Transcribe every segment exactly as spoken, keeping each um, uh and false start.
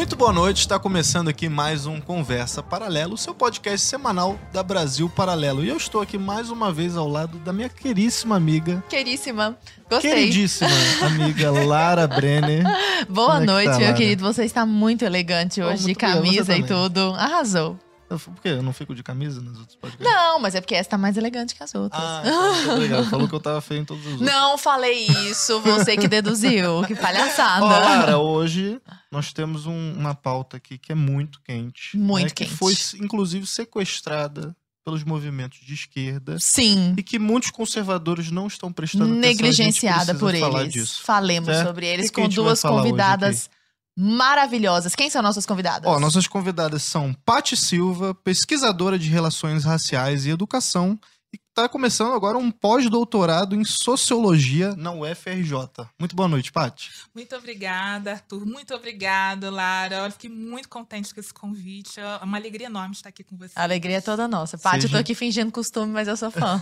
Muito boa noite, está começando aqui mais um Conversa Paralelo, o seu podcast semanal da Brasil Paralelo. E eu estou aqui mais uma vez ao lado da minha queríssima amiga. Queríssima, gostei. Queridíssima amiga Lara Brenner. Boa é noite, tá, meu Lara? querido. Você está muito elegante hoje, Oh, muito de camisa bem, e tudo. Arrasou. Por quê? Eu não fico de camisa nos outros podcasts? Não, mas é porque essa tá mais elegante que as outras. Ah, então, muito obrigado. Falou que eu tava feio em todos os outros. Não falei isso, você que deduziu. Que palhaçada. Ó, Lara, hoje nós temos um- uma pauta aqui que é muito quente. Muito né, quente. Que foi, inclusive, sequestrada pelos movimentos de esquerda. Sim, E que muitos conservadores não estão prestando atenção. negligenciada A gente por precisa falar eles. disso. Falemos Certo? sobre eles O que que a com gente vai duas falar hoje convidadas maravilhosas. Quem são nossas convidadas? Ó, nossas convidadas são Paty Silva, pesquisadora de Relações Raciais e Educação, e está começando agora um pós-doutorado em Sociologia na U F R J. Muito boa noite, Paty. Muito obrigada, Arthur. Muito obrigada, Lara. Eu fiquei muito contente com esse convite. É uma alegria enorme estar aqui com você. A alegria é toda nossa. Paty, Seja- eu tô aqui fingindo costume, mas eu sou fã.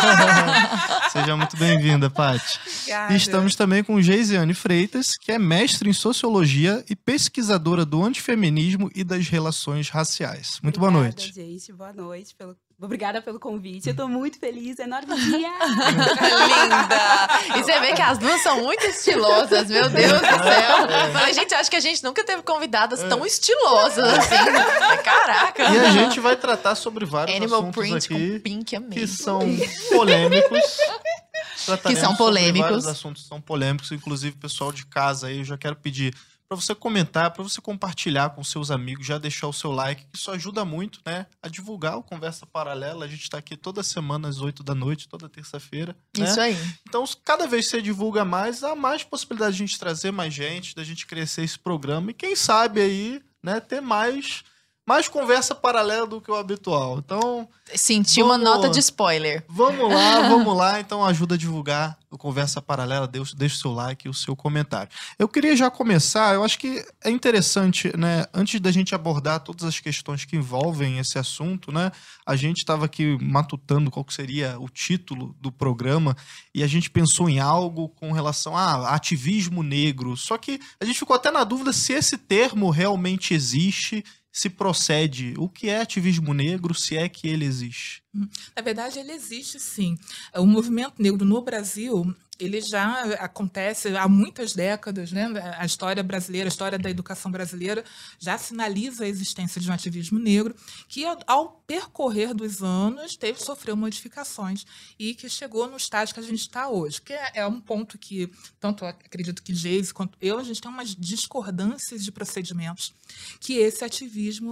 Seja muito bem-vinda, Paty. Obrigada. E estamos também com Geisiane Freitas, que é mestre em Sociologia e pesquisadora do antifeminismo e das relações raciais. Muito boa Obrigada, noite. gente. Boa noite. Pelo... Obrigada pelo convite. Eu tô muito feliz. Enorme dia. Linda! E você vê que as duas são muito estilosas, meu Deus do céu. Mas a gente acha que a gente nunca teve convidadas tão estilosas assim. Caraca! E a gente vai tratar sobre vários Animal assuntos print aqui com pink, amei. que são polêmicos. Trataremos são sobre polêmicos. Vários assuntos que são polêmicos, inclusive pessoal de casa aí, eu já quero pedir para você comentar, para você compartilhar com seus amigos, já deixar o seu like, que isso ajuda muito, né, a divulgar o Conversa Paralela. A gente está aqui toda semana às oito da noite, toda terça-feira. né? Isso aí. Então, cada vez que você divulga mais, há mais possibilidade de a gente trazer mais gente, da gente crescer esse programa e quem sabe aí, né, ter mais, mais conversa paralela do que o habitual. Então, Senti uma Vamos- nota de spoiler. vamos lá, vamos lá. Então, ajuda a divulgar o Conversa Paralela, deixa, deixa o seu like e o seu comentário. Eu queria já começar, eu acho que é interessante, né, antes da gente abordar todas as questões que envolvem esse assunto, né, a gente estava aqui matutando qual que seria o título do programa e a gente pensou em algo com relação a ativismo negro, só que a gente ficou até na dúvida se esse termo realmente existe, se procede. O que é ativismo negro, se é que ele existe? Na verdade, ele existe sim. O movimento negro no Brasil, ele já acontece há muitas décadas, né? A história brasileira, a história da educação brasileira já sinaliza a existência de um ativismo negro que, ao- ao percorrer dos anos, teve, sofreu modificações e que chegou no estágio que a gente está hoje, que é, é um ponto que, tanto eu acredito que Geise quanto eu, a gente tem umas discordâncias de procedimentos que esse ativismo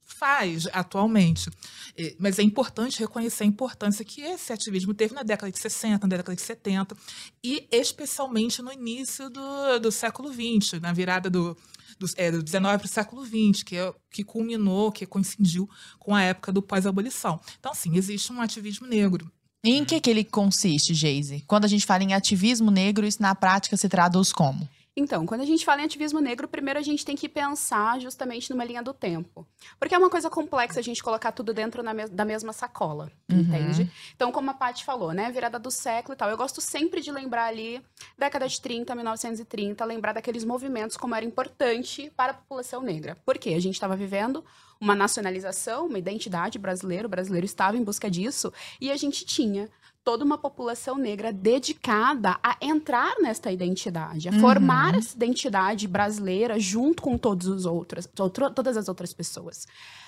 faz atualmente. Eh, Mas é importante reconhecer a importância que esse ativismo teve na década de sessenta, na década de setenta, e especialmente no início do, do século vinte, na virada do, do, é, do dezenove para o século vinte, que, é, que culminou, que coincidiu com a época do pós-abolição. Então, sim, existe um ativismo negro. E em que, que ele consiste, Geise? Quando a gente fala em ativismo negro, isso na prática se traduz como? Então, quando a gente fala em ativismo negro, primeiro a gente tem que pensar justamente numa linha do tempo. Porque é uma coisa complexa a gente colocar tudo dentro na mes- da mesma sacola, Uhum. entende? Então, como a Paty falou, né? Virada do século e tal. Eu gosto sempre de lembrar ali, década de trinta, mil novecentos e trinta, lembrar daqueles movimentos como era importante para a população negra. Por quê? A gente estava vivendo uma nacionalização, uma identidade brasileira, o brasileiro estava em busca disso, e a gente tinha toda uma população negra dedicada a entrar nesta identidade, a Uhum. formar essa identidade brasileira junto com todos os outros, outro- todas as outras pessoas.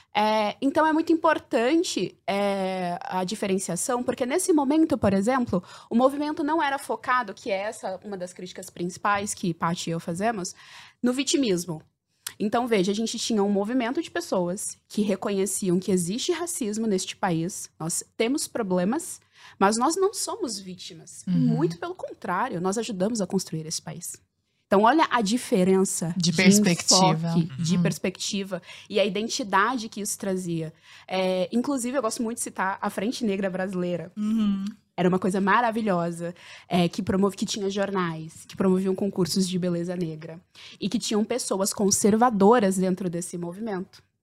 É, então, é muito importante é, a diferenciação, porque nesse momento, por exemplo, o movimento não era focado, que é essa uma das críticas principais que Paty e eu fazemos, no vitimismo. Então, veja, a gente tinha um movimento de pessoas que reconheciam que existe racismo neste país, nós temos problemas, mas nós não somos vítimas. Uhum. Muito pelo contrário, nós ajudamos a construir esse país. Então, olha a diferença De perspectiva. enfoque, de Uhum. perspectiva e a identidade que isso trazia. É, inclusive, eu gosto muito de citar a Frente Negra Brasileira. Uhum. Era uma coisa maravilhosa, é, que, promove, que tinha jornais, que promoviam concursos de beleza negra. E que tinham pessoas conservadoras dentro desse movimento.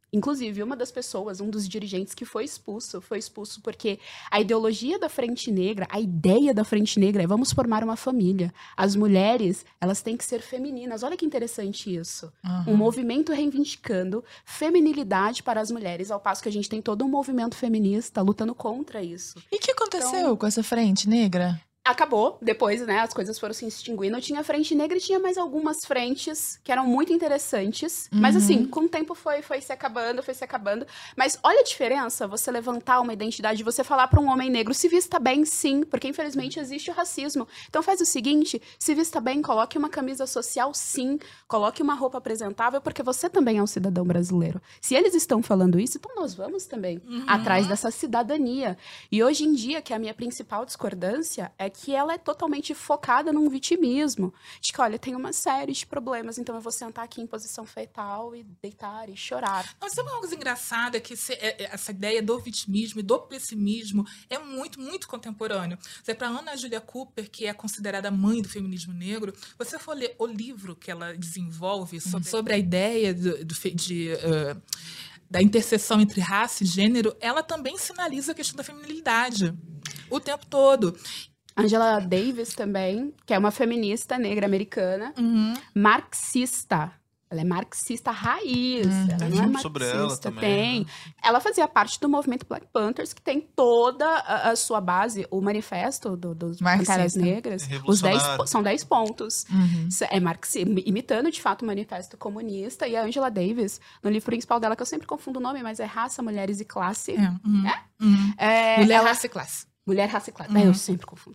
Inclusive, uma das pessoas, um dos dirigentes que foi expulso, foi expulso porque a ideologia da Frente Negra, a ideia da Frente Negra é vamos formar uma família. As mulheres, elas têm que ser femininas. Olha que interessante isso. Uhum. Um movimento reivindicando feminilidade para as mulheres, ao passo que a gente tem todo um movimento feminista lutando contra isso. E o que aconteceu Então- com essa frente negra? Acabou, depois, né, as coisas foram se extinguindo. Tinha a Frente Negra e tinha mais algumas frentes que eram muito interessantes. Mas Uhum. assim, com o tempo foi, foi se acabando, foi se acabando. Mas olha a diferença, você levantar uma identidade, você falar para um homem negro, se vista bem, sim, porque infelizmente existe o racismo. Então faz o seguinte, se vista bem, coloque uma camisa social, sim, coloque uma roupa apresentável, porque você também é um cidadão brasileiro. Se eles estão falando isso, então nós vamos também Uhum. atrás dessa cidadania. E hoje em dia, que a minha principal discordância é que ela é totalmente focada num vitimismo. De que, olha, tem uma série de problemas, então eu vou sentar aqui em posição fetal e deitar e chorar. Mas sabe uma coisa engraçada? É que se- é- é- essa ideia do vitimismo e do pessimismo é muito, muito contemporâneo. Para Ana Julia Cooper, que é considerada a mãe do feminismo negro, você for ler o livro que ela desenvolve sobre, sobre a ideia do, do fe- de... uh, da interseção entre raça e gênero, ela também sinaliza a questão da feminilidade o tempo todo. Angela Davis também, que é uma feminista negra americana, Uhum. marxista. Ela é marxista raiz. Hum, ela tem não é filme marxista. sobre ela também, Tem. né? Ela fazia parte do movimento Black Panthers, que tem toda a, a sua base, o manifesto do, dos Marxista. Panteras Negras. É Os dez, revolucionário. po- são dez pontos. Uhum. Isso é marxismo, imitando de fato o manifesto comunista. E a Angela Davis, no livro principal dela, que eu sempre confundo o nome, mas é Raça, Mulheres e Classe. É, uhum. Uhum. É, Mulher, ela- raça e classe. Mulher, Raça e Classe. Uhum. É, eu sempre confundo.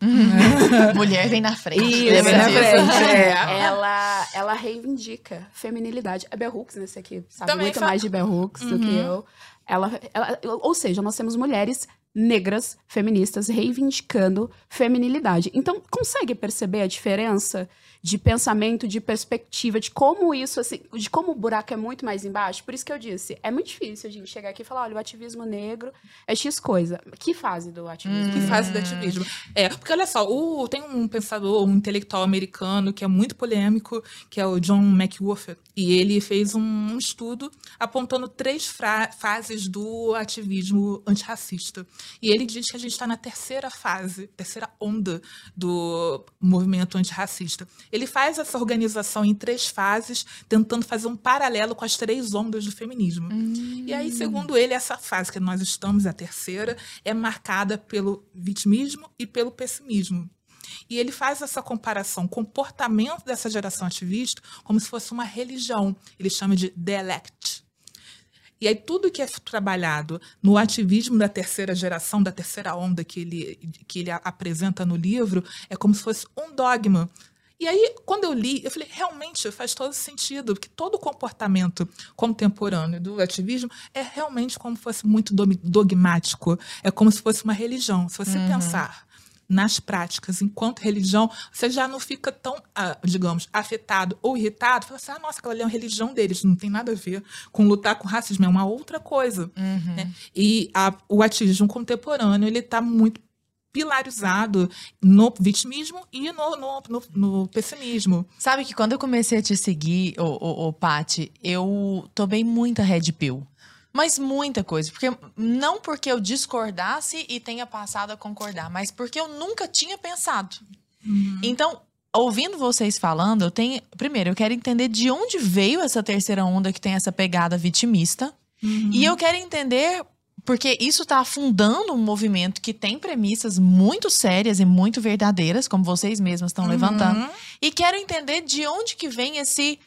Mulher vem na frente. Isso, lembra na disso? frente, é. É. Ela, ela reivindica feminilidade. A Bell Hooks, nesse aqui, sabe Também muito fala- mais de Bell Hooks do que Uhum. eu. Ela, ela, ou seja, nós temos mulheres negras, feministas, reivindicando feminilidade. Então, consegue perceber a diferença de pensamento, de perspectiva, de como isso, assim, de como o buraco é muito mais embaixo? Por isso que eu disse, é muito difícil a gente chegar aqui e falar, olha, o ativismo negro é X coisa. Que fase do ativismo? Que fase do ativismo. É, porque olha só, o, tem um pensador, um intelectual americano que é muito polêmico, que é o John McWhorter, e ele fez um, um estudo apontando três fra- fases do ativismo antirracista. E ele diz que a gente está na terceira fase, terceira onda do movimento antirracista. Ele faz essa organização em três fases, tentando fazer um paralelo com as três ondas do feminismo. E aí, segundo ele, essa fase que nós estamos, a terceira, é marcada pelo vitimismo e pelo pessimismo. E ele faz essa comparação, comportamento dessa geração ativista, como se fosse uma religião. Ele chama de dialect. E aí tudo que é trabalhado no ativismo da terceira geração, da terceira onda que ele, que ele apresenta no livro, é como se fosse um dogma. E aí, quando eu li, eu falei, realmente faz todo sentido, porque todo o comportamento contemporâneo do ativismo é realmente como se fosse muito dog- dogmático, é como se fosse uma religião. Se você Uhum. pensar nas práticas enquanto religião, você já não fica tão, ah, digamos, afetado ou irritado. Fala assim, ah, nossa, aquela ali é uma religião deles, não tem nada a ver com lutar com racismo, é uma outra coisa. Uhum. Né? E a, o ativismo contemporâneo, ele está muito pilarizado no vitimismo e no, no, no, no pessimismo. Sabe que quando eu comecei a te seguir, ô, ô, ô Paty, eu tomei muita Red Pill. Mas muita coisa. Porque, não porque eu discordasse e tenha passado a concordar, mas porque eu nunca tinha pensado. Uhum. Então, ouvindo vocês falando, eu tenho. Primeiro, eu quero entender de onde veio essa terceira onda que tem essa pegada vitimista. Uhum. E eu quero entender. Porque isso está afundando um movimento que tem premissas muito sérias e muito verdadeiras, como vocês mesmos estão Uhum. levantando. E quero entender de onde que vem esse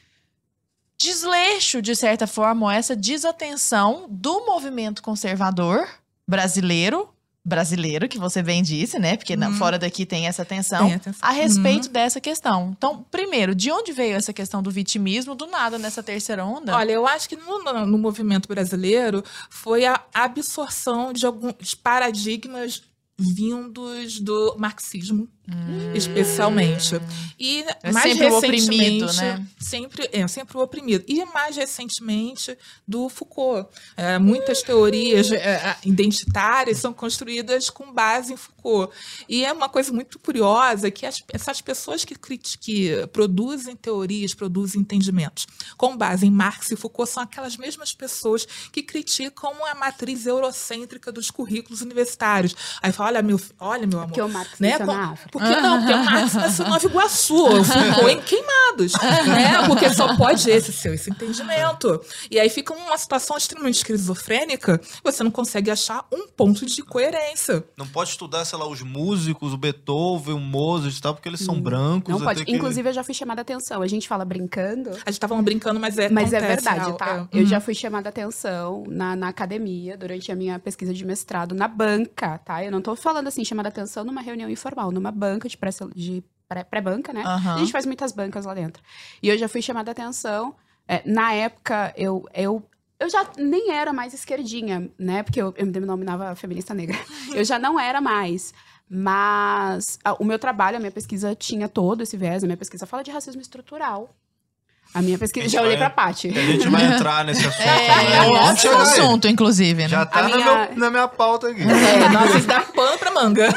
desleixo, de certa forma, ou essa desatenção do movimento conservador brasileiro, brasileiro, que você bem disse, né? Porque na- Uhum. fora daqui tem essa tensão, Tem atenção. a respeito dessa questão. Então, primeiro, de onde veio essa questão do vitimismo, do nada, nessa terceira onda? Olha, eu acho que no, no- no movimento brasileiro foi a absorção de alguns paradigmas vindos do marxismo, Hum. especialmente. E É mais sempre o recentemente, oprimido, né? sempre é sempre o oprimido. E mais recentemente do Foucault. É, muitas teorias é, identitárias são construídas com base em Foucault. E é uma coisa muito curiosa que as, essas pessoas que, que produzem teorias, produzem entendimentos com base em Marx e Foucault são aquelas mesmas pessoas que criticam a matriz eurocêntrica dos currículos universitários. Aí fala, olha, meu, olha, meu amor. Porque o Marx né? nasceu na África. Por que não? Porque o Marx nasceu em Nova Iguaçu, ficou em Queimados. Né? Porque só pode esse ser esse entendimento. E aí fica uma situação extremamente esquizofrênica, você não consegue achar um ponto de coerência. Não pode estudar, sei lá, os músicos, o Beethoven, o Mozart e tal, porque eles são hum, brancos. Não pode. Que... Inclusive, eu já fui chamada a atenção. A gente fala brincando. A gente tava brincando, mas é Mas acontece, é verdade, real, tá? é. Eu Uhum. já fui chamada a atenção na, na academia, durante a minha pesquisa de mestrado, na banca, tá? Eu não tô falando assim, chamada a atenção numa reunião informal, numa banca de pré, de pré, pré-banca, né? Uhum. A gente faz muitas bancas lá dentro. E eu já fui chamada a atenção. É, na época, eu, eu, eu já nem era mais esquerdinha, né? Porque eu, eu me denominava feminista negra. Eu já não era mais. Mas a, o meu trabalho, a minha pesquisa tinha todo esse viés. A minha pesquisa fala de racismo estrutural. A minha pesquisa... A gente já olhei vai- pra Paty. A gente vai entrar nesse assunto. É, né? Vamos ótimo chegar aí. assunto, inclusive, né? Já tá A na, minha- meu- na minha pauta aqui. É, nossa, isso dá pano pra manga.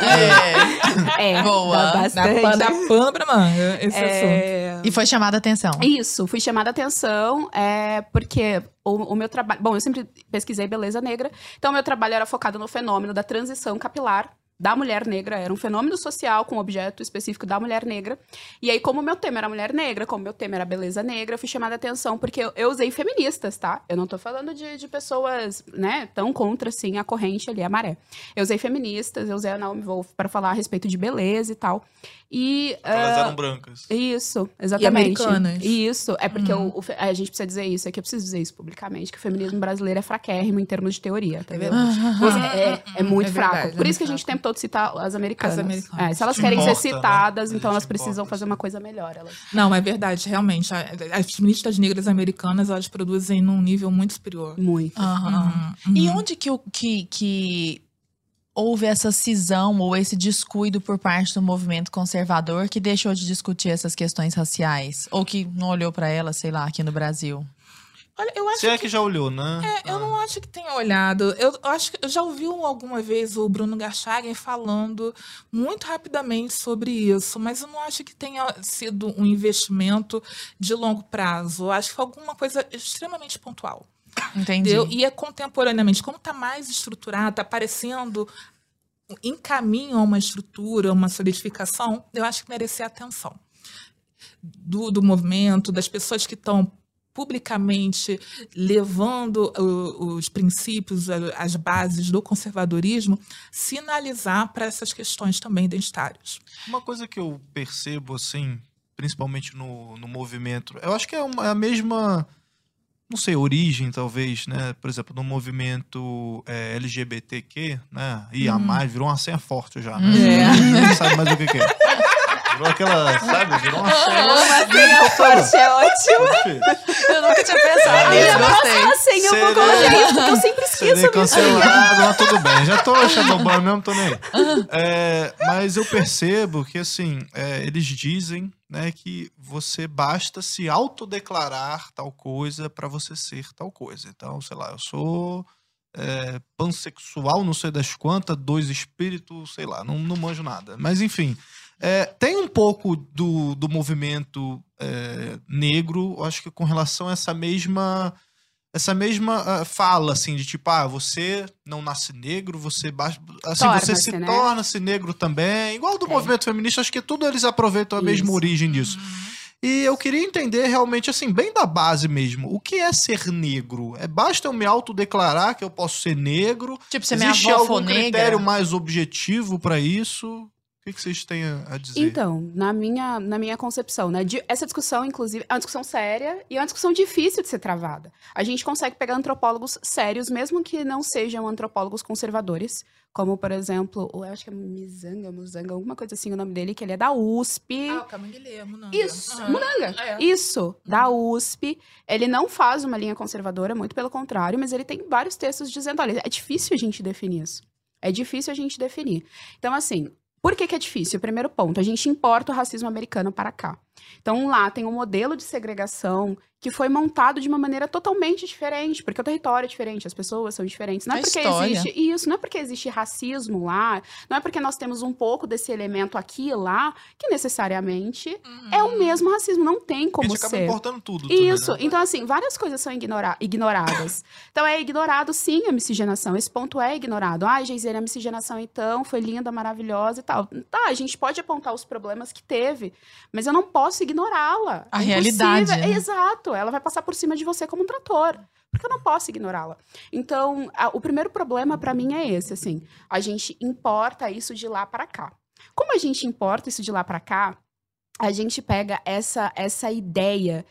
É. É, Boa. dá Dá bastante. pano, dá pano pra manga, esse assunto. É... E foi chamada a atenção. Isso, fui chamada a atenção é, porque o, o meu trabalho... Bom, eu sempre pesquisei beleza negra, então o meu trabalho era focado no fenômeno da transição capilar da mulher negra, era um fenômeno social com objeto específico da mulher negra. E aí, como o meu tema era mulher negra, como o meu tema era beleza negra, eu fui chamada a atenção porque eu, eu usei feministas, tá? Eu não tô falando de, de pessoas, né, tão contra, assim, a corrente ali, a maré. Eu usei feministas, eu usei a Naomi Wolf para falar a respeito de beleza e tal. E... Elas ah, eram brancas. Isso, exatamente. E americanas. Isso, é porque Uhum. o, o fe- a gente precisa dizer isso, é que eu preciso dizer isso publicamente, que o feminismo brasileiro é fraquérrimo em termos de teoria, tá É vendo? verdade. Você- é, é muito É fraco. verdade, Por é isso que a muito gente tem todo citar as americanas. As americanas. É, se elas Isso querem importa, ser né? citadas, A então gente elas precisam importa, fazer sim. uma coisa melhor. Elas... Não, é verdade, realmente. A- As feministas negras americanas, elas produzem num nível muito superior. Muito. Aham. Uhum, E uhum. onde que, o- que, que houve essa cisão ou esse descuido por parte do movimento conservador que deixou de discutir essas questões raciais? Ou que não olhou pra elas, sei lá, aqui no Brasil? Olha, eu acho Você é que já olhou, né? É, eu não acho que tenha olhado. Eu acho que eu já ouvi alguma vez o Bruno Garchagen falando muito rapidamente sobre isso, mas eu não acho que tenha sido um investimento de longo prazo. Eu acho que foi alguma coisa extremamente pontual. Entendi. Entendeu? E é contemporaneamente, como está mais estruturado, está parecendo em caminho a uma estrutura, uma solidificação, eu acho que merecia atenção do, do movimento, das pessoas que estão publicamente levando o- os princípios, a- as bases do conservadorismo, sinalizar para essas questões também identitárias. Uma coisa que eu percebo, assim, principalmente no, no movimento, eu acho que é, uma- é a mesma, não sei, origem, talvez, né? Por exemplo, no movimento é, L G B T Q, né? I A mais, virou uma senha forte já, né? É. Ninguém sabe mais o que, que é. Virou aquela, sabe? Virou uma senha. Uma senha forte é ótimo. Eu nunca tinha pensado É. nisso, gostei. A senha eu vou Serei- colocar isso, porque eu sempre Serei esqueço disso. cancelado, mas tudo bem. Já tô shadowban mesmo, tô nem aí. É, mas eu percebo que, assim, é, eles dizem, né, que você basta se autodeclarar tal coisa pra você ser tal coisa. Então, sei lá, eu sou é, pansexual, não sei das quantas, dois espíritos, sei lá, não, não manjo nada. Mas, enfim, é, tem um pouco do, do movimento é, negro, eu acho que com relação a essa mesma... Essa mesma ah, fala, assim, de tipo, ah, você não nasce negro, você baixa. Assim, você Torna-se, se né? torna-se negro também. Igual do É. movimento feminista, acho que tudo eles aproveitam a mesma Isso. origem disso. E eu queria entender realmente, assim, bem da base mesmo, o que é ser negro? É basta eu me autodeclarar que eu posso ser negro? Tipo, se minha Existe avó algum for negra... critério mais objetivo pra isso? O que, que vocês têm a a dizer? Então, na minha, na minha concepção, né? de- essa discussão, inclusive, é uma discussão séria e é uma discussão difícil de ser travada. A gente consegue pegar antropólogos sérios, mesmo que não sejam antropólogos conservadores, como, por exemplo, o- eu acho que é Mizanga, Muzanga, alguma coisa assim o nome dele, que ele é da U S P. Ah, o Camanguilê, Munanga. Isso, Aham. Munanga. É. Isso, da U S P. Ele não faz uma linha conservadora, muito pelo contrário, mas ele tem vários textos dizendo, olha, é difícil a gente definir isso. É difícil a gente definir. Então, assim, por que que é difícil? Primeiro ponto, a gente importa o racismo americano para cá. Então, lá tem um modelo de segregação que foi montado de uma maneira totalmente diferente, porque o território é diferente, as pessoas são diferentes. Não é A porque história. existe isso, não é porque existe racismo lá, não é porque nós temos um pouco desse elemento aqui e lá, que necessariamente Uhum. é o mesmo racismo, não tem A como gente acaba ser. importando tudo. também, Isso, né? então assim, várias coisas são ignora- ignoradas. Então é ignorado sim a miscigenação, esse ponto é ignorado. Ai, Geisiane, a miscigenação então foi linda, maravilhosa e tal. Tá, a gente pode apontar os problemas que teve, mas eu não posso ignorá-la. A É realidade, impossível. né? Exato, ela vai passar por cima de você como um trator. Porque eu não posso ignorá-la. Então, a- o primeiro problema para mim é esse, assim, a gente importa isso de lá para cá. Como a gente importa isso de lá para cá, a gente pega essa, essa ideia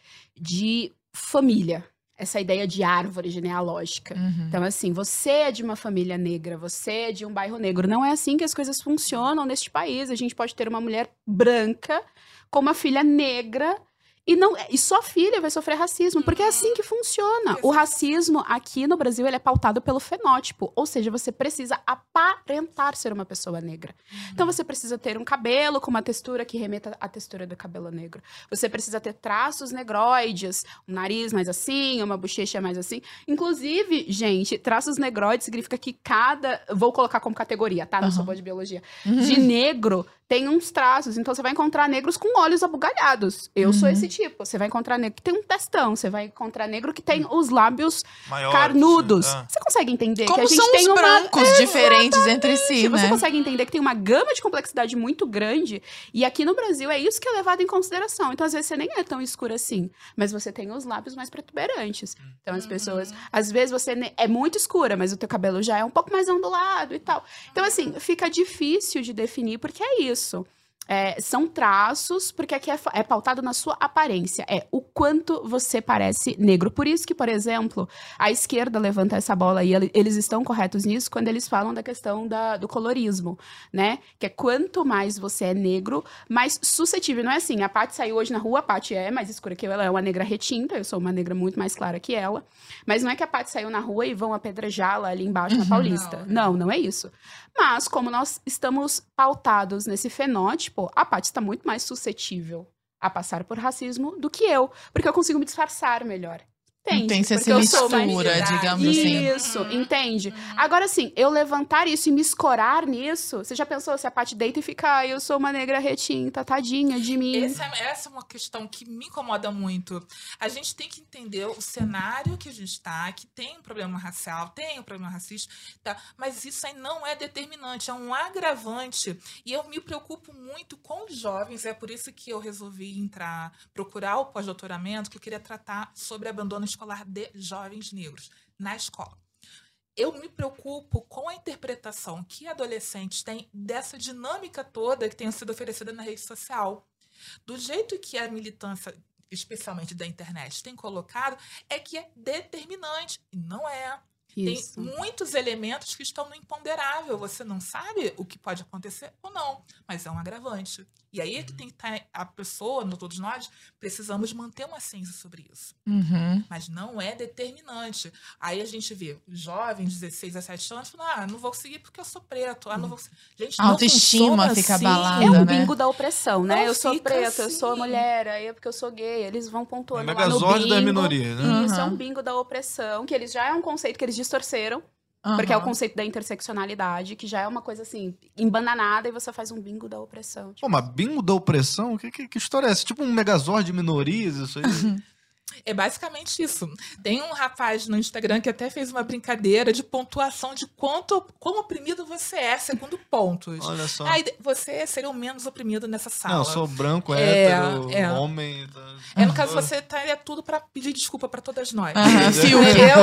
de família, essa ideia de árvore genealógica. Uhum. Então, assim, você é de uma família negra, você é de um bairro negro. Não é assim que as coisas funcionam neste país. A gente pode ter uma mulher branca com uma filha negra e, não, e sua filha vai sofrer racismo, porque é assim que funciona. O racismo aqui no Brasil ele é pautado pelo fenótipo, ou seja, você precisa aparentar ser uma pessoa negra. Então você precisa ter um cabelo com uma textura que remeta à textura do cabelo negro. Você precisa ter traços negroides, um nariz mais assim, uma bochecha mais assim. Inclusive, gente, traços negroides significa que cada... Vou colocar como categoria, tá? Não Uhum. sou boa de biologia. De negro tem uns traços. Então você vai encontrar negros com olhos abugalhados. Eu sou Uhum. esse tipo. Você vai encontrar negro que tem um testão. Você vai encontrar negro que tem os lábios Maiores, carnudos. ah. Você consegue entender Como que a gente são tem os uma... brancos diferentes entre si, Você né? consegue entender que tem uma gama de complexidade muito grande. E aqui no Brasil é isso que é levado em consideração. Então, às vezes, você nem é tão escuro assim. Mas você tem os lábios mais protuberantes. Então, as pessoas... Às vezes, você ne- é muito escura, mas o teu cabelo já é um pouco mais ondulado e tal. Então, assim, fica difícil de definir, porque é isso. É, são traços, porque aqui é, fa- é pautado na sua aparência. É o quanto você parece negro. Por isso que, por exemplo, a esquerda levanta essa bola e ele- eles estão corretos nisso quando eles falam da questão da- do colorismo, né? Que é quanto mais você é negro, mais suscetível. Não é assim, a Paty saiu hoje na rua, a Paty é mais escura que eu, ela é uma negra retinta, eu sou uma negra muito mais clara que ela. Mas não é que a Paty saiu na rua e vão apedrejá-la ali embaixo na Paulista. Não, não é isso. Mas, como nós estamos pautados nesse fenótipo, a Paty está muito mais suscetível a passar por racismo do que eu. Porque eu consigo me disfarçar melhor. Entende? Tem essa Porque eu sou mais... mistura, digamos assim. Isso, entende? Agora, assim, eu levantar isso e me escorar nisso... Você já pensou se a Paty deita e fica... Ah, eu sou uma negra retinta, tadinha de mim. Essa, essa é uma questão que me incomoda muito. A gente tem que entender o cenário que a gente está, que tem um problema racial, tem um problema racista, tá? Mas isso aí não é determinante, é um agravante. E eu me preocupo muito com os jovens, é por isso que eu resolvi entrar, procurar o pós-doutoramento, que eu queria tratar sobre abandono escolar de jovens negros na escola. Eu me preocupo com a interpretação que adolescentes têm dessa dinâmica toda que tem sido oferecida na rede social. Do jeito que a militância, especialmente da internet, tem colocado, é que é determinante. E não é. Isso. Tem muitos elementos que estão no imponderável. Você não sabe o que pode acontecer ou não, mas é um agravante. E aí é que tem que estar a pessoa, todos nós, precisamos manter uma ciência sobre isso. Uhum. Mas não é determinante. Aí a gente vê jovens, dezesseis a dezessete anos, falando, ah, não vou seguir porque eu sou preto. Ah, não vou seguir. Gente, A não autoestima funciona fica assim. abalada. É um né? bingo da opressão, né? Não eu sou fica preta, eu sou assim. mulher, aí é porque eu sou gay. Eles vão pontuando É lá no megazord bingo. da minoria, né? Isso, é Uhum. um bingo da opressão, que eles já é um conceito que eles distorceram. Uhum. Porque é o conceito da interseccionalidade, que já é uma coisa assim, embananada, e você faz um bingo da opressão. Tipo, Pô, mas bingo da opressão? Que, que, que história é essa? Tipo um megazord de minorias, isso aí? É basicamente isso. Tem um rapaz no Instagram que até fez uma brincadeira de pontuação de quanto, quão oprimido você é, segundo pontos. Olha só. Aí você seria o menos oprimido nessa sala. Não, eu sou branco, É, hétero, é. homem. Tá... É, no caso, você estaria tudo para pedir desculpa para todas nós. Aham, Fiuk. Entendeu?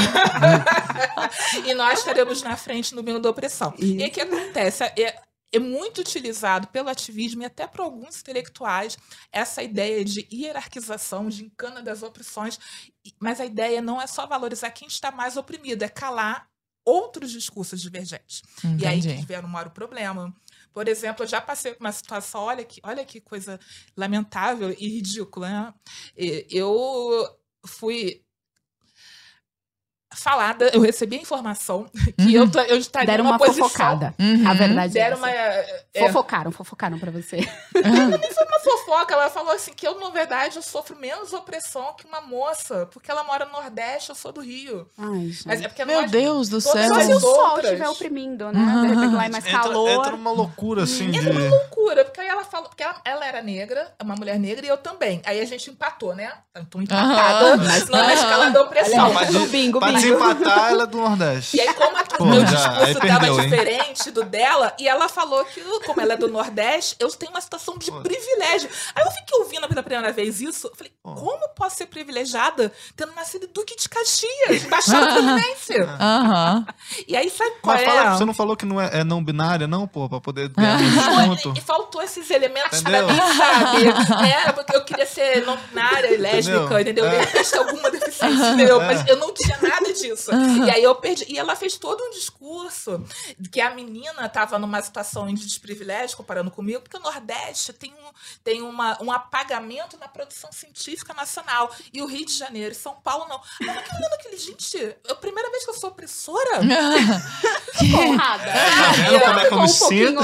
É. E nós estaremos na frente no bingo da opressão. E o que acontece? É, é muito utilizado pelo ativismo e até por alguns intelectuais essa ideia de hierarquização, de encana das opressões. Mas a ideia não é só valorizar quem está mais oprimido, é calar outros discursos divergentes. Entendi. E aí que tiver um maior problema. Por exemplo, eu já passei por uma situação, olha que, olha que coisa lamentável e ridícula, né? Eu fui... falada, eu recebi a informação que eu, eu estaria Deram numa uma posição... fofocada. Uhum. A verdade é Deram essa. uma... é, Fofocaram, fofocaram pra você. nem foi uma fofoca, ela falou assim que eu, na verdade, eu sofro menos opressão que uma moça, porque ela mora no Nordeste, eu sou do Rio. Ai, gente. Mas é porque Meu nós, Deus do todas céu. as Só se o sol outras- estiver oprimindo, né? Uhum. De repente lá é mais Entra, calor. entra numa loucura, assim, de... Entra uma loucura, porque aí ela falou, porque ela, ela era negra, uma mulher negra, e eu também. Aí a gente empatou, né? Então empatada, Aham. mas na escala da opressão. Olha, mas o de- bingo, pra bingo. desempatar, ela é do Nordeste. E aí, como a- Pô, o meu já, discurso aí tava perdeu, hein? diferente do dela, e ela falou que, como ela é do Nordeste, eu tenho uma situação de Pô. privilégio. Aí eu fiquei ouvindo pela primeira vez isso, eu falei, Pô. como posso ser privilegiada tendo nascido em Duque de Caxias, Baixada Fluminense? Aham. E aí, sabe qual Mas é? fala, você não falou que não é, é não binária, não, pô? Pra poder ganhar um desconto. E faltou esses elementos Entendeu? pra mim, sabe? É, porque eu queria ser não binária, lésbica, entendeu? É. De repente ter alguma deficiência, entendeu? Mas eu não tinha nada disso. E aí eu perdi. E ela fez todo um discurso de que a menina estava numa situação de desprivilégio, comparando comigo, porque o Nordeste tem um, tem uma, um apagamento na produção científica nacional. E o Rio de Janeiro e São Paulo não. Eu fiquei olhando aquele, gente, é a primeira vez que eu sou opressora. Porrada. Tá vendo como é que eu Ficou me um pouquinho-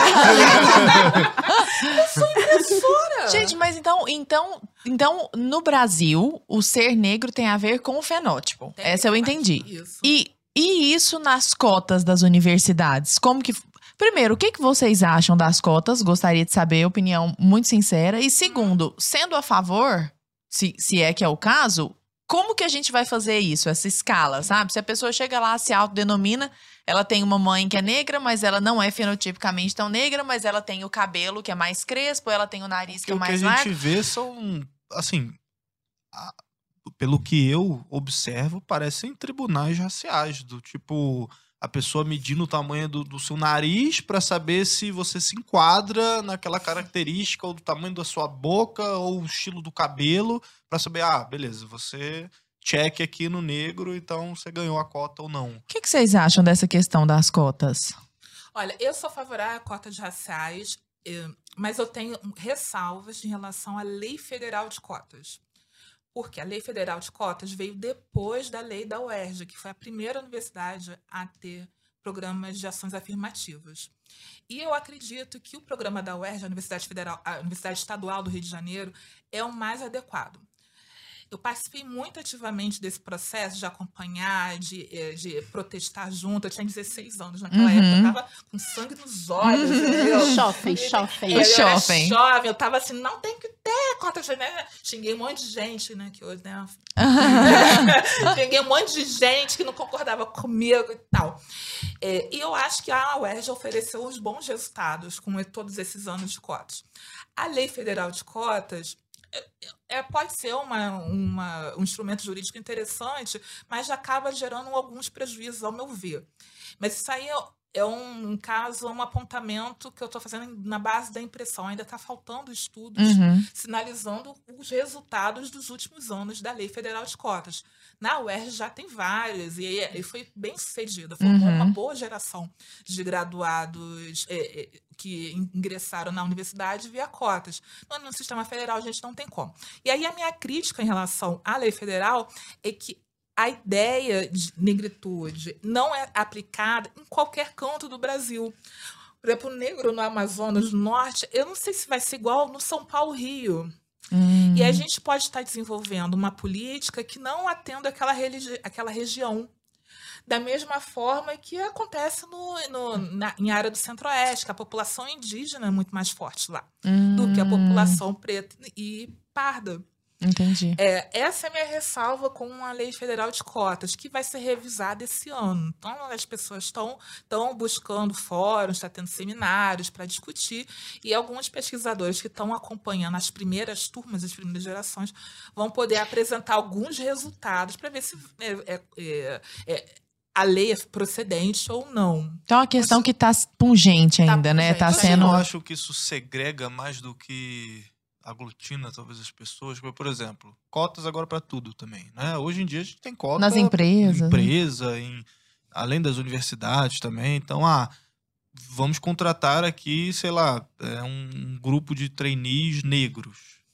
Opressora! Gente, mas então, então, então, no Brasil, o ser negro tem a ver com o fenótipo. Tem Essa eu que entendi. partir isso. E, e isso nas cotas das universidades? Como que. Primeiro, o que, que vocês acham das cotas? Gostaria de saber, opinião muito sincera. E segundo, sendo a favor, se, se é que é o caso, como que a gente vai fazer isso, essa escala, sabe? Se a pessoa chega lá, se autodenomina, ela tem uma mãe que é negra, mas ela não é fenotipicamente tão negra, mas ela tem o cabelo que é mais crespo, ela tem o nariz que Porque é o que a mais gente largo. vê são, assim, a- pelo que eu observo, parecem tribunais raciais, do tipo, a pessoa medindo o tamanho do, do seu nariz pra saber se você se enquadra naquela característica, ou do tamanho da sua boca, ou o estilo do cabelo, pra saber, ah, beleza, você check aqui no negro, então você ganhou a cota ou não. O que, que vocês acham dessa questão das cotas? Olha, eu sou favorável a cotas raciais, eh, mas eu tenho ressalvas em relação à Lei Federal de Cotas. Porque a Lei Federal de Cotas veio depois da lei da U E R J, que foi a primeira universidade a ter programas de ações afirmativas. E eu acredito que o programa da U E R J, a Universidade Federal, a Universidade Estadual do Rio de Janeiro, é o mais adequado. Eu participei muito ativamente desse processo de acompanhar, de, eh, de protestar junto. Eu tinha dezesseis anos naquela Uhum. época, eu tava com sangue nos olhos, entendeu? Chofem, chofem. Eu, eu era Chofem. jovem, eu tava assim, não tem que ter conta, né? Xinguei um monte de gente, né? Que hoje, né? Xinguei um monte de gente que não concordava comigo e tal. É, e eu acho que a U E R J ofereceu uns bons resultados com todos esses anos de cotas. A Lei Federal de Cotas é, pode ser uma, uma, um instrumento jurídico interessante, mas já acaba gerando alguns prejuízos, ao meu ver. Mas isso aí é, é um, um caso, um apontamento que eu estou fazendo na base da impressão. Ainda está faltando estudos Uhum. sinalizando os resultados dos últimos anos da Lei Federal de Cotas. Na U E R J já tem vários, e, e foi bem sucedida. Formou Uhum. uma boa geração de graduados é, é, que ingressaram na universidade via cotas. No, no sistema federal a gente não tem como. E aí a minha crítica em relação à lei federal é que a ideia de negritude não é aplicada em qualquer canto do Brasil. Por exemplo, o negro no Amazonas do Norte, eu não sei se vai ser igual no São Paulo, Rio. Hum. E a gente pode estar desenvolvendo uma política que não atenda aquela, religi- aquela região. Da mesma forma que acontece no, no, na, em área do Centro-Oeste, que a população indígena é muito mais forte lá do que a Hum. população preta e parda. Entendi. É, essa é a minha ressalva com a Lei Federal de Cotas, que vai ser revisada esse ano. Então, as pessoas estão buscando fóruns, está tendo seminários para discutir, e alguns pesquisadores que estão acompanhando as primeiras turmas, as primeiras gerações, vão poder apresentar alguns resultados para ver se é, é, é, é, a lei é procedente ou não. Então é uma questão que tá pungente ainda, né? pungente. Tá Mas Mas eu sendo. não acho que isso segrega mais do que aglutina talvez as pessoas. Por exemplo, cotas agora para tudo também, né? Hoje em dia a gente tem cota Nas empresas, em né? empresa, em, além das universidades também. Então, ah, vamos contratar aqui, sei lá, é, um grupo de trainees negros.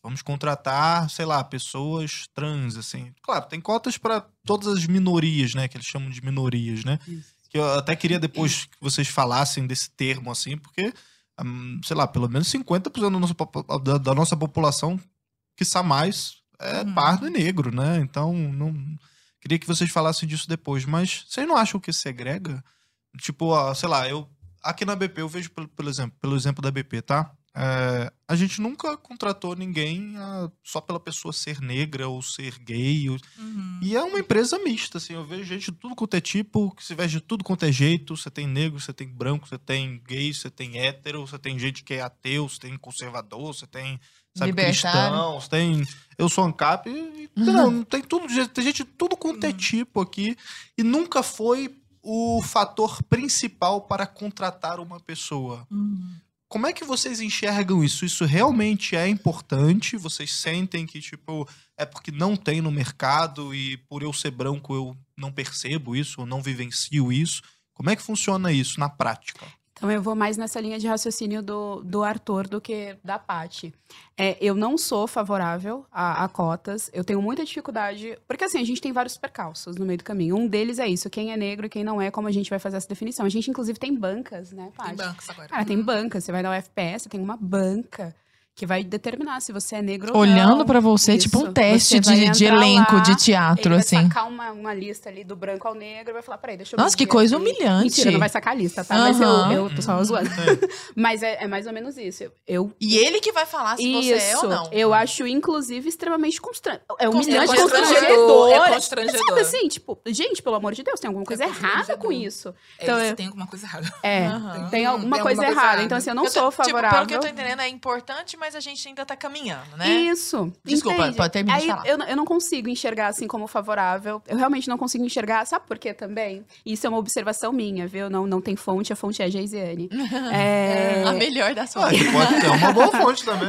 vamos contratar, sei lá, pessoas trans, assim. Claro, tem cotas para todas as minorias, né? Que eles chamam de minorias, né? Isso. Que eu até queria depois que vocês falassem desse termo, assim, porque, hum, sei lá, pelo menos cinquenta por cento da nossa, popu- da, da nossa população, quiçá mais, é Uhum. pardo e negro, né? Então, não... Queria que vocês falassem disso depois, mas vocês não acham que segrega? Tipo, ó, sei lá, eu aqui na B P eu vejo pelo, pelo exemplo, pelo exemplo da B P, tá? É, a gente nunca contratou ninguém ah, só pela pessoa ser negra ou ser gay. ou- Uhum. E é uma empresa mista, assim. Eu vejo gente de tudo quanto é tipo, que se veste de tudo quanto é jeito. Você tem negro, você tem branco, você tem gay, você tem hétero, você tem gente que é ateu, você tem conservador, você tem, sabe, Libertário. cristão, você tem. Eu sou ANCAP. e- e- Não, tem tudo, de- tem gente de tudo quanto é tipo aqui. E nunca foi o fator principal para contratar uma pessoa. Uhum. Como é que vocês enxergam isso? Isso realmente é importante? Vocês sentem que, tipo, é porque não tem no mercado e por eu ser branco eu não percebo isso, ou não vivencio isso? Como é que funciona isso na prática? Então, eu vou mais nessa linha de raciocínio do, do Arthur do que da Paty. É, eu não sou favorável a, a cotas. Eu tenho muita dificuldade... Porque, assim, a gente tem vários percalços no meio do caminho. Um deles é isso. Quem é negro e quem não é, como a gente vai fazer essa definição. A gente, inclusive, tem bancas, né, Paty? Tem bancos agora. Cara, tem bancas. Você vai na U F P S, tem uma banca que vai determinar se você é negro ou Olhando não. pra você, Isso. tipo um teste Você vai de, de entrar elenco lá, de teatro, Ele assim. vai sacar uma, uma lista ali do branco ao negro e vai falar, peraí, deixa eu Nossa, que medir coisa aqui. humilhante. Mentira, não vai sacar a lista, tá? Mas eu, Aham. eu tô só zoando. Mas é, é mais ou menos isso. Eu, eu E ele que vai falar se você é ou não. eu acho, inclusive, extremamente constrangedor. É É humilhante, constrangedor, constrangedor. é Sabe constrangedor. assim, tipo, gente, pelo amor de Deus, tem alguma coisa É errada com constrangedor. isso. É, Então, você eu- tem alguma coisa errada. É, Aham. tem alguma Tem coisa alguma coisa errada. errada. Então, assim, eu não Eu sou tô- tipo, favorável. pelo que eu tô entendendo, é importante, mas a gente ainda tá caminhando, né? Isso. Desculpa, entende? pode terminar de Aí, falar. Eu, eu não consigo enxergar assim como favorável. Eu realmente não consigo enxergar. Sabe por quê também? Isso é uma observação minha, viu? Não, não tem fonte, a fonte é Geisiane. É... A melhor das Ah, formas. que pode ter uma boa fonte também.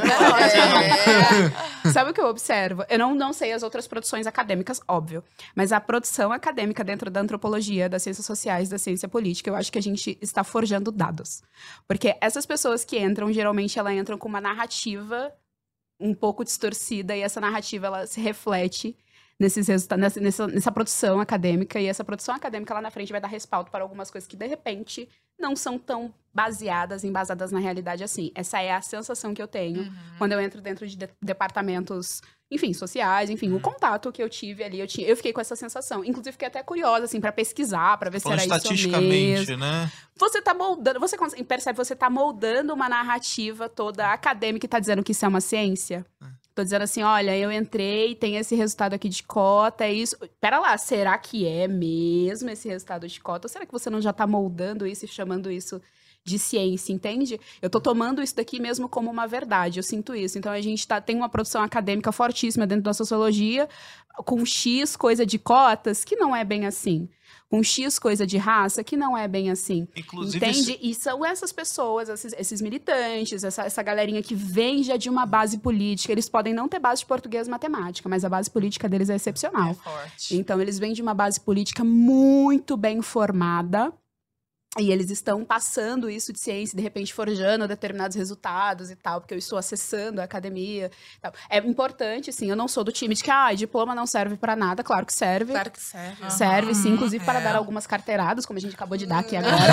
É. Sabe o que eu observo? Eu não, não sei as outras produções acadêmicas, óbvio. Mas a produção acadêmica dentro da antropologia, das ciências sociais, da ciência política, eu acho que a gente está forjando dados. Porque essas pessoas que entram, geralmente, elas entram com uma narrativa um pouco distorcida, e essa narrativa, ela se reflete nesses resultados, nessa, nessa, nessa produção acadêmica, e essa produção acadêmica lá na frente vai dar respaldo para algumas coisas que, de repente, não são tão baseadas, embasadas na realidade assim. Essa é a sensação que eu tenho Uhum. quando eu entro dentro de, de departamentos, enfim, sociais, enfim, o contato que eu tive ali, eu, tinha, eu fiquei com essa sensação. Inclusive, fiquei até curiosa, assim, para pesquisar, para ver se Falando era isso estatisticamente, mesmo. né? Você tá moldando, você cons- percebe, você tá moldando uma narrativa toda acadêmica e tá dizendo que isso é uma ciência? Tô dizendo assim, olha, eu entrei, tem esse resultado aqui de cota, é isso. Pera lá, será que é mesmo esse resultado de cota? Ou será que você não já tá moldando isso e chamando isso de ciência, entende? Eu tô tomando isso daqui mesmo como uma verdade, eu sinto isso. Então, a gente tá, tem uma produção acadêmica fortíssima dentro da sociologia, com X coisa de cotas, que não é bem assim. Com X coisa de raça, que não é bem assim. Inclusive, Entende? E são essas pessoas, esses, esses militantes, essa, essa galerinha que vem já de uma base política. Eles podem não ter base de português e matemática, mas a base política deles é excepcional. É forte. Então, eles vêm de uma base política muito bem formada. E eles estão passando isso de ciência, de repente forjando determinados resultados e tal, porque eu estou acessando a academia e tal. É importante, sim, eu não sou do time de que, ah, diploma não serve pra nada. Claro que serve. Claro que serve. Serve, sim, Uhum, inclusive para é. dar algumas carteiradas, como a gente acabou de dar aqui agora.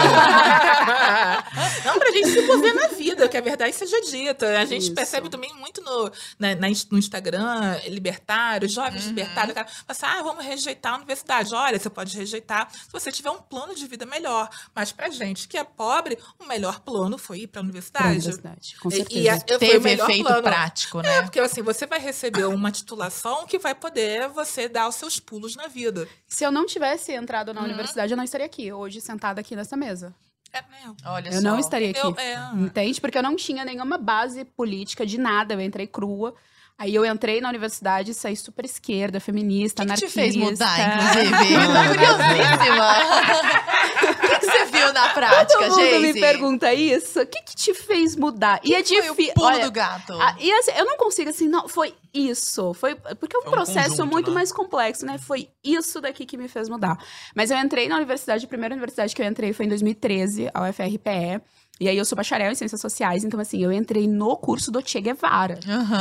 Não, pra gente se mover na vida, que a verdade seja dita. A gente Isso. percebe também muito no, na- na- no Instagram, libertário, jovens Uhum. libertários, cara, fala assim, ah, vamos rejeitar a universidade. Olha, você pode rejeitar se você tiver um plano de vida melhor. Mas pra gente que é pobre, o melhor plano foi ir pra Pra universidade. universidade, com E- certeza. e a- foi o Teve melhor efeito plano. prático, né? É, porque assim, você vai receber uma titulação que vai poder você dar os seus pulos na vida. Se eu não tivesse entrado na Uhum. universidade, eu não estaria aqui, hoje, sentada aqui nessa mesa. É, né? Olha Eu só. não estaria aqui. Eu, é, Entende? Porque eu não tinha nenhuma base política de nada. Eu entrei crua. Aí eu entrei na universidade e saí super esquerda, feminista, O que, que te anarquista. fez mudar, inclusive? Tô curiosíssima. O que, que você viu na prática, Todo mundo gente? me pergunta isso. O que, que te fez mudar? E é Foi o difícil. pulo Olha, do gato. ah, e assim, eu não consigo assim, não, foi isso. Foi porque é um Foi um processo conjunto, muito né? mais complexo, né? Foi isso daqui que me fez mudar. Mas eu entrei na universidade, a primeira universidade que eu entrei foi em dois mil e treze, a U F R P E. E aí eu sou bacharel em Ciências Sociais, então assim, eu entrei no curso do Che Guevara.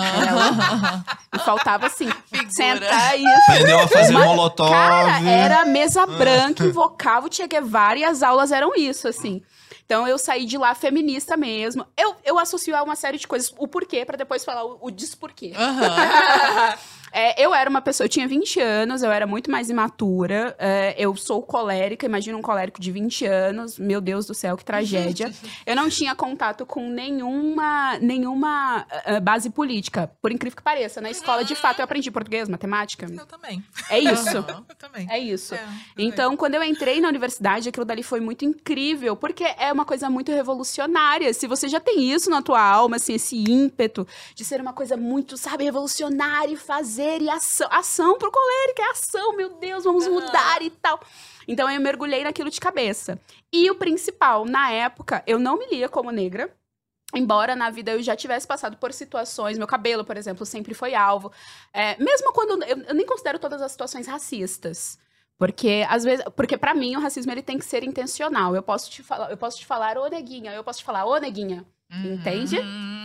Aham. E faltava assim, Figura. sentar isso. Aprendeu a fazer Uma- molotov. Cara, era mesa branca, invocava o Che Guevara e as aulas eram isso, assim. Então eu saí de lá feminista mesmo. Eu, eu associo a uma série de coisas, o porquê, pra depois falar o, o desporquê. Aham. É, eu era uma pessoa, eu tinha vinte anos, eu era muito mais imatura. É, eu sou colérica, imagina um colérico de vinte anos. Meu Deus do céu, que tragédia. Eu não tinha contato com nenhuma, nenhuma uh, base política, por incrível que pareça. Na escola, de fato, eu aprendi português, matemática. Eu também. É isso. Eu também. É isso. É, também. Então, quando eu entrei na universidade, aquilo dali foi muito incrível, porque é uma coisa muito revolucionária. Se você já tem isso na tua alma, assim, esse ímpeto de ser uma coisa muito, sabe, revolucionária e fazer e ação. Ação pro colérico, é ação, meu Deus, vamos Aham. mudar e tal. Então, eu mergulhei naquilo de cabeça. E o principal, na época, eu não me lia como negra. Embora na vida eu já tivesse passado por situações, meu cabelo, por exemplo, sempre foi alvo. É, mesmo quando eu, eu nem considero todas as situações racistas. Porque, às vezes, porque para mim o racismo ele tem que ser intencional. Eu posso te falar, eu posso te falar, ô neguinha, eu posso te falar, ô neguinha. Entende? Uhum.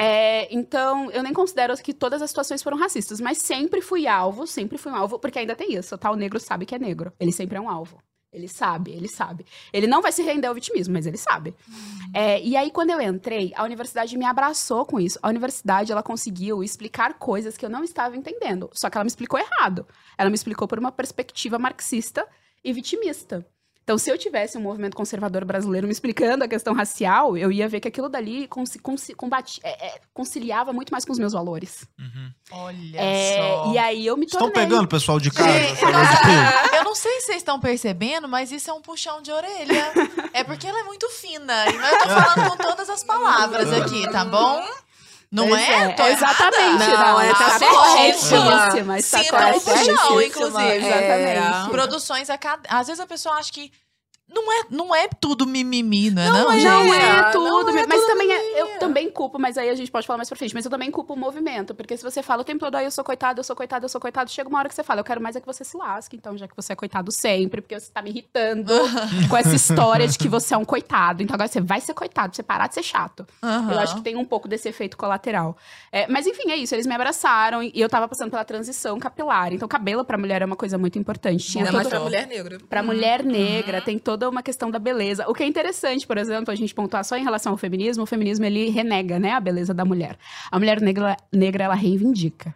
É, então, eu nem considero que todas as situações foram racistas, mas sempre fui alvo, sempre fui um alvo, porque ainda tem isso, tá? O negro sabe que é negro. Ele sempre é um alvo. Ele sabe, ele sabe. Ele não vai se render ao vitimismo, mas ele sabe. É, e aí, quando eu entrei, a universidade me abraçou com isso. A universidade, ela conseguiu explicar coisas que eu não estava entendendo. Só que ela me explicou errado. Ela me explicou por uma perspectiva marxista e vitimista. Então, se eu tivesse um movimento conservador brasileiro me explicando a questão racial, eu ia ver que aquilo dali conci- conci- combate- é, é, conciliava muito mais com os meus valores. Uhum. Olha É, só. e aí eu me Estão tornei... pegando o pessoal de casa? Gente, falando de peso? eu não sei se vocês estão percebendo, mas isso é um puxão de orelha. É porque ela é muito fina. E eu tô falando com todas as palavras aqui, tá bom? Não Pois é? Tô exatamente. errada? Não, é, tá está certíssima. corretíssima. Está Sinta um puxão, corretíssima. inclusive. Exatamente. Produções acadêmicas. Às vezes a pessoa acha que não é, não é tudo mimimi, não é? Não Não, é. gente? Não é Não tudo, é mas tudo também é- mimimi. eu também culpo, mas aí a gente pode falar mais pra frente, mas eu também culpo o movimento, porque se você fala o tempo todo, aí eu sou coitado, eu sou coitado, eu sou coitado, chega uma hora que você fala, eu quero mais é que você se lasque, então já que você é coitado sempre, porque você tá me irritando com essa história de que você é um coitado, então agora você vai ser coitado, você parar de ser chato. Aham. Eu acho que tem um pouco desse efeito colateral. É, mas enfim, é isso, eles me abraçaram e eu tava passando pela transição capilar, então cabelo pra mulher é uma coisa muito importante. Tinha Ainda todo... mais pra mulher negra. Pra mulher negra, tem toda uma questão da beleza. O que é interessante, por exemplo, a gente pontuar só em relação ao feminismo, o feminismo, ele renega, né, a beleza da mulher. A mulher negra, negra ela reivindica.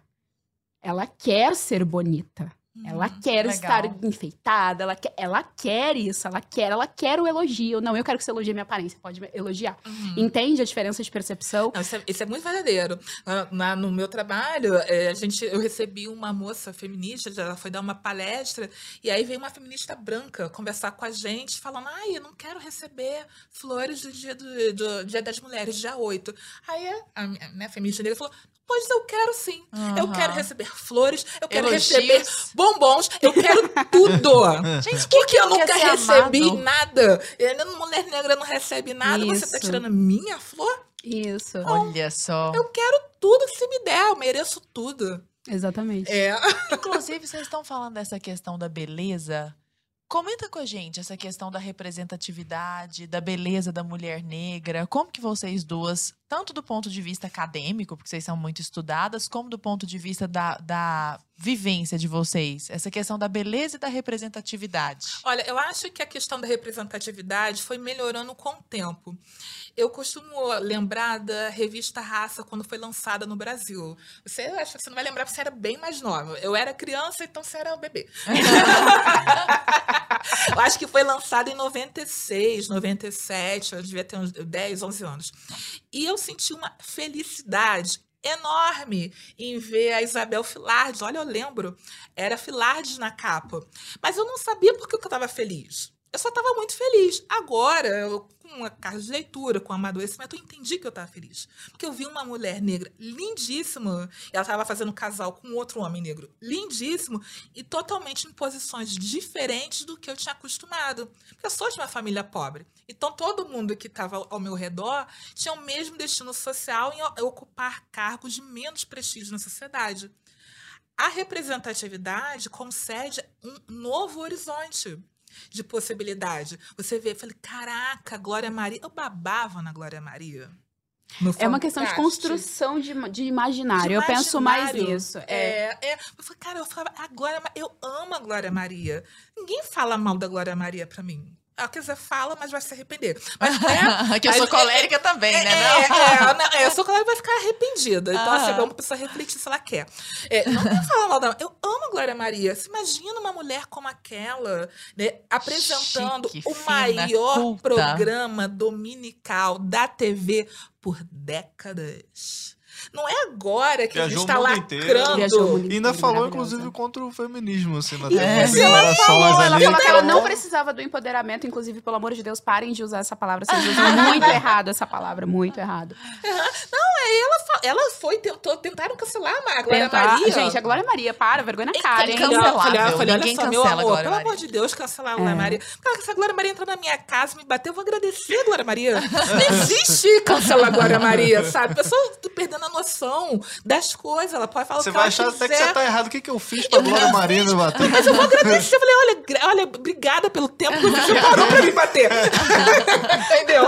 Ela quer ser bonita. Ela quer legal. estar enfeitada, ela quer, ela quer isso, ela quer, ela quer o elogio. Não, eu quero que você elogie minha aparência, pode me elogiar. Entende a diferença de percepção? Não, isso, é, isso é muito verdadeiro. Ah, na- no meu trabalho, eh, a gente, eu recebi uma moça feminista, ela foi dar uma palestra, e aí veio uma feminista branca conversar com a gente, falando, ai, eu não quero receber flores do dia, do, do dia das mulheres, dia oito. Aí a, minha né, feminista negra falou, pois eu quero sim. Eu Aham. quero receber flores, eu quero Elogios. receber bombons, eu quero tudo. Gente, quem Porque que eu não nunca quer ser recebi amado? nada. Eu, mulher negra não recebe nada, você tá Isso. tirando minha flor? Isso, Olha só. Eu quero tudo se me der, eu mereço tudo. exatamente. É. Inclusive, vocês estão falando dessa questão da beleza. Comenta com a gente essa questão da representatividade, da beleza da mulher negra. Como que vocês duas, tanto do ponto de vista acadêmico, porque vocês são muito estudadas, como do ponto de vista da, da vivência de vocês, essa questão da beleza e da representatividade. Olha, eu acho que a questão da representatividade foi melhorando com o tempo. Eu costumo lembrar da revista Raça quando foi lançada no Brasil. Você acha que você não vai lembrar porque você era bem mais nova. Eu era criança, então você era um bebê. Eu acho que foi lançada em noventa e seis, noventa e sete, eu devia ter uns dez, onze anos. E eu senti uma felicidade enorme em ver a Isabel Filardes. Olha, eu lembro, era Filardes na capa. Mas eu não sabia por que eu estava feliz. Eu só estava muito feliz. Agora, eu, com a carga de leitura, com o amadurecimento, eu entendi que eu estava feliz. Porque eu vi uma mulher negra lindíssima, e ela estava fazendo casal com outro homem negro lindíssimo, e totalmente em posições diferentes do que eu tinha acostumado. Porque eu sou de uma família pobre. Então, todo mundo que estava ao meu redor tinha o mesmo destino social em ocupar cargos de menos prestígio na sociedade. A representatividade concede um novo horizonte. de possibilidade. Você vê, eu falei, caraca, Glória Maria. Eu babava na Glória Maria. É uma questão de construção de, de imaginário. De eu imaginário, penso mais nisso. É, é, é. Eu falei, cara, eu falava, a Glória, eu amo a Glória Maria. Ninguém fala mal da Glória Maria pra mim. Ah, quer dizer, fala, mas vai se arrepender. Mas, é, que eu sou colérica é, também, é, né? É, não? é, não, é, eu sou colérica e vai ficar arrependida. Então, ah. assim, é uma pessoa refletir se ela quer. É, não me fala mal da... Eu amo a Glória Maria. Você imagina uma mulher como aquela, né, apresentando Chique, o fina, maior culta. programa dominical da T V por décadas. Não é agora que Viajou a gente tá o mundo lacrando. inteiro. E ainda falou, inclusive, contra o feminismo, assim, na é. nas ela falou, ela ali. falou que ela não precisava do empoderamento, inclusive, pelo amor de Deus, parem de usar essa palavra. Vocês usam muito errado essa palavra, muito errado. Uhum. Não, aí ela, ela foi, tentou, tentaram cancelar a Glória Tentar, Maria. Gente, a Glória Maria, para, vergonha na cara, hein? Cancelável. Falei, falei, olha Ninguém só, cancela meu a amor, Glória pelo Maria. amor de Deus, cancelar a Glória É. Maria. Cara, se a Glória Maria entrar na minha casa, me bater, eu vou agradecer a Glória Maria. Não existe cancelar a Glória Maria, sabe? A pessoa tá perdendo a noção das coisas. Ela pode falar Você o que vai ela achar quiser. até que você tá errado. O que, que eu fiz pra Glória Maria me bater? Mas eu vou agradecer. Eu falei, olha, gra- olha, obrigada pelo tempo que você parou pra me bater. Entendeu?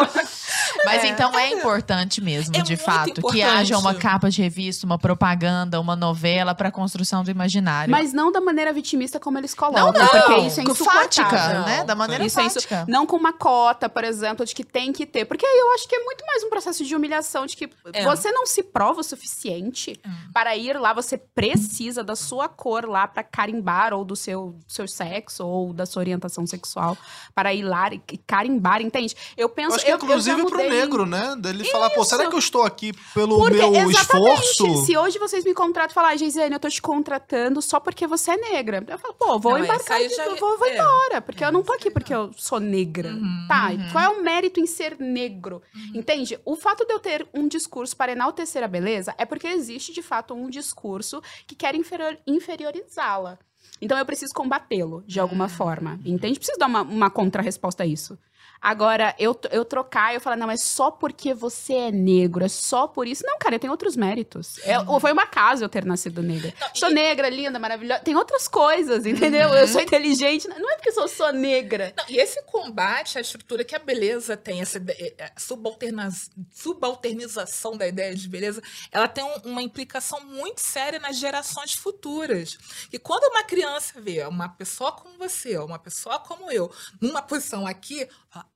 Mas É. então é importante mesmo, É de muito fato, que importante. haja uma capa de revista, uma propaganda, uma novela para construção do imaginário. Mas não da maneira vitimista como eles colocam, não, não, porque isso é fática, insuportável. né? Da maneira Isso é insu- fática. Não com uma cota, por exemplo, de que tem que ter. Porque aí eu acho que é muito mais um processo de humilhação, de que É. você não se prova o suficiente Hum. para ir lá, você precisa da sua cor lá para carimbar, ou do seu, seu sexo, ou da sua orientação sexual, para ir lá e carimbar, entende? Eu penso... Eu acho que, eu, inclusive, eu já pro mudei- negro, né? Dele falar, pô, será que eu estou aqui pelo Porque, meu exatamente, esforço? se hoje vocês me contratam e falar, ah, Geisiane, eu tô te contratando só porque você é negra. Eu falo, pô, vou Não, embarcar, isso aí de- já eu é- vou, vou é. embora. Porque É, eu não tô isso aqui aí porque não. eu sou negra. Uhum, Tá, uhum. qual é o mérito em ser negro? Entende? O fato de eu ter um discurso para enaltecer a beleza é porque existe, de fato, um discurso que quer inferior- inferiorizá-la. Então eu preciso combatê-lo, de alguma forma. Entende? Preciso dar uma, uma contra-resposta a isso. Agora, eu, eu trocar, eu falar, não, é só porque você é negro, é só por isso. Não, cara, eu tenho outros méritos. É, ou foi uma casa eu ter nascido negra. Não, Sou e- negra, linda, maravilhosa. Tem outras coisas, entendeu? Eu sou inteligente. Não é porque eu sou negra. Não, e esse combate à estrutura que a beleza tem, essa ide- eh, eh, subalterna- subalternização da ideia de beleza, ela tem um- uma implicação muito séria nas gerações futuras. E quando uma criança vê uma pessoa como você, ou uma pessoa como eu, numa posição aqui, fala,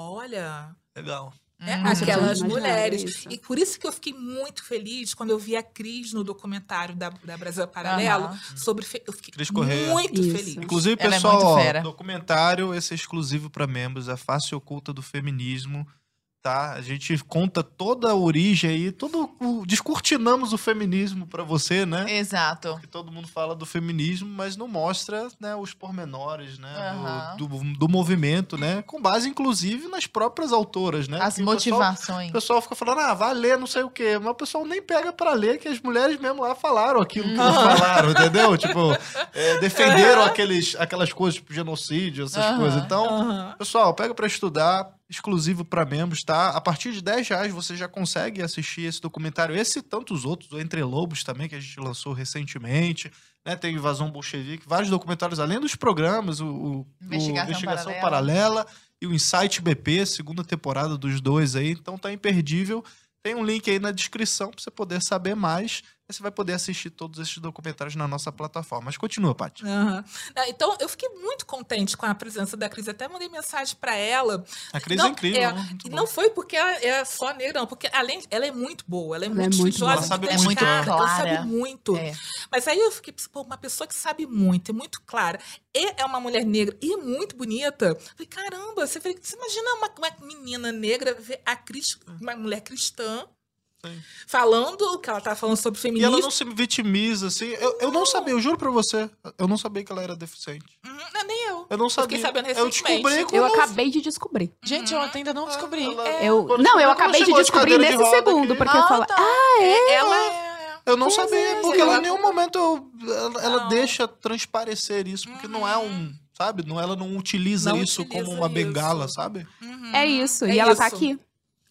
olha, Legal. né, Hum. aquelas Imaginário, mulheres. isso. E por isso que eu fiquei muito feliz quando eu vi a Cris no documentário da, da Brasil Paralelo Aham. sobre. fe- Eu fiquei Cris Correia. muito Isso. feliz. Inclusive, Ela é pessoal, muito ó, fera. documentário, esse é exclusivo para membros, a face oculta do feminismo, tá? A gente conta toda a origem aí, todo o, descortinamos o feminismo para você, né? Exato. Porque todo mundo fala do feminismo, mas não mostra, né, os pormenores, né, Aham. do, do, do movimento, né? Com base, inclusive, nas próprias autoras, né? As Porque o pessoal- motivações. O pessoal fica falando, ah, vai ler não sei o quê. Mas o pessoal nem pega pra ler, que as mulheres mesmo lá falaram aquilo que eles falaram, entendeu? Tipo, é, defenderam aqueles, aquelas coisas, tipo genocídio, essas Aham. coisas. Então, Aham. pessoal, pega pra estudar, exclusivo pra membros, tá? A partir de dez reais você já consegue assistir esse documentário, esse e tantos outros, o Entre Lobos também, que a gente lançou recentemente, né? Tem Invasão Bolchevique, vários documentários, além dos programas, o, o- o Investigação Investigação Paralela. Paralela e o Insight B P, segunda temporada dos dois aí, então tá imperdível. Tem um link aí na descrição pra você poder saber mais. Aí você vai poder assistir todos esses documentários na nossa plataforma. Mas continua, Paty. Aham. Ah, Então, eu fiquei muito contente com a presença da Cris. Até mandei mensagem pra ela. A Cris Não, é incrível. é, né? Muito E bom. não foi porque ela é só negra, não. Porque além, ela é muito boa, ela é Ela muito é muito estudiosa, boa. Ela sabe muito muito, dedicada, né? ela Clara. sabe muito. É. Mas aí eu fiquei, pô, uma pessoa que sabe muito, é muito clara, e é uma mulher negra e é muito bonita. Falei, caramba, você, falei, você imagina uma, uma menina negra ver a Cris, uma mulher cristã, Sim. falando o que ela tá falando sobre E feminismo. ela não se vitimiza, assim. Eu, eu não sabia, eu juro pra você. Eu não sabia que ela era deficiente. Uhum, não, nem eu. Eu não sabia. fiquei sabendo Eu recentemente. descobri quando Eu acabei de descobrir. Gente, eu ainda não descobri. Ela- É. Eu, Quando não, chegou- eu quando acabei de chegou de descobrir cadeira de nesse roda segundo, aqui. porque eu Ah, falo, tá. ah, é? Ela é... Eu não Pois sabia, é, porque ela em ela- nenhum momento eu- ela, ela Não. deixa transparecer isso, porque não é um, sabe? Não, ela não utiliza Não isso utiliza como uma isso. bengala, sabe? Uhum. É isso, É e ela tá isso. aqui.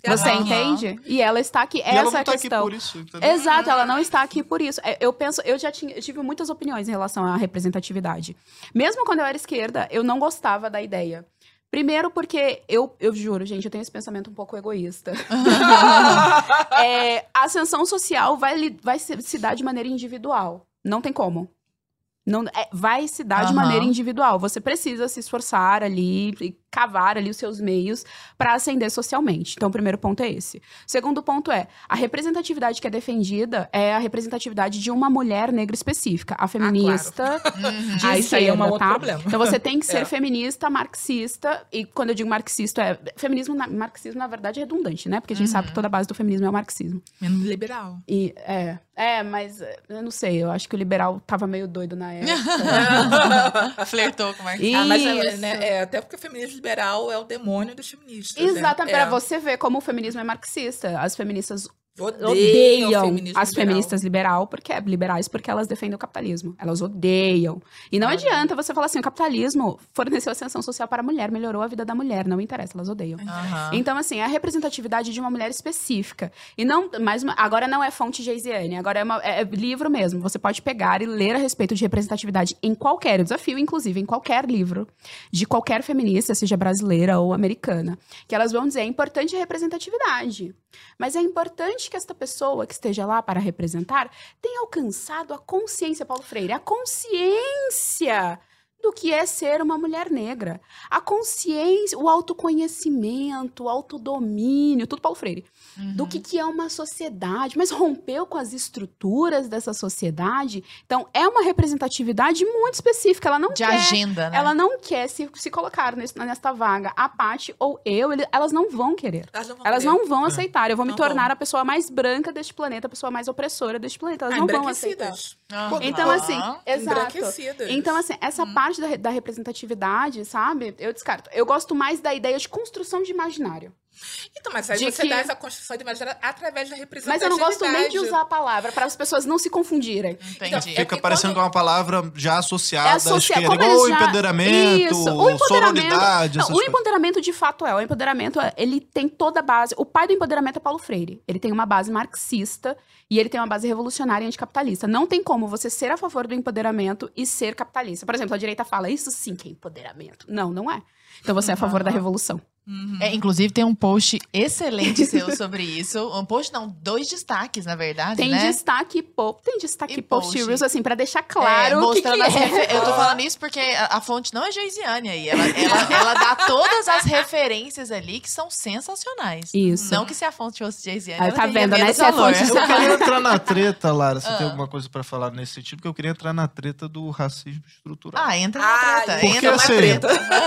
Você Aham. entende? E ela está aqui. E Essa ela não é a tá aqui questão. por isso, entendeu? Exato, ela não está aqui por isso. É, Eu penso, eu já tinha, eu tive muitas opiniões em relação à representatividade. Mesmo quando eu era esquerda, eu não gostava da ideia. Primeiro porque, eu, eu juro, gente, eu tenho esse pensamento um pouco egoísta. É, a ascensão social vai, li- vai se, se dar de maneira individual. Não tem como. Não, é, vai se dar de Aham. maneira individual. Você precisa se esforçar ali, e cavar ali os seus meios para ascender socialmente. Então, o primeiro ponto é esse. O segundo ponto é, a representatividade que é defendida é a representatividade de uma mulher negra específica. A feminista Uhum. de Ah, isso aí é um esquerda, outro tá? problema. Então, você tem que ser É. feminista, marxista, e quando eu digo marxista, é... Feminismo, na- marxismo, na verdade, é redundante, né? Porque a gente Uhum. sabe que toda a base do feminismo é o marxismo. Menos liberal. E, é, é, mas é, eu não sei, eu acho que o liberal tava meio doido na época. Flertou com o Marcos. Isso. Ah, mas é, né, é, até porque o feminismo liberal é o demônio dos feministas. Exatamente, né? pra você ver como o feminismo é marxista. As feministas Odeiam, odeiam o feminismo as liberal. feministas liberal porque, liberais porque elas defendem o capitalismo. Elas odeiam. E não Ah, adianta você falar assim, o capitalismo forneceu ascensão social para a mulher, melhorou a vida da mulher. Não interessa, elas odeiam. Aham. Então, assim, é a representatividade de uma mulher específica. E não, mais uma- agora não é fonte Geisiane, agora é, uma- é livro mesmo. Você pode pegar e ler a respeito de representatividade em qualquer desafio, inclusive em qualquer livro, de qualquer feminista, seja brasileira ou americana. Que elas vão dizer, é importante a representatividade. Mas é importante que esta pessoa que esteja lá para representar tenha alcançado a consciência, Paulo Freire, a consciência do que é ser uma mulher negra. A consciência, o autoconhecimento, o autodomínio, tudo Paulo Freire. Uhum. Do que, que é uma sociedade, mas rompeu com as estruturas dessa sociedade. Então, é uma representatividade muito específica. Ela não De quer... agenda, né? Ela não quer se, se colocar nesse- nesta vaga. A Paty ou eu, ele- elas não vão querer. Elas não vão Elas querer. não vão aceitar. Eu vou me Não tornar vão. a pessoa mais branca deste planeta, a pessoa mais opressora deste planeta. Elas Ah, não vão aceitar. embranquecidas. Aham. Então, assim, exato. Embranquecidas. Então, assim, essa Hum. parte da, re- da representatividade, sabe? Eu descarto. Eu gosto mais da ideia de construção de imaginário. Então, mas aí de você que- dá essa construção de imaginário através da Mas representatividade. eu não gosto nem de usar a palavra, para as pessoas não se confundirem. Entendi. É Fica porque parecendo quando- que é uma palavra já associada É à associa- esquerda, como igual o eles já- empoderamento, Isso, o empoderamento- sororidade, Não, essas o coisas. empoderamento de fato é. O empoderamento, ele tem toda a base. O pai do empoderamento é Paulo Freire. Ele tem uma base marxista e ele tem uma base revolucionária e anticapitalista. Não tem como você ser a favor do empoderamento e ser capitalista. Por exemplo, a direita fala, isso sim que é empoderamento. Não, não é. Então você é a favor da revolução. Uhum. É, inclusive, tem um post excelente seu sobre isso. Um post, não, dois destaques, na verdade, Tem né? destaque pop, tem destaque E post post. reels, assim, pra deixar É, claro o que, que mostrando as é. refer- Eu tô falando isso porque a, a fonte não é Geisiane aí. Ela, ela, ela dá todas as referências ali que são sensacionais. Isso. Não que se a fonte fosse Geisiane, Aí ela tá teria vendo, né? menos Se a valor. fonte- Eu queria entrar na treta, Lara. Você Ah. tem alguma coisa pra falar nesse sentido? Porque eu queria entrar na treta do racismo estrutural. Ah, entra Ah, na treta. Porque, entra na assim, treta.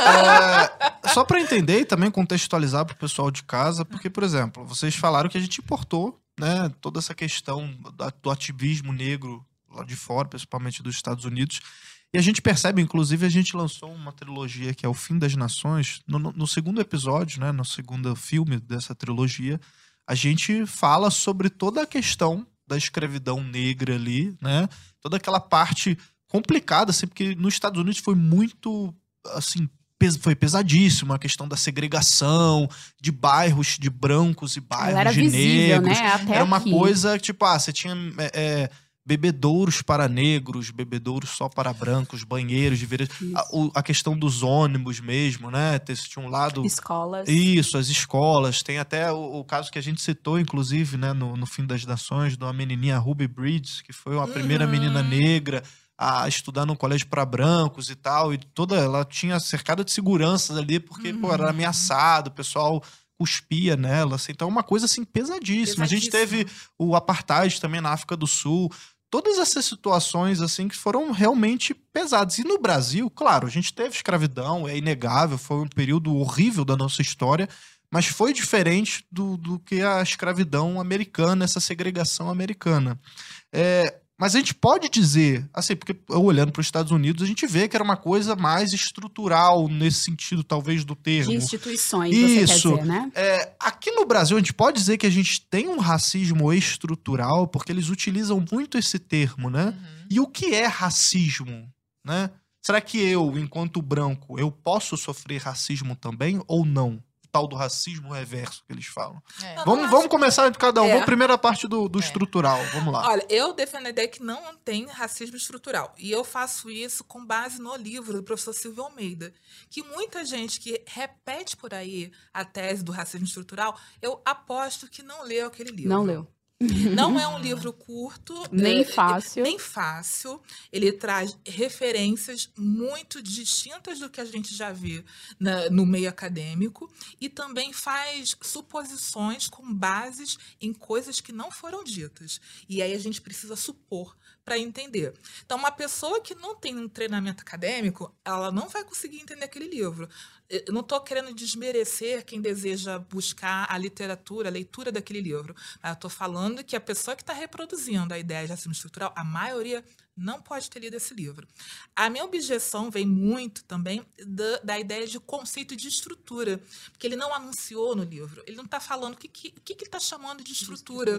É, só pra entender e também contextualizar pro pessoal de casa, porque, por exemplo, vocês falaram que a gente importou, né, toda essa questão da- do ativismo negro lá de fora, principalmente dos Estados Unidos. E a gente percebe, inclusive, a gente lançou uma trilogia que é O Fim das Nações. No, no- no segundo episódio, né, no segundo filme dessa trilogia, a gente fala sobre toda a questão da escravidão negra ali, né? Toda aquela parte complicada, assim, porque nos Estados Unidos foi muito, assim, pes- foi pesadíssimo a questão da segregação de bairros de brancos e bairros Ela era de visível, negros. né? Até Era uma aqui. coisa, tipo, ah, você tinha é, é, bebedouros para negros, bebedouros só para brancos, banheiros de veredas. Isso. A, o- a questão dos ônibus mesmo, né? Tem- Tinha um lado... Escolas. Isso, as escolas. Tem até o, o caso que a gente citou, inclusive, né, no, no Fim das Nações, de uma menininha, Ruby Bridges, que foi a primeira Uhum. menina negra a estudar num colégio para brancos e tal. E toda ela tinha cercada de seguranças ali, porque, pô, era ameaçado, o pessoal cuspia nela. Assim, então, é uma coisa, assim, pesadíssima. A gente Pesadíssima. teve o apartheid também na África do Sul. Todas essas situações, assim, que foram realmente pesadas. E no Brasil, claro, a gente teve escravidão, é inegável, foi um período horrível da nossa história, mas foi diferente do, do que a escravidão americana, essa segregação americana. É, mas a gente pode dizer, assim, porque olhando para os Estados Unidos, a gente vê que era uma coisa mais estrutural, nesse sentido, talvez, do termo. De instituições, você Isso. quer dizer, né? É, aqui no Brasil, a gente pode dizer que a gente tem um racismo estrutural, porque eles utilizam muito esse termo, né? Uhum. E o que é racismo, né? Será que eu, enquanto branco, eu posso sofrer racismo também ou não? tal do racismo reverso que eles falam. É. Não, Vamos, eu vamos acho- começar de cada um. É. Vamos primeira parte do, do É. estrutural. Vamos lá. Olha, eu defendo a ideia que não tem racismo estrutural. E eu faço isso com base no livro do professor Silvio Almeida. Que muita gente que repete por aí a tese do racismo estrutural, eu aposto que não leu aquele livro. Não leu. Não é um livro curto. Nem é, fácil. Nem fácil. Ele traz referências muito distintas do que a gente já vê na- no meio acadêmico e também faz suposições com bases em coisas que não foram ditas. E aí a gente precisa supor para entender. Então, uma pessoa que não tem um treinamento acadêmico, ela não vai conseguir entender aquele livro. Eu não estou querendo desmerecer quem deseja buscar a literatura, a leitura daquele livro. Mas eu estou falando que a pessoa que está reproduzindo a ideia de racismo estrutural, a maioria não pode ter lido esse livro. A minha objeção vem muito também da, da ideia de conceito de estrutura, porque ele não anunciou no livro. Ele não está falando o que, que, que ele está chamando de estrutura.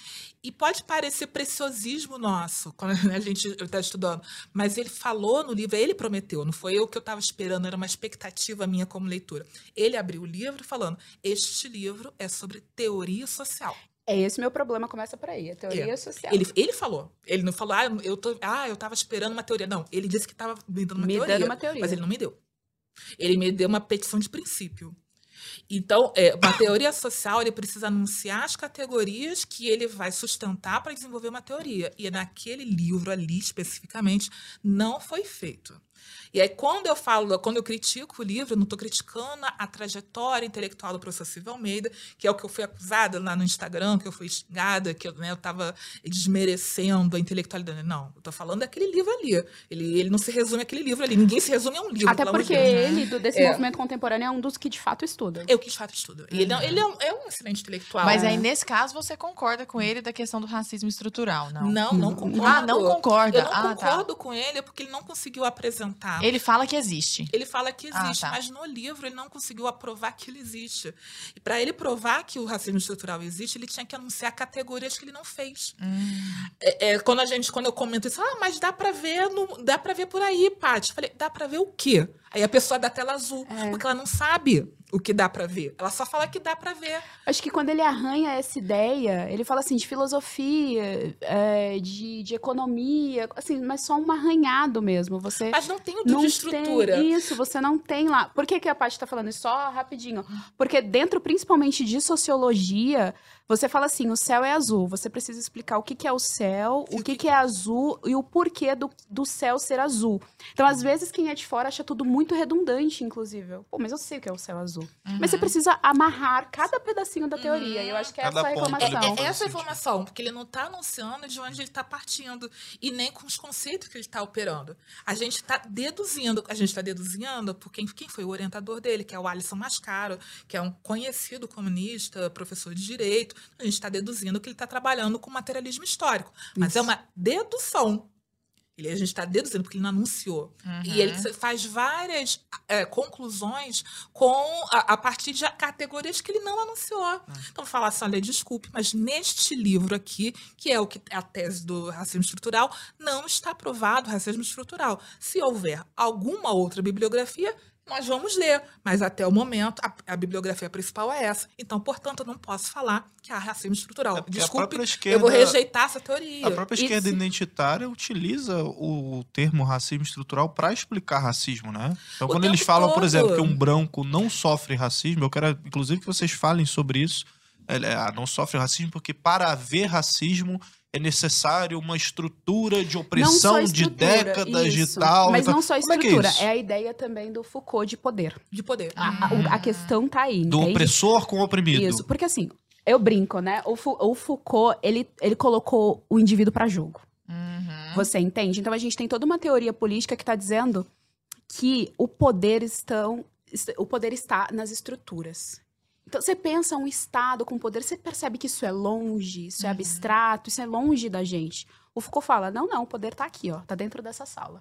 E pode parecer preciosismo nosso, quando a gente está estudando, mas ele falou no livro, ele prometeu, não foi eu que eu estava esperando, era uma expectativa minha como leitura. Ele abriu o livro falando, este livro é sobre teoria social. É esse meu problema, começa por aí, a teoria É. social. Ele, ele falou, ele não falou, ah, eu tô, ah, eu estava esperando uma teoria. Não, ele disse que estava me dando uma Me teoria, dando uma teoria. mas ele não me deu. Ele me deu uma petição de princípio. Então, é, uma teoria social, ele precisa anunciar as categorias que ele vai sustentar para desenvolver uma teoria. E naquele livro ali, especificamente, não foi feito. E aí, quando eu falo, quando eu critico o livro, eu não estou criticando a trajetória intelectual do professor Silvio Almeida, que é o que eu fui acusada lá no Instagram, que eu fui xingada, que eu né, estava desmerecendo a intelectualidade. Não, eu estou falando daquele livro ali. Ele, ele não se resume àquele livro ali. Ninguém se resume a um livro. Até pelo amor de porque Deus. ele, do, desse É. movimento contemporâneo, é um dos que de fato estuda. Eu que de fato estudo. E ele, não- ele é, um, é um excelente intelectual. Mas né? aí, nesse caso, você concorda com ele da questão do racismo estrutural, não? Não, não concordo. Ah, não concorda. Eu não Ah, tá. concordo com ele porque ele não conseguiu apresentar. Ele fala que existe. Ele fala que Ah, existe, tá. mas no livro ele não conseguiu aprovar que ele existe. E para ele provar que o racismo estrutural existe, ele tinha que anunciar categorias que ele não fez. Hum. É, é, quando a gente, quando eu comento isso, ah, mas dá para ver, no, dá para ver por aí, Paty. Eu falei, dá para ver o quê? Aí a pessoa dá tela azul, É. porque ela não sabe o que dá para ver. Ela só fala que dá para ver. Acho que quando ele arranha essa ideia, ele fala assim de filosofia, é, de, de economia, assim, mas só um arranhado mesmo. Você Mas não tem o do não de estrutura. tem isso, você não tem lá. Por que, que a Paty tá falando isso? Só rapidinho. Porque dentro, principalmente de sociologia, você fala assim, o céu é azul. Você precisa explicar o que, que é o céu, o que, que é azul e o porquê do, do céu ser azul. Então, às vezes, quem é de fora acha tudo muito redundante, inclusive. Pô, mas eu sei o que é o céu azul. Mas você precisa amarrar cada pedacinho da teoria. E eu acho que é Cada essa a ponto ali reclamação. faz É essa sentido. informação, porque ele não está anunciando de onde ele está partindo e nem com os conceitos que ele está operando. A gente está deduzindo, a gente está deduzindo por quem, quem foi o orientador dele, que é o Alisson Mascaro, que é um conhecido comunista, professor de direito. A gente está deduzindo que ele está trabalhando com materialismo histórico. Mas Isso. é uma dedução. Ele, a gente está deduzindo porque ele não anunciou. E ele faz várias é, conclusões com, a, a partir de categorias que ele não anunciou. Então, falar assim, olha, desculpe, mas neste livro aqui, que é o que é a tese do racismo estrutural, não está aprovado o racismo estrutural. Se houver alguma outra bibliografia, nós vamos ler, mas até o momento a, a bibliografia principal é essa. Então, portanto, eu não posso falar que há racismo estrutural. É porque a Desculpe, própria eu vou esquerda- rejeitar essa teoria. A própria esquerda Isso. identitária utiliza o termo racismo estrutural para explicar racismo, né? Então, O quando eles tempo falam, por todo. exemplo, que um branco não sofre racismo, eu quero, inclusive, que vocês falem sobre isso. Ele, ah, não sofre racismo porque para haver racismo é necessário uma estrutura de Não opressão só de estrutura, décadas isso. de tal. Mas e tal. não só Como é que é estrutura, isso? é, a ideia também do Foucault de poder. De poder. A, a- o- a questão tá aí, Do entende? opressor com o oprimido. Isso, porque assim, eu brinco, né? O, Fu- o Foucault, ele, ele colocou o indivíduo para jogo. Uhum. Você entende? Então a gente tem toda uma teoria política que está dizendo que o poder estão, est- o poder está nas estruturas. Então você pensa um Estado com poder, você percebe que isso é longe, isso é abstrato, isso é longe da gente. O Foucault fala, não, não, o poder está aqui, ó, tá dentro dessa sala.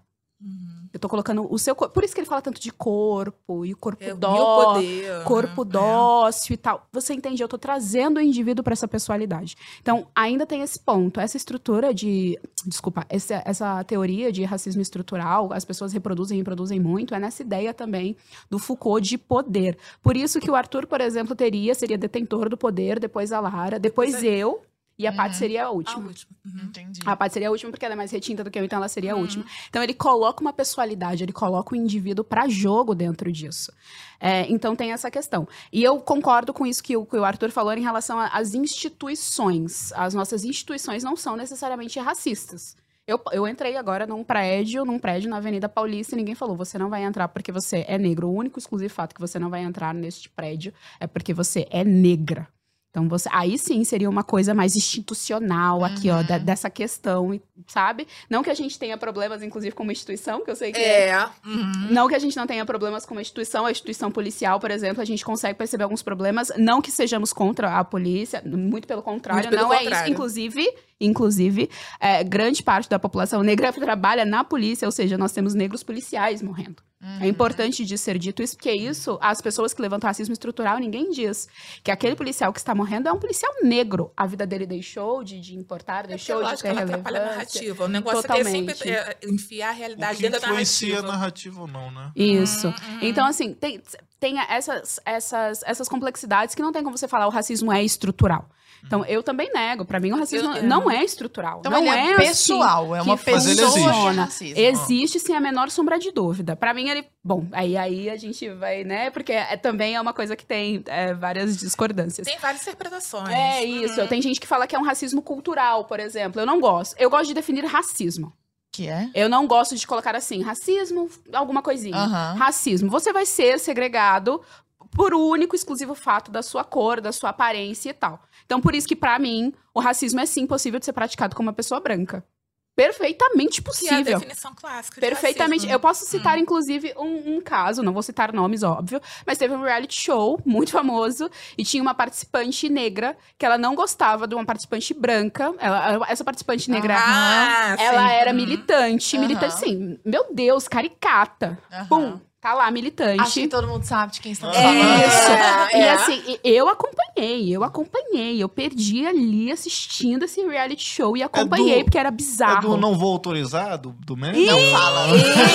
Uhum. Eu tô colocando o seu corpo. Por isso que ele fala tanto de corpo, e o corpo É, o dó, meu poder, corpo né? dócil e tal. Você entende? Eu tô trazendo o indivíduo para essa pessoalidade. Então, ainda tem esse ponto. Essa estrutura de... Desculpa. Essa, essa teoria de racismo estrutural, as pessoas reproduzem e reproduzem muito, é nessa ideia também do Foucault de poder. Por isso que o Arthur, por exemplo, teria, seria detentor do poder, depois a Lara, depois Depois é- eu, e a Uhum. Paty seria a A última. última. Uhum. Entendi. A Paty seria a última porque ela é mais retinta do que eu, então ela seria a Uhum. última. Então ele coloca uma pessoalidade, ele coloca o indivíduo para jogo dentro disso. É, então tem essa questão. E eu concordo com isso que o, que o Arthur falou em relação a- às instituições. As nossas instituições não são necessariamente racistas. Eu, eu entrei agora num prédio, num prédio na Avenida Paulista e ninguém falou, você não vai entrar porque você é negro. O único exclusivo fato que você não vai entrar neste prédio é porque você é negra. Então, você, aí sim seria uma coisa mais institucional aqui, ó, Uhum. da- dessa questão, e- sabe? Não que a gente tenha problemas, inclusive, com uma instituição, que eu sei que é. É. Uhum. Não que a gente não tenha problemas com uma instituição, a instituição policial, por exemplo, a gente consegue perceber alguns problemas. Não que sejamos contra a polícia, muito pelo contrário, Muito pelo não é contrário. isso. Inclusive, inclusive é, grande parte da população negra trabalha na polícia, ou seja, nós temos negros policiais morrendo. Uhum. É importante de ser dito isso, porque isso, as pessoas que levantam racismo estrutural, ninguém diz que aquele policial que está morrendo é um policial negro. A vida dele deixou de, de importar, É deixou porque, de lógico, ter ela atrapalha a relevância. narrativa. O negócio é Totalmente. sempre é, enfiar a O realidade que dentro da influencia a narrativa. narrativa ou não, né? Isso. Uhum, uhum. Então, assim, tem, tem essas, essas, essas complexidades que não tem como você falar o racismo é estrutural. Então, eu também nego. Pra mim, o racismo Eu- não é estrutural. Então não ele é é assim pessoal, é uma que Mas ele pessoa existe. de funciona. racismo. Existe sem a menor sombra de dúvida. Pra mim, ele... Bom, aí, aí a gente vai, né? Porque é, também é uma coisa que tem é, várias discordâncias. Tem várias interpretações. É isso. Uhum. Tem gente que fala que é um racismo cultural, por exemplo. Eu não gosto. Eu gosto de definir racismo. Que é? Eu não gosto de colocar assim, racismo, alguma coisinha. Aham. Racismo. Você vai ser segregado por o único exclusivo fato da sua cor, da sua aparência e tal. Então, por isso que, pra mim, o racismo é sim possível de ser praticado com uma pessoa branca. Perfeitamente Que é a possível. definição clássica de Perfeitamente. racismo. Eu posso citar, inclusive, um, um caso, não vou citar nomes, óbvio, mas teve um reality show muito famoso e tinha uma participante negra que ela não gostava de uma participante branca. Ela, essa participante negra, Ah, ela sim. era Uhum. militante. Aham. Militante, sim. Meu Deus, caricata. Aham. Pum, tá lá, militante. Acho que todo mundo sabe de quem estamos É falando. Isso. É, E é. assim, e- eu acompanhei, eu acompanhei. Eu perdi ali assistindo esse reality show e acompanhei, do- porque era É bizarro. do não vou autorizar, do, do meme? Não fala.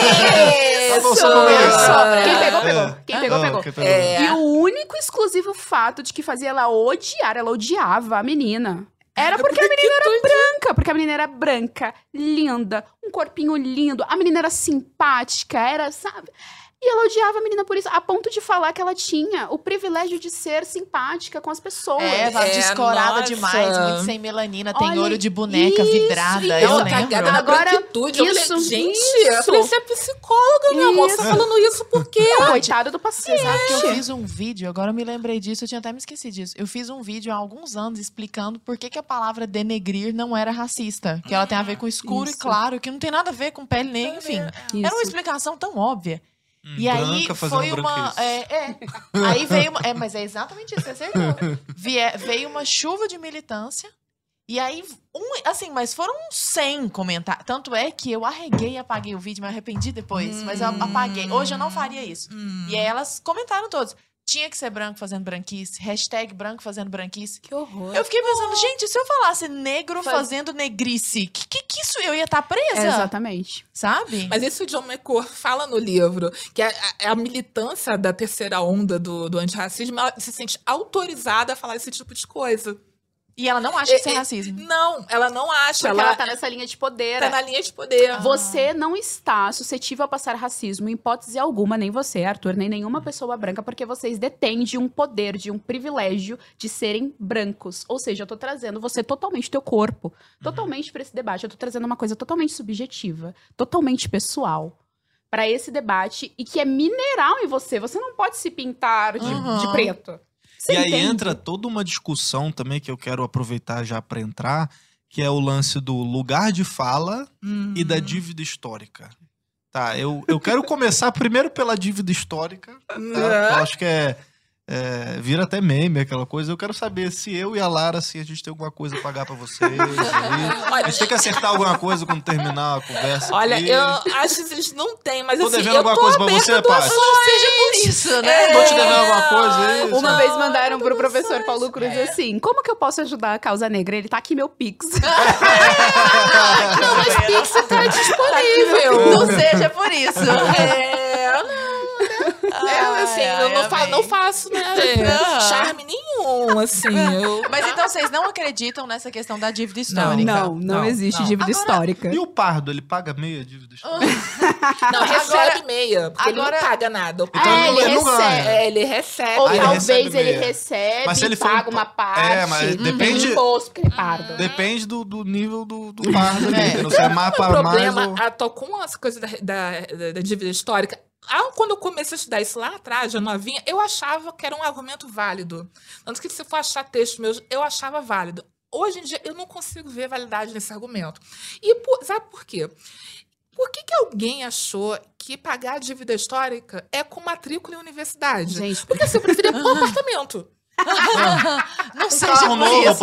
Ah, você não Isso. conhece. Quem pegou, pegou. É. Quem pegou, Ah, pegou. quem pegou. É. E o único exclusivo fato de que fazia ela odiar, ela odiava a menina. Era porque a menina era branca, porque a menina era branca, linda, um corpinho lindo, a menina era simpática, era, sabe? E ela odiava a menina por isso, a ponto de falar que ela tinha o privilégio de ser simpática com as pessoas. É, vai É, descorada nossa. demais, muito sem melanina, tem Olha, olho de boneca isso, vidrada, isso. eu Não, lembro. cagada na Agora, branquitude. Eu isso, falei, gente, isso. eu falei, você é psicóloga, meu amor. Você tá Isso. falando isso por quê? Coitado do Você sabe que eu paciente. fiz um vídeo, agora eu me lembrei disso, eu tinha até me esquecido disso. Eu fiz um vídeo há alguns anos explicando por que, que a palavra denegrir não era racista. Que ela tem a ver com escuro Isso. e claro, que não tem nada a ver com pele negra, enfim. Era uma Isso. explicação tão óbvia. Hum, E aí branca fazendo foi uma. branquice. É, é. Aí veio uma. É, mas é exatamente isso, você acertou. Vie- veio uma chuva de militância. E aí, um, assim, mas foram uns cem comentários. Tanto é que eu arreguei e apaguei o vídeo, me arrependi depois. Mas eu apaguei. Hoje eu não faria isso. Hum. E aí elas comentaram todos. Tinha que ser branco fazendo branquice. Hashtag branco fazendo branquice. Que horror. Eu fiquei pensando, gente, se eu falasse negro Faz- fazendo negrice, que, que que isso? Eu ia estar presa, Exatamente. sabe? Mas isso o John McCord fala no livro, que a, a- a militância da terceira onda do, do antirracismo, ela se sente autorizada a falar esse tipo de coisa. E ela não acha que isso é É, é, racismo. Não, ela não acha. Porque Ela, ela tá nessa linha de poder. tá na linha de poder. Você não está suscetível a passar racismo em hipótese alguma, nem você, Arthur, nem nenhuma pessoa branca, porque vocês detêm de um poder, de um privilégio de serem brancos. Ou seja, eu tô trazendo você totalmente teu corpo, totalmente pra esse debate. Eu tô trazendo uma coisa totalmente subjetiva, totalmente pessoal pra esse debate e que é mineral em você. Você não pode se pintar de, Uhum. de preto. Você E aí entende? entra toda uma discussão também que eu quero aproveitar já para entrar, que é o lance do lugar de fala Uhum. e da dívida histórica. Tá, eu, eu quero começar primeiro pela dívida histórica, tá? Eu acho que é, É, vira até meme aquela coisa. Eu quero saber se eu e a Lara, assim, a gente tem alguma coisa a pagar pra vocês. Aí. A gente tem que acertar alguma coisa quando terminar a conversa. Olha, aqui. eu acho que vocês não têm, mas Tô assim, devendo eu alguma tô coisa pra aberta você, a Paty? doações. Seja por isso, né? É. Tô te devendo alguma coisa aí? Uma sabe? vez mandaram pro professor Paulo Cruz assim: como que eu posso ajudar a causa negra? Ele tá aqui meu Pix. Não, mas Pix tá disponível. Não seja por isso. É, não. É, assim, Ai, eu não, ai, fa amei. não faço, né? Aham. Charme nenhum, assim. Eu... Mas então vocês não acreditam nessa questão da dívida histórica? Não, não, Não, existe não. dívida Agora- histórica. E o Pardo, ele paga meia dívida histórica? Não, recebe Agora- meia, porque agora- ele não paga nada. Então É, ele, ele não ganha. recebe. É, ele recebe. Ou Aí ele talvez recebe ele meia. recebe Mas se ele e for paga impo- uma parte. É, mas Uhum. depende- Imposto, porque ele pardo. Depende do, do nível do, do Pardo ali. É. entendeu? Se é mais O para mais problema, ou... ah, tô com essa coisa da, da, da- da dívida histórica. Ah, quando eu comecei a estudar isso lá atrás, já novinha, eu achava que era um argumento válido. Tanto que se for achar textos meus, eu achava válido. Hoje em dia, eu não consigo ver validade nesse argumento. E por- sabe por quê? Por que, que alguém achou que pagar a dívida histórica é com matrícula em universidade? Gente, Porque assim, eu preferia um apartamento. Não Um seja carro por novo, isso. pô.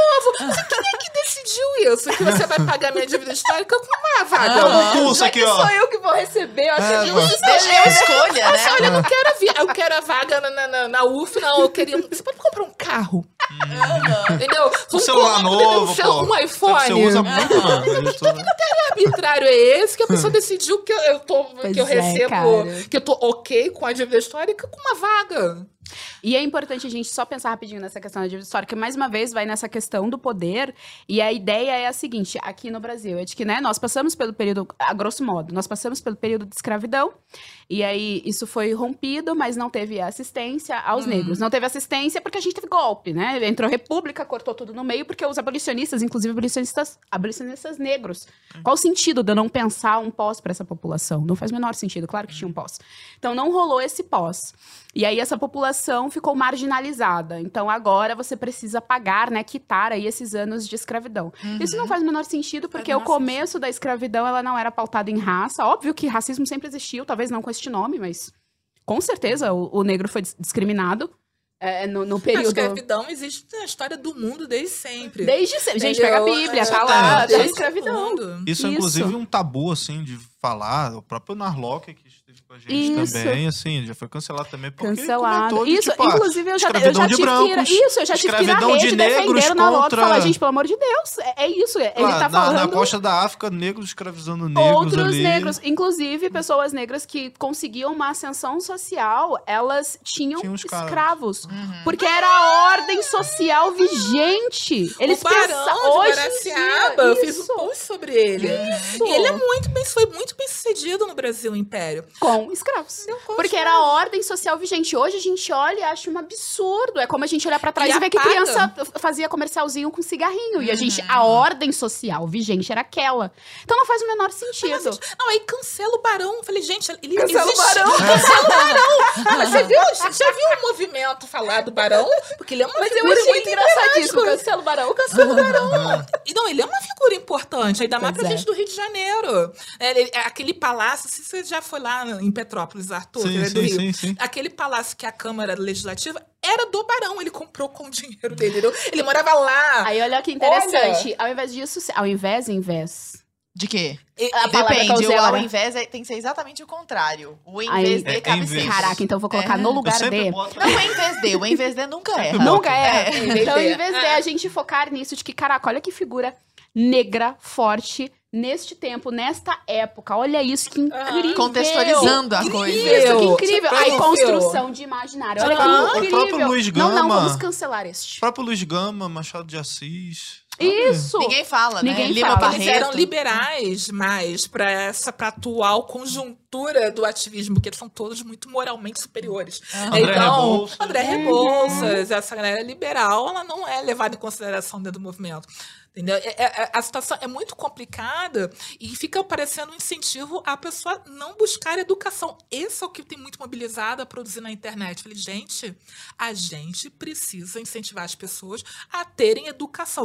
Quem é que decidiu isso? Que você vai pagar minha dívida histórica com uma vaga? Toma um curso aqui, ó. sou eu que vou receber, eu acho É, que mano. Deixa eu escolha, Nossa, né? olha, eu não quero a, vi- eu quero a vaga na, na, na- na U F, não. Eu queria. Você pode comprar um carro. Entendeu? Um celular novo, um, cel- pô. um iPhone. Você usa muito, mano. Isso, né? Que arbitrário é esse que a pessoa decidiu que eu, eu tô, Pois que eu é, recebo, cara. que eu tô ok com a dívida histórica com uma vaga. E é importante a gente só pensar rapidinho nessa questão da dívida histórica, mais uma vez vai nessa questão do poder, e a ideia é a seguinte, aqui no Brasil, é de que, né, nós passamos pelo período, a grosso modo, nós passamos pelo período de escravidão, e aí isso foi rompido, mas não teve assistência aos Hum. negros. Não teve assistência porque a gente teve golpe, né? Entrou república, cortou tudo no meio, porque os abolicionistas, inclusive abolicionistas, abolicionistas negros. Qual o sentido de eu não pensar um pós para essa população? Não faz o menor sentido, claro que tinha um pós. Então não rolou esse pós. E aí essa população ficou marginalizada. Então agora você precisa pagar, né, quitar aí esses anos de escravidão. Isso não faz o menor sentido, porque Faz o o menor começo da escravidão ela não era pautada em raça. Óbvio que racismo sempre existiu, talvez não com este nome, mas com certeza o, o negro foi dis- discriminado é, no, no A período... escravidão existe na história do mundo desde sempre. Desde sempre. Gente, Entendeu? pega a Bíblia, tá É, lá, da desde escravidão. quando? Isso é, Isso. inclusive, um tabu, assim, de falar. O próprio Narlock, que esteve com a gente Isso. também, assim, já foi cancelado também. Porque Cancelado. comentou de, Isso, tipo, ah, inclusive, eu já, eu escravidão já de tive brancos, que ir, isso, eu já tive que ir na escravidão de rede negros defender o Narlock contra- e falar, gente, pelo amor de Deus, é, é isso, é- ele lá, tá na, falando... na costa da África, negros escravizando negros Outros ali. negros, inclusive pessoas negras que conseguiam uma ascensão social, elas tinham Tinham escravos. escravos. Porque era a ordem social vigente. Eles o Barão pensavam de hoje em Guaraciaba, dia, eu fiz um isso, post sobre ele. isso. E ele é muito bem, foi muito bem sucedido no Brasil Império. com escravos. com Porque era a ordem social vigente. Hoje a gente olha e acha um absurdo. É como a gente olhar pra trás E e, ver que apaga. criança fazia comercialzinho com cigarrinho. E a gente, a ordem social vigente era aquela. Então não faz o menor sentido. Não, aí cancela o Barão. Eu falei, gente, ele Cancela o existe. Barão. Cancela o Barão. Não, mas você viu, você já viu o movimento falar do Barão? Porque ele é uma Mas eu figura achei muito engraçadíssimo. emblemática. Cancela o Barão. Cancela o Barão. E não, ele é uma figura importante, ainda mais Pois pra é. gente do Rio de Janeiro. É, ele- aquele palácio, se você já foi lá em Petrópolis, Arthur, Sim, que é do sim, Rio. sim, sim. Aquele palácio que é a Câmara Legislativa era do Barão, ele comprou com o dinheiro dele. Ele, ele morava lá. Aí olha que interessante. Ao invés disso, ao invés, em vez. De quê? E- a palavra que eu Depende, usei o ao agora. invés é- tem que ser exatamente o contrário. O em Aí- vez É, de cabe em ser. vez. Caraca, então eu vou colocar É. no Eu lugar sempre de. boto- Não o em vez de, o em vez de nunca é. Sempre Nunca é. É. Então, em vez de É. a gente focar nisso, de que, caraca, olha que figura negra, forte, neste tempo, nesta época. Olha isso, que incrível. Contextualizando a coisa. Isso, que incrível. Você Aí, viu? construção de imaginário. Olha Aham. que O incrível. próprio Luiz Não, não, Gama. vamos cancelar este. O próprio Luiz Gama, Machado de Assis. sabe? Isso. Ninguém fala, né? Ninguém Lima fala. Eles Barreto. eram liberais mais para essa pra atual conjuntura do ativismo, porque eles são todos muito moralmente superiores. Aham. André então, Rebouças. André Rebouças, essa galera liberal, ela não é levada em consideração dentro do movimento. Entendeu? É- é- a situação é muito complicada e fica parecendo um incentivo à pessoa não buscar educação. Esse é o que tem muito mobilizado a produzir na internet. Falei, gente, a gente precisa incentivar as pessoas a terem educação. E educação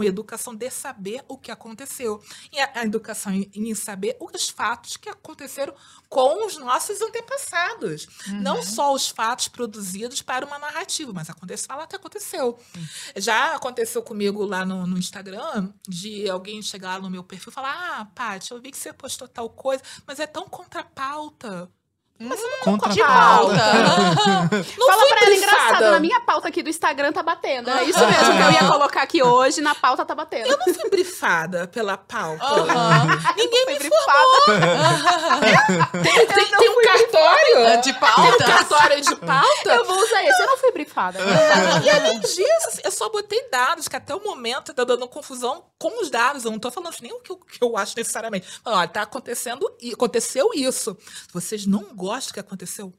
educação de saber o que aconteceu. E a, a educação em, em saber os fatos que aconteceram com os nossos antepassados. Uhum. Não só os fatos produzidos para uma narrativa, mas aconteceu, falar que aconteceu. Uhum. Já aconteceu comigo lá no, no Instagram, de alguém chegar lá no meu perfil e falar: ah, Paty, eu vi que você postou tal coisa, mas é tão contra a pauta. Mas eu não contra de pauta. Não Fala pra ela, brifada. engraçado, na minha pauta aqui do Instagram tá batendo. É isso mesmo que eu ia colocar aqui hoje, na pauta tá batendo. Eu não fui brifada pela pauta. Uhum. Ninguém Foi me brifada. Tem, tem, tem um cartório de Tem um pauta. cartório de pauta. Eu vou usar esse, eu não fui brifada. E além disso, eu só botei dados, que até o momento tá dando confusão com os dados. Eu não tô falando assim, nem o que eu, que eu acho necessariamente. Olha, tá acontecendo, aconteceu isso. Vocês não gostam do que aconteceu?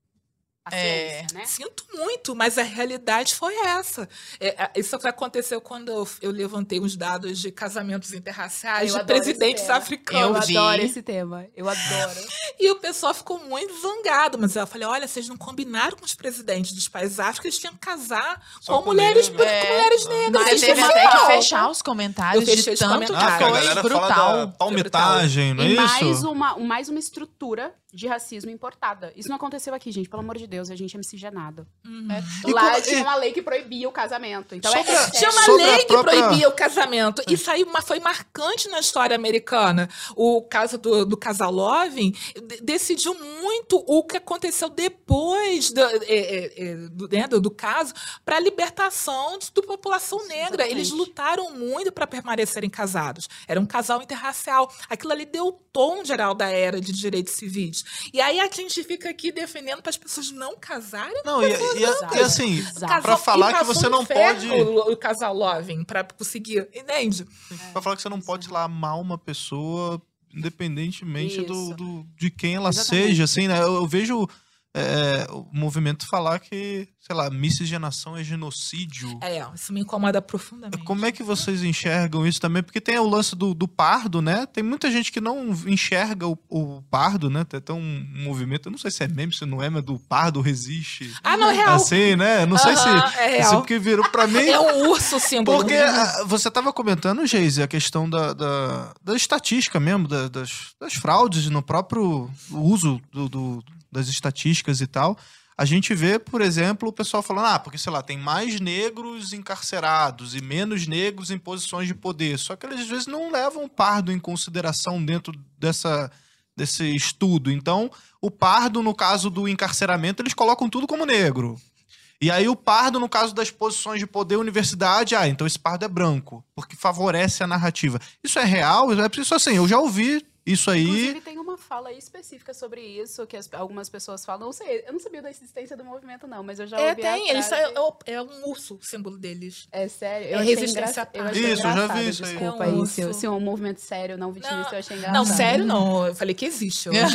A É. ciência, né? Sinto muito, mas a realidade foi essa. É, isso aconteceu quando eu, eu levantei os dados de casamentos interraciais Eu de adoro presidentes esse tema. africanos. Eu vi. adoro esse tema. Eu adoro. E o pessoal ficou muito zangado, mas eu falei: olha, vocês não combinaram com os presidentes dos países áfricos, eles tinham que casar Só com com mulheres, negro. com mulheres negras. Mas Isso teve foi até que mal. fechar os comentários Eu fechei de os tanto comentários. Ah, porque a que galera foi fala brutal. da palmitagem, não é E isso? mais uma, mais uma estrutura de racismo importada. Isso não aconteceu aqui, gente. Pelo amor de Deus, a gente é miscigenado. Uhum. É E Lá como- tinha e- uma lei que proibia o casamento. Então Sobre é, a- é, Tinha uma Sobre a lei que própria- proibia o casamento. Isso aí ma- foi marcante na história americana. O caso do, do casal Loving de- decidiu muito o que aconteceu depois do, é, é, é, do, né, do, do caso para a libertação de- da população negra. exatamente. Eles lutaram muito para permanecerem casados. Era um casal interracial. Aquilo ali deu o tom geral da era de direitos civis. E aí a gente fica aqui defendendo para as pessoas não casarem. Não, e, e- e assim, Exato. pra falar e que passou você um não inferno pode. O, o casal Loving para conseguir, entende? Pra falar que você não pode lá amar uma pessoa independentemente do, Isso. do- de quem ela Exatamente. seja, assim, né? Eu, eu vejo é, o movimento falar que, sei lá, miscigenação é genocídio. É, isso me incomoda profundamente. Como é que vocês enxergam isso também? Porque tem o lance do, do pardo, né? Tem muita gente que não enxerga o, o pardo, né? Tem até um movimento, eu não sei se é meme, se não é, mas do pardo resiste. Ah, não, é real. Assim, né? Não sei Aham, se... é Isso real. porque virou pra mim... É um urso o símbolo. Porque ah, você estava comentando, Geise, a questão da, da, da estatística mesmo, da- das, das fraudes no próprio uso do, do- das estatísticas e tal. A gente vê, por exemplo, o pessoal falando, ah, porque, sei lá, tem mais negros encarcerados e menos negros em posições de poder. Só que eles, às vezes, não levam o pardo em consideração dentro dessa, desse estudo. Então, o pardo, no caso do encarceramento, eles colocam tudo como negro. E aí o pardo, no caso das posições de poder, universidade, ah, então esse pardo é branco, porque favorece a narrativa. Isso é real? É isso assim, eu já ouvi isso aí. Inclusive, tem uma fala aí específica sobre isso, que as- algumas pessoas falam. Não sei, eu não sabia da existência do movimento, não, mas eu já É, ouvi a tem. Eles, frase. é, é- é um urso o símbolo deles. É sério? É Eu achei resistência engra- à eu paz. achei Isso, eu já vi engraçado, isso aí. Desculpa É um aí, se, urso. se é um movimento sério não vitimista, eu achei engraçado. Não, sério não. Eu falei que existe. Gente.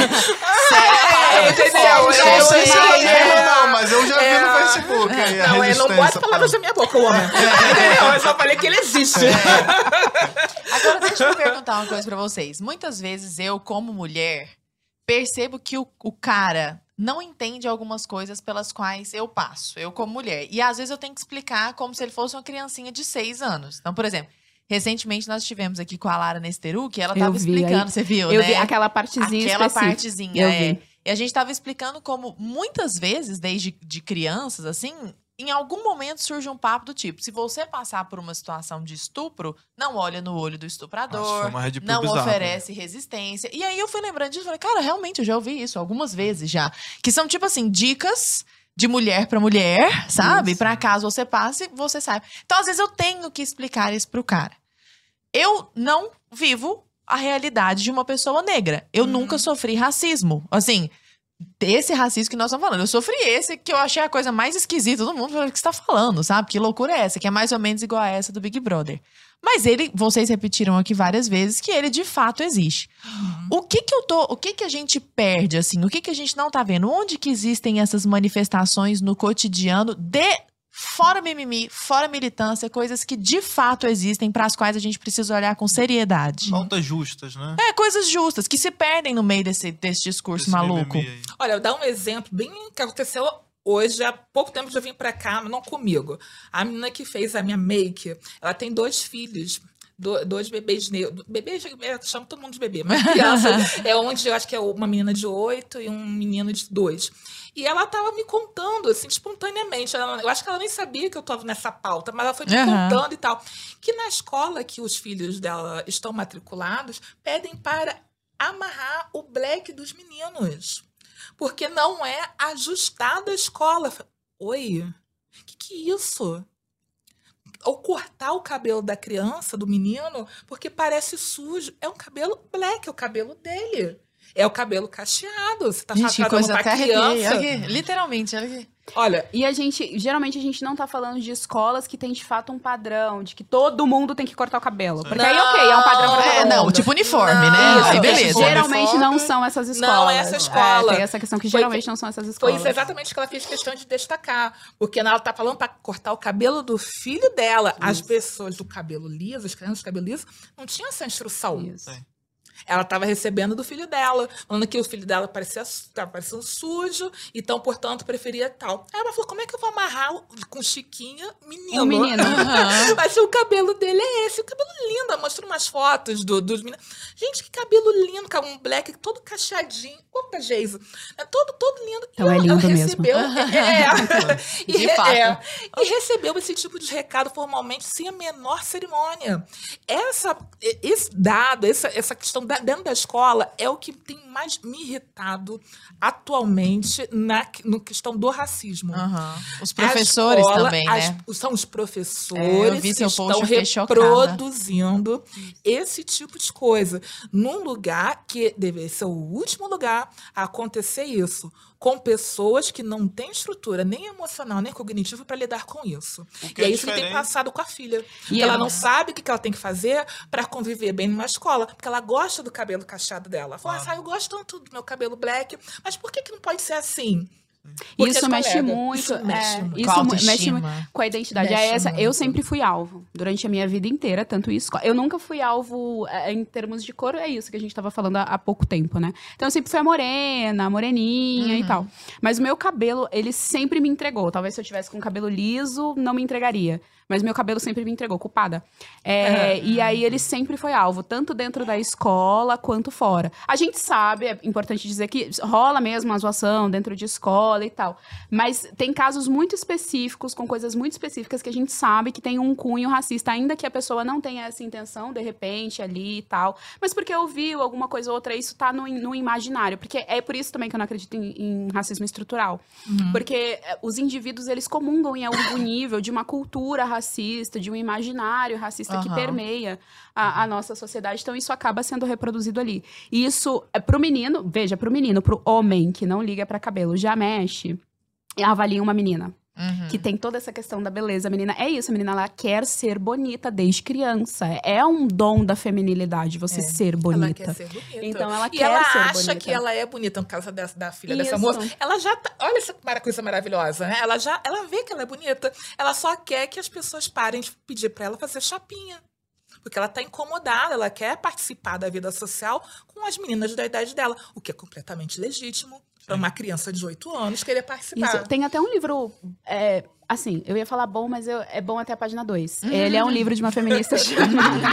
Sério, entendeu? Eu não É, sei se é, é é. mesmo, não, mas eu já vi É. no Facebook. Aí, a Não, eu não resistência bota palavras da minha boca, o homem. Entendeu? Eu só falei que ele existe. Agora, deixa eu perguntar uma coisa pra vocês. Muitas vezes eu, como mulher, percebo que o, o cara não entende algumas coisas pelas quais eu passo, eu como mulher. E às vezes eu tenho que explicar como se ele fosse uma criancinha de seis anos. Então, por exemplo, recentemente nós tivemos aqui com a Lara Nesteru, que ela Eu tava vi, explicando, aí- você viu, Eu né? vi aquela partezinha Aquela específica. partezinha, Eu é. vi. E a gente tava explicando como muitas vezes, desde de crianças, assim, em algum momento surge um papo do tipo, se você passar por uma situação de estupro, não olha no olho do Nossa, estuprador, foi uma Red Pill não bizarra. oferece resistência. E aí eu fui lembrando disso e falei, cara, realmente, eu já ouvi isso algumas vezes já. Que são, tipo assim, dicas de mulher pra mulher, sabe? Isso. Pra caso você passe, você saiba. Então, às vezes, eu tenho que explicar isso pro cara. Eu não vivo a realidade de uma pessoa negra. Eu Uhum. nunca sofri racismo. Assim, esse racismo que nós estamos falando. Eu sofri esse que eu achei a coisa mais esquisita. Todo mundo falou, o que você tá falando, sabe? Que loucura é essa? Que é mais ou menos igual a essa do Big Brother. Mas ele, vocês repetiram aqui várias vezes, que ele de fato existe. O que que eu tô, o que que a gente perde, assim? O que que a gente não tá vendo? Onde que existem essas manifestações no cotidiano de... Fora mimimi, fora militância, coisas que de fato existem, para as quais a gente precisa olhar com seriedade. Faltas justas, né? É, coisas justas, que se perdem no meio desse, desse discurso Esse maluco. mimimi aí. Olha, eu vou dar um exemplo bem que aconteceu hoje, há pouco tempo eu vim pra cá, mas não comigo. A menina que fez a minha make, ela tem dois filhos. Do, dois bebês negros. Bebês, eu chamo todo mundo de bebê, mas criança. É onde eu acho que é uma menina de oito e um menino de dois. E ela tava me contando, assim, espontaneamente. Ela, eu acho que ela nem sabia que eu tava nessa pauta, mas ela foi me uhum. contando e tal. Que na escola que os filhos dela estão matriculados, pedem para amarrar o black dos meninos. Porque não é ajustada a escola. Oi? O que, que é isso? Ou cortar o cabelo da criança, do menino, porque parece sujo. É um cabelo black, é o cabelo dele. É o cabelo cacheado. Você tá gente, tratando pra até criança. Aqui, literalmente, olha aqui. Olha, e a gente, geralmente a gente não tá falando de escolas que tem de fato um padrão, de que todo mundo tem que cortar o cabelo. Porque não, aí, ok, é um padrão pra todo é, mundo. Não, tipo uniforme, não, né? Isso, aí beleza. Geralmente não são essas escolas. Não é essa escola. É, tem essa questão que foi, geralmente não são essas escolas. Foi isso exatamente que ela fez questão de destacar. Porque ela tá falando pra cortar o cabelo do filho dela. Isso. As pessoas do cabelo liso, as crianças do cabelo liso, não tinham essa instrução. Isso. É. Ela estava recebendo do filho dela, falando que o filho dela parecia, estava parecendo sujo, então, portanto, preferia tal. Aí ela falou, como é que eu vou amarrar com Chiquinha menino? Um menino. Uhum. Mas o cabelo dele é esse, o cabelo lindo. Ela mostrou umas fotos do, dos meninos. Gente, que cabelo lindo, um black todo cacheadinho. Conta, Geisa. É todo, todo lindo. Então e é lindo ela mesmo. Recebeu, é, e, de fato. É, e recebeu esse tipo de recado formalmente, sem a menor cerimônia. Essa, esse dado, essa, essa questão da, dentro da escola é o que tem mais me irritado atualmente na no questão do racismo. Uhum. Os professores escola, também, né? As, são os professores é, eu vi que seu estão post, reproduzindo esse tipo de coisa. Num lugar que deveria ser o último lugar a acontecer isso. Com pessoas que não têm estrutura nem emocional, nem cognitiva para lidar com isso. E é, é isso que tem passado com a filha. E ela não sabe o que ela tem que fazer para conviver bem numa escola, porque ela gosta do cabelo cacheado dela. Ela fala, ah, eu gosto tanto do meu cabelo black, mas por que, que não pode ser assim? Porque isso mexe colega, muito, isso, mexe, é, muito. isso mexe muito com a identidade. É essa, eu sempre fui alvo durante a minha vida inteira, tanto isso. Eu nunca fui alvo é, em termos de cor, é isso que a gente estava falando há, há pouco tempo, né? Então eu sempre fui a morena, a moreninha uhum. e tal. Mas o meu cabelo, ele sempre me entregou. Talvez se eu tivesse com cabelo liso, não me entregaria. Mas meu cabelo sempre me entregou, culpada. É, uhum. E aí ele sempre foi alvo, tanto dentro da escola quanto fora. A gente sabe, é importante dizer que rola mesmo a zoação dentro de escola e tal. Mas tem casos muito específicos, com coisas muito específicas que a gente sabe que tem um cunho racista, ainda que a pessoa não tenha essa intenção, de repente, ali e tal. Mas porque ouviu alguma coisa ou outra, isso tá no, no imaginário. Porque é por isso também que eu não acredito em, em racismo estrutural. Uhum. Porque os indivíduos, eles comungam em algum nível de uma cultura racista, racista, de um imaginário racista uhum. que permeia a, a nossa sociedade. Então, isso acaba sendo reproduzido ali. E isso, é pro menino, veja, pro menino, pro homem que não liga pra cabelo, já mexe, avalia uma menina. Uhum. Que tem toda essa questão da beleza. A menina, é isso, a menina, ela quer ser bonita desde criança. É um dom da feminilidade você é. ser bonita. Ela quer ser bonita. Então, ela e quer ela ser acha bonita. que ela é bonita, no caso dessa, da filha isso. dessa moça. Ela já tá, olha essa coisa maravilhosa, né? Ela já, ela vê que ela é bonita. Ela só quer que as pessoas parem de pedir pra ela fazer chapinha. Porque ela tá incomodada, ela quer participar da vida social com as meninas da idade dela. O que é completamente legítimo para uma criança de oito anos querer participar. Isso. Tem até um livro... É, assim, eu ia falar bom, mas eu, é bom até a página dois. Uhum. Ele é um livro de uma feminista chamada...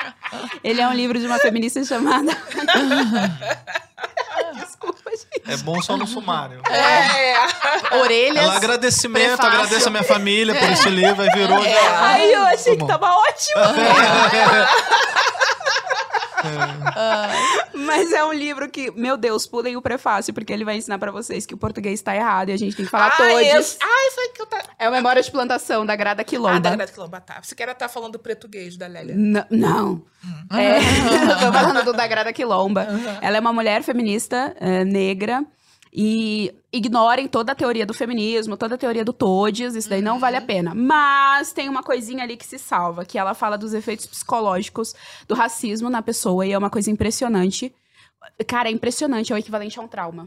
Ele é um livro de uma feminista chamada... Desculpa, gente. É bom só no sumário. É. Orelhas. Ela, agradecimento, prefácio. Agradeço a minha família por esse livro, aí virou. É. Já... Ai, eu achei tá que tava ótimo. É. Mas é um livro que, meu Deus, pulem o prefácio, porque ele vai ensinar pra vocês que o português tá errado e a gente tem que falar ah, todos. Ah, isso aí que eu tá... É o Memória de Plantação, da Grada Quilomba. Ah, da Grada Quilomba, tá. Você quer estar falando do português da Lélia? N não. Hum. É, tô falando do da Grada Quilomba. Uhum. Ela é uma mulher feminista, é, negra, e ignorem toda a teoria do feminismo, toda a teoria do todes, isso daí uhum. não vale a pena. Mas tem uma coisinha ali que se salva, que ela fala dos efeitos psicológicos do racismo na pessoa, e é uma coisa impressionante. Cara, é impressionante, é o equivalente a um trauma.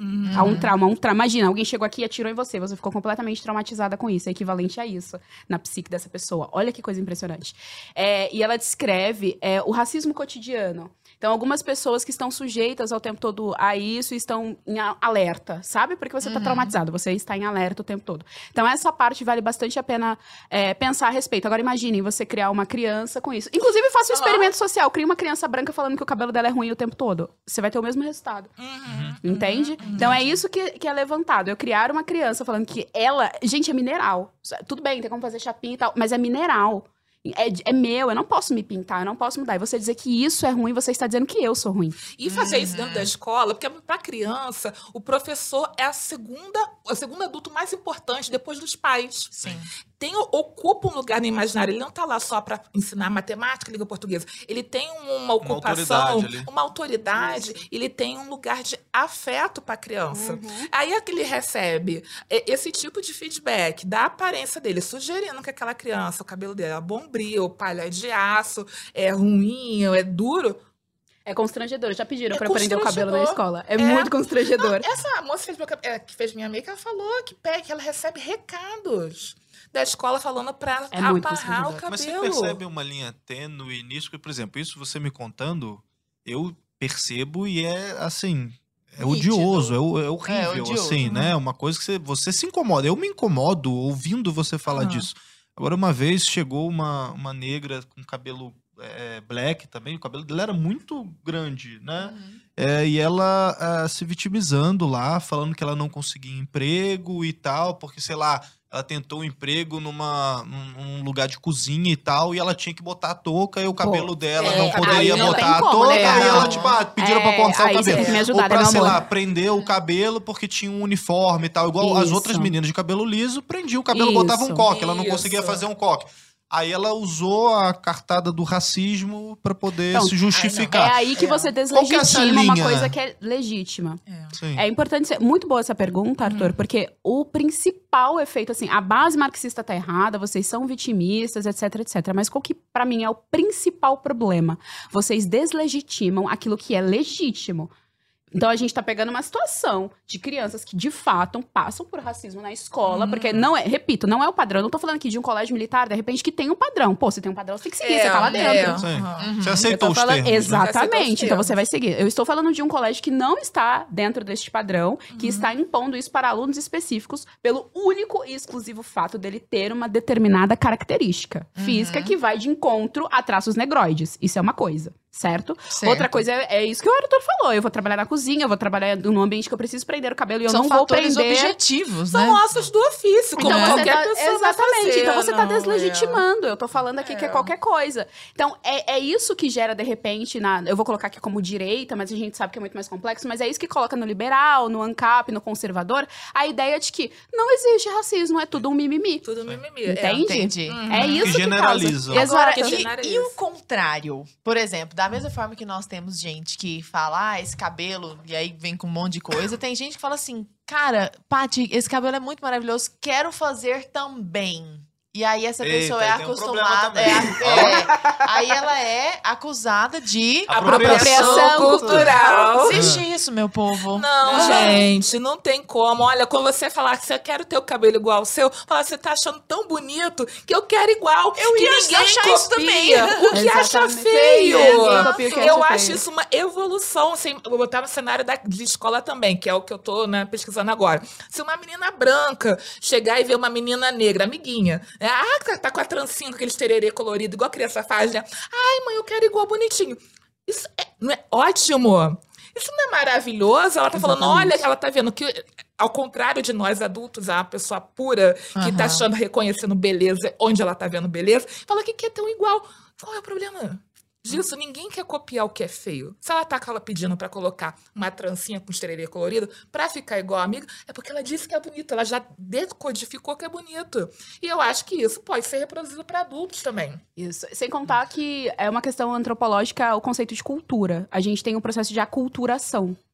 Uhum. Há um trauma, um trauma. Imagina, alguém chegou aqui e atirou em você, você ficou completamente traumatizada com isso. É equivalente a isso na psique dessa pessoa. Olha que coisa impressionante. É, e ela descreve é, o racismo cotidiano. Então, algumas pessoas que estão sujeitas ao tempo todo a isso estão em alerta, sabe? Porque você está Uhum. traumatizado, você está em alerta o tempo todo. Então, essa parte vale bastante a pena é, pensar a respeito. Agora, imaginem você criar uma criança com isso. Inclusive, faça um experimento social. Crie uma criança branca falando que o cabelo dela é ruim o tempo todo. Você vai ter o mesmo resultado. Uhum. Entende? Então, é isso que, que é levantado. Eu criar uma criança falando que ela... Gente, é mineral. Tudo bem, tem como fazer chapinha e tal, mas é mineral. É, é meu, eu não posso me pintar, eu não posso mudar. E você dizer que isso é ruim, você está dizendo que eu sou ruim. E fazer isso dentro da escola, porque para criança, o professor é a segunda, o segundo adulto mais importante depois dos pais. Sim. Tem, ocupa um lugar no imaginário. Ele não está lá só para ensinar matemática e língua portuguesa. Ele tem uma ocupação, uma autoridade ali. uma autoridade, ele tem um lugar de afeto para a criança. Uhum. Aí é que ele recebe é, esse tipo de feedback da aparência dele, sugerindo que aquela criança, o cabelo dela é bombril, palha de aço, é ruim, é duro. É constrangedor. Já pediram É pra eu prender o cabelo na constrangedor. escola. É, É. muito constrangedor. Essa moça fez meu cab- é, que fez minha make, ela falou que, pega, que ela recebe recados da escola falando pra É muito aparrar o constrangedor. cabelo. Mas você percebe uma linha tênue nisso? Porque, por exemplo, isso você me contando, eu percebo e é assim. É Nítido. odioso, é, o- é horrível, É odioso, assim, né? né? Uma coisa que você, você se incomoda. Eu me incomodo ouvindo você falar Ah. disso. Agora, uma vez chegou uma, uma negra com cabelo é, black também, o cabelo dela era muito grande, né? É, e ela ah, se vitimizando lá, falando que ela não conseguia emprego e tal, porque, sei lá, ela tentou um emprego numa, num, num lugar de cozinha e tal, e ela tinha que botar a touca, e o cabelo dela é, não aí poderia não botar tem a como, touca, né? e ela, Não. tipo, ah, pediram É, pra cortar aí o você cabelo. tem que me ajudar, Ou né, pra, meu sei amor? lá, prender o cabelo porque tinha um uniforme e tal, igual as Isso. outras meninas de cabelo liso, prendiam o cabelo, botavam um Isso. coque, ela não Isso. conseguia fazer um coque. Aí ela usou a cartada do racismo pra poder Pronto. se É justificar. aí que É. você Qual que é essa deslegitima uma linha? coisa que é legítima. É. Sim. É importante ser muito boa essa pergunta, Arthur, porque o principal efeito, assim, a base marxista tá errada, vocês são vitimistas, etc, etc. Mas qual que, pra mim, é o principal problema? Vocês deslegitimam aquilo que é legítimo. Então, a gente tá pegando uma situação de crianças que, de fato, passam por racismo na escola, Hum. porque não é, repito, não é o padrão. Eu não tô falando aqui de um colégio militar, de repente, que tem um padrão. Pô, se tem um padrão, você tem que seguir, você tá lá dentro. Sim. Uhum. Você Eu aceitou tô os falando- termos, né? Exatamente, Aceitou os então termos. você vai seguir. Eu estou falando de um colégio que não está dentro deste padrão, que está impondo isso para alunos específicos pelo único e exclusivo fato dele ter uma determinada característica física que vai de encontro a traços negroides. Isso é uma coisa, certo? Certo. Outra coisa é, é isso que o Arthur falou. Eu vou trabalhar na cozinha, eu vou trabalhar num ambiente que eu preciso prender o cabelo e eu São não vou fatores prender... objetivos, São né? ossos do ofício, como Então você qualquer tá, pessoa vai exatamente, fazer, então você tá não, deslegitimando. Eu tô falando aqui que é É. qualquer coisa. Então, é, é isso que gera, de repente, na. Eu vou colocar aqui como direita, mas a gente sabe que é muito mais complexo, mas é isso que coloca no liberal, no ANCAP, no conservador, a ideia de que não existe racismo, é tudo um mimimi. Tudo mimimi. Entende? Entendi. Uhum. É isso Que que generalizam. causa. Agora, Exato. Exato. e, e o contrário? Por exemplo, da mesma forma que nós temos gente que fala, ah, esse cabelo, e aí vem com um monte de coisa, tem gente que fala assim, cara, Paty, esse cabelo é muito maravilhoso, quero fazer também. E aí essa Eita, pessoa é tem um problema acostumada. também. é, é, aí ela é acusada de Apropriação cultural. Existe isso, meu povo. Não, Não. gente, não tem como. Olha, quando você falar que você quer ter o cabelo igual ao seu, falar você tá achando tão bonito que eu quero igual. Eu que ia ninguém achar copia isso também. o que acha Exatamente. feio. Ninguém copia o que Eu acha acho feio. isso uma evolução. Assim, eu vou botar no cenário da, de escola também, que é o que eu tô né, pesquisando agora. Se uma menina branca chegar e ver uma menina negra, amiguinha, né? Ah, tá, tá com a trancinha, com aquele tererê colorido, igual a criança faz, né? Ai, mãe, eu quero igual bonitinho. Isso é, não é ótimo? Isso não é maravilhoso? Ela tá falando, Exatamente. olha, ela tá vendo que, ao contrário de nós adultos, a pessoa pura que tá Aham. achando, reconhecendo beleza onde ela tá vendo beleza, fala que quer ter um igual. Qual é o problema disso? Ninguém quer copiar o que é feio. Se ela tá ela pedindo pra colocar uma trancinha com estererê colorido pra ficar igual a amiga, é porque ela disse que é bonito. Ela já decodificou que é bonito. E eu acho que isso pode ser reproduzido pra adultos também. Isso. Sem contar que é uma questão antropológica o conceito de cultura. A gente tem um processo de aculturação.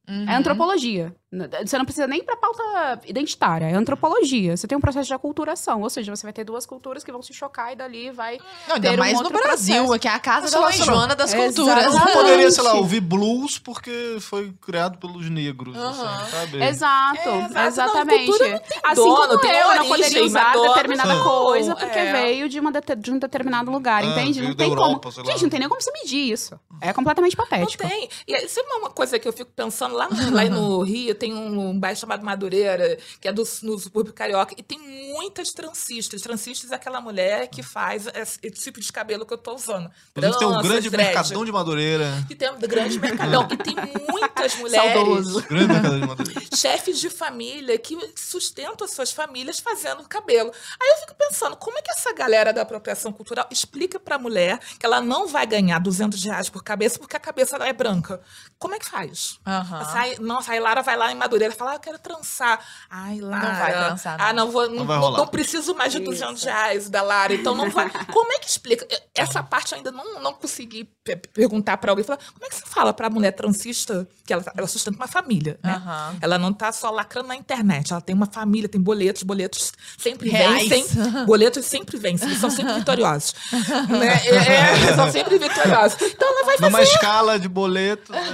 Uhum. É antropologia. Você não precisa nem pra pauta identitária, é antropologia. Você tem um processo de aculturação, ou seja, você vai ter duas culturas que vão se chocar e dali vai Não, ainda ter um mais no outro Brasil, processo. aqui é a casa Mas, da sei lá, mãe sei lá. Joana das Exato. culturas. Não poderia, sei lá, Exatamente. ouvir blues porque foi criado pelos negros, Aham. assim, sabe? Exato, É, exato. exatamente. Não, cultura não tem assim dono, como tem eu, eu não origem, poderia usar mas determinada dono não. coisa porque É. veio de, uma dete- de um determinado lugar, Ah, entende? veio Não da tem Europa, como. sei lá. Gente, não tem nem como se medir isso. É completamente Não patético. tem. E aí, sabe uma coisa que eu fico pensando? Lá, no- lá no Rio tem um bairro chamado Madureira, que é do, no subúrbio carioca, e tem muitas transistas. Transistas é aquela mulher que faz esse, esse tipo de cabelo que eu tô usando. Inclusive tem um Tranças, grande dread. mercadão de Madureira. E tem um grande mercadão. E tem muitas mulheres, Saudoso. Grande mercadão de Madureira. chefes de família, que sustentam as suas famílias fazendo cabelo. Aí eu fico pensando, como é que essa galera da apropriação cultural explica pra mulher que ela não vai ganhar duzentos reais por cabeça porque a cabeça é branca? Como é que faz? Aham. Sai, nossa, aí Lara vai lá em Madureira e fala, ah, eu quero trançar. Ai, Lara. Não vai trançar, não. Ah, não, vou, não, vai não, rolar. não preciso mais de duzentos reais da Lara, então não vai. Como é que explica? Essa parte eu ainda não, não consegui pe- perguntar pra alguém. Falar, como é que você fala pra mulher transista que ela, ela sustenta uma família, né? Aham. Ela não tá só lacrando na internet, ela tem uma família, tem boletos, boletos sempre Reais. vencem. Boletos sempre vencem, eles são sempre vitoriosos. Né? É, é, são sempre vitoriosos. Então ela vai fazer. Numa escala de boleto. né?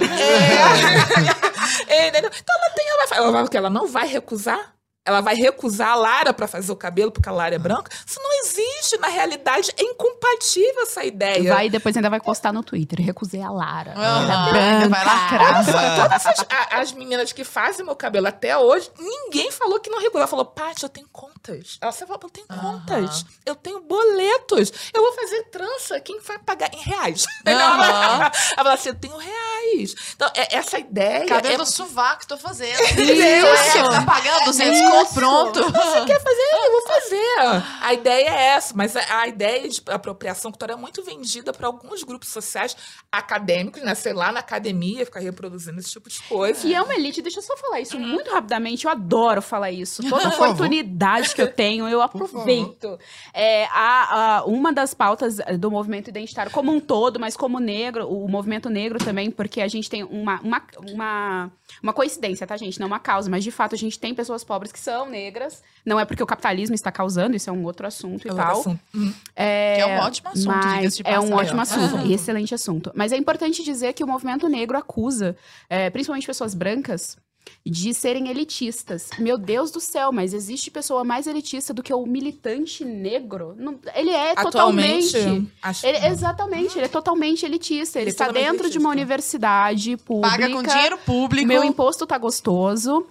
É, entendeu? Então ela tem, ela vai, ela vai, porque ela não vai recusar. Ela vai recusar a Lara pra fazer o cabelo porque a Lara é branca. Isso não existe. Na realidade, é incompatível essa ideia. Vai e depois ainda vai postar no Twitter. Recusei a Lara. Aham. branca. Vai lacrar. Todas as, a- as meninas que fazem meu cabelo até hoje, ninguém falou que não recusou. Ela falou, Paty, eu tenho contas. Ela falou, eu tenho Aham. contas. Eu tenho boletos. Eu vou fazer trança. Quem vai pagar em reais? Aham. Ela falou assim, eu tenho reais. Então, é- essa ideia... Cabelo é do sovaco, tô fazendo. Isso. Tá pagando duzentos conto, pronto. Você quer fazer? Eu vou fazer. A ideia é essa, mas a, a ideia de apropriação cultural é muito vendida para alguns grupos sociais acadêmicos, né? Sei lá, na academia, ficar reproduzindo esse tipo de coisa. Que é uma elite, deixa eu só falar isso muito rapidamente, eu adoro falar isso. Toda Por favor. oportunidade que eu tenho, eu aproveito. É, a, a- uma das pautas do movimento identitário como um todo, mas como negro, o movimento negro também, porque a gente tem uma, uma, uma, uma coincidência, tá, gente? Não uma causa, mas de fato a gente tem pessoas pobres que são negras, não é porque o capitalismo está causando, isso é um outro assunto e É outro tal. assunto. Uhum. É, Que é um ótimo assunto, mas diga-se de é um passagem. ótimo assunto, e excelente assunto. Mas é importante dizer que o movimento negro acusa, é, principalmente pessoas brancas, de serem elitistas. Meu Deus do céu, mas existe pessoa mais elitista do que o militante negro? Não- ele é Atualmente, totalmente... acho Ele, exatamente, ele é totalmente elitista. Ele Ele é está totalmente dentro de uma elitista. universidade pública. Paga com dinheiro público. Meu imposto tá gostoso.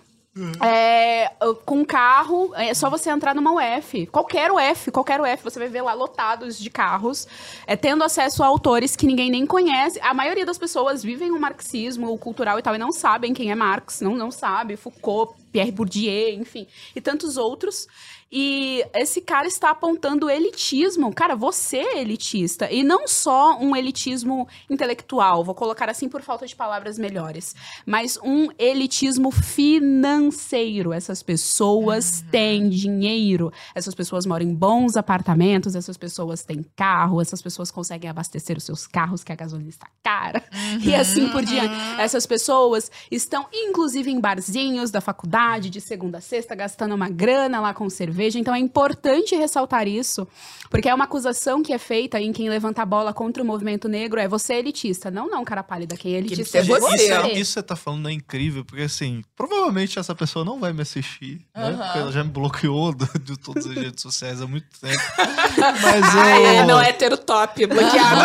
É, com carro, é só você entrar numa U F. Qualquer U F, qualquer U F, você vai ver lá lotados de carros, é, tendo acesso a autores que ninguém nem conhece. A maioria das pessoas vivem o marxismo, o cultural e tal, e não sabem quem é Marx, não, não sabe, Foucault, Pierre Bourdieu, enfim, e tantos outros. E esse cara está apontando elitismo. Cara, você é elitista. E não só um elitismo intelectual, vou colocar assim por falta de palavras melhores, mas um elitismo financeiro. Essas pessoas Uhum. têm dinheiro, essas pessoas moram em bons apartamentos, essas pessoas têm carro, essas pessoas conseguem abastecer os seus carros, que a gasolina está cara, e assim por diante. Essas pessoas estão, inclusive, em barzinhos da faculdade, de segunda a sexta, gastando uma grana lá com cerveja. Então é importante ressaltar isso, porque é uma acusação que é feita em quem levanta a bola contra o movimento negro, é você é elitista. Não, não, cara pálida, quem é elitista é é você. você. Isso, isso que você tá falando é incrível, porque assim, provavelmente essa pessoa não vai me assistir, né? Aham. Porque ela já me bloqueou do- de todas as redes sociais há muito tempo. Mas Ah, eu, é, não é ter o top bloqueado.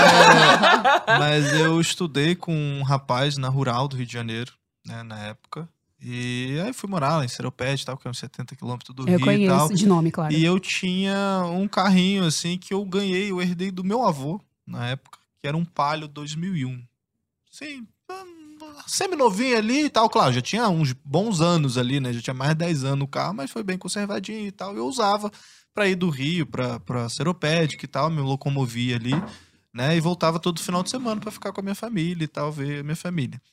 É, mas eu estudei com um rapaz na Rural do Rio de Janeiro, né, na época. E aí fui morar lá em Seropédica, tal, que é uns setenta quilômetros do Eu Rio e tal. conheço, de nome, claro. E eu tinha um carrinho, assim, que eu ganhei, eu herdei do meu avô, na época, que era um Palio dois mil e um. Sim, semi-novinho ali e tal. Claro, já tinha uns bons anos ali, né? Já tinha mais de dez anos o carro, mas foi bem conservadinho e tal. Eu usava pra ir do Rio pra, pra Seropédica e tal, me locomovia ali, né? E voltava todo final de semana pra ficar com a minha família e tal, ver a minha família.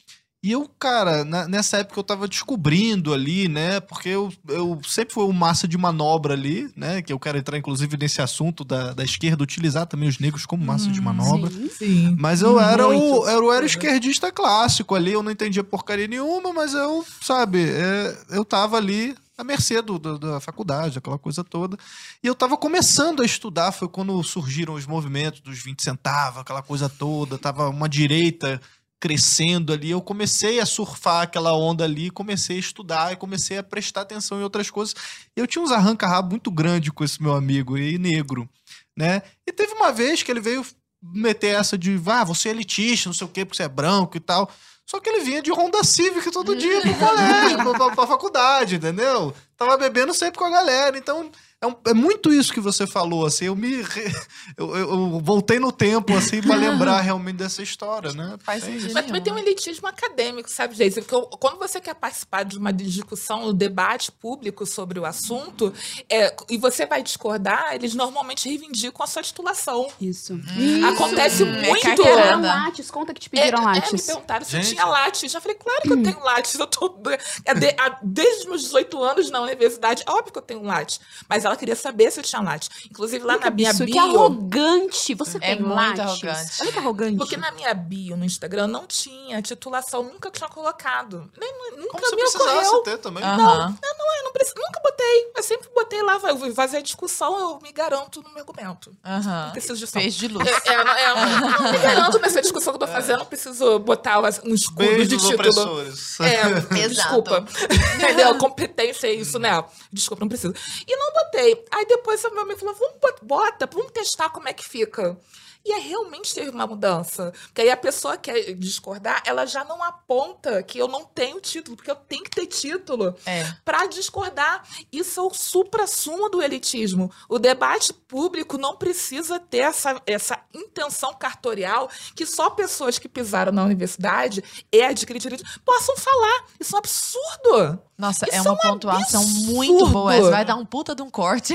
E eu, cara, na, nessa época eu tava descobrindo ali, né? Porque eu, eu sempre fui um massa de manobra ali, né? Que eu quero entrar, inclusive, nesse assunto da, da esquerda, utilizar também os negros como massa hum, de manobra. Sim. Sim. Mas eu era, o, eu era esquerdista clássico ali, eu não entendia porcaria nenhuma, mas eu, sabe, é, eu tava ali à mercê do, do, da faculdade, aquela coisa toda. E eu tava começando a estudar, foi quando surgiram os movimentos dos vinte centavos, aquela coisa toda, tava uma direita crescendo ali, eu comecei a surfar aquela onda ali, comecei a estudar e comecei a prestar atenção em outras coisas. Eu tinha uns arranca-rabo muito grande com esse meu amigo, e negro, né? E teve uma vez que ele veio meter essa de, ah, você é elitista, não sei o quê, porque você é branco e tal. Só que ele vinha de Honda Civic todo dia pro colégio, pra, pra, pra faculdade, entendeu? Tava bebendo sempre com a galera, então... É, um, é muito isso que você falou, assim, eu me... Re, eu, eu, eu voltei no tempo, assim, pra lembrar realmente dessa história, né? Faz é sentido. Mas também tem um elitismo acadêmico, sabe, Geise? Porque quando você quer participar de uma discussão, um debate público sobre o assunto, é, e você vai discordar, eles normalmente reivindicam a sua titulação. Isso. Hum. Acontece Hum, muito. É Pediram lattes, conta que te pediram É, lattes. é, me perguntaram se Gente. eu tinha lattes. Já falei, claro que eu tenho lattes. Eu tô, é de, a, desde os meus dezoito anos na universidade, óbvio que eu tenho lattes. Mas ela queria saber se eu tinha lattes. Inclusive, lá na minha Isso, bio... que arrogante. Você É tem muito lattes? arrogante. Olha que arrogante. Porque na minha bio no Instagram não tinha titulação, nunca tinha colocado. Nem, nunca Como se me precisasse ocorreu. ter também. Aham. Eu não preciso, nunca botei. Eu sempre botei lá, eu vou fazer a discussão, eu me garanto no meu argumento. Aham. Não preciso de Fez de luz. É, é, não, é, não, não me garanto nessa discussão que eu tô fazendo, não preciso botar um escudo Beijo de dos título. opressores. É, Exato. desculpa. Entendeu? Competência é isso, né? Desculpa, não preciso. E não botei. Aí depois o meu amigo falou, vamos bot- bota, vamos testar como é que fica. E aí realmente teve uma mudança. Porque aí a pessoa que quer discordar, ela já não aponta que eu não tenho título, porque eu tenho que ter título É. para discordar. Isso é o supra-sumo do elitismo. O debate público não precisa ter essa, essa intenção cartorial que só pessoas que pisaram na universidade e adquiriram direito possam falar. Isso é um absurdo. Nossa, Isso é uma é um pontuação absurdo. muito boa. Essa vai dar um puta de um corte.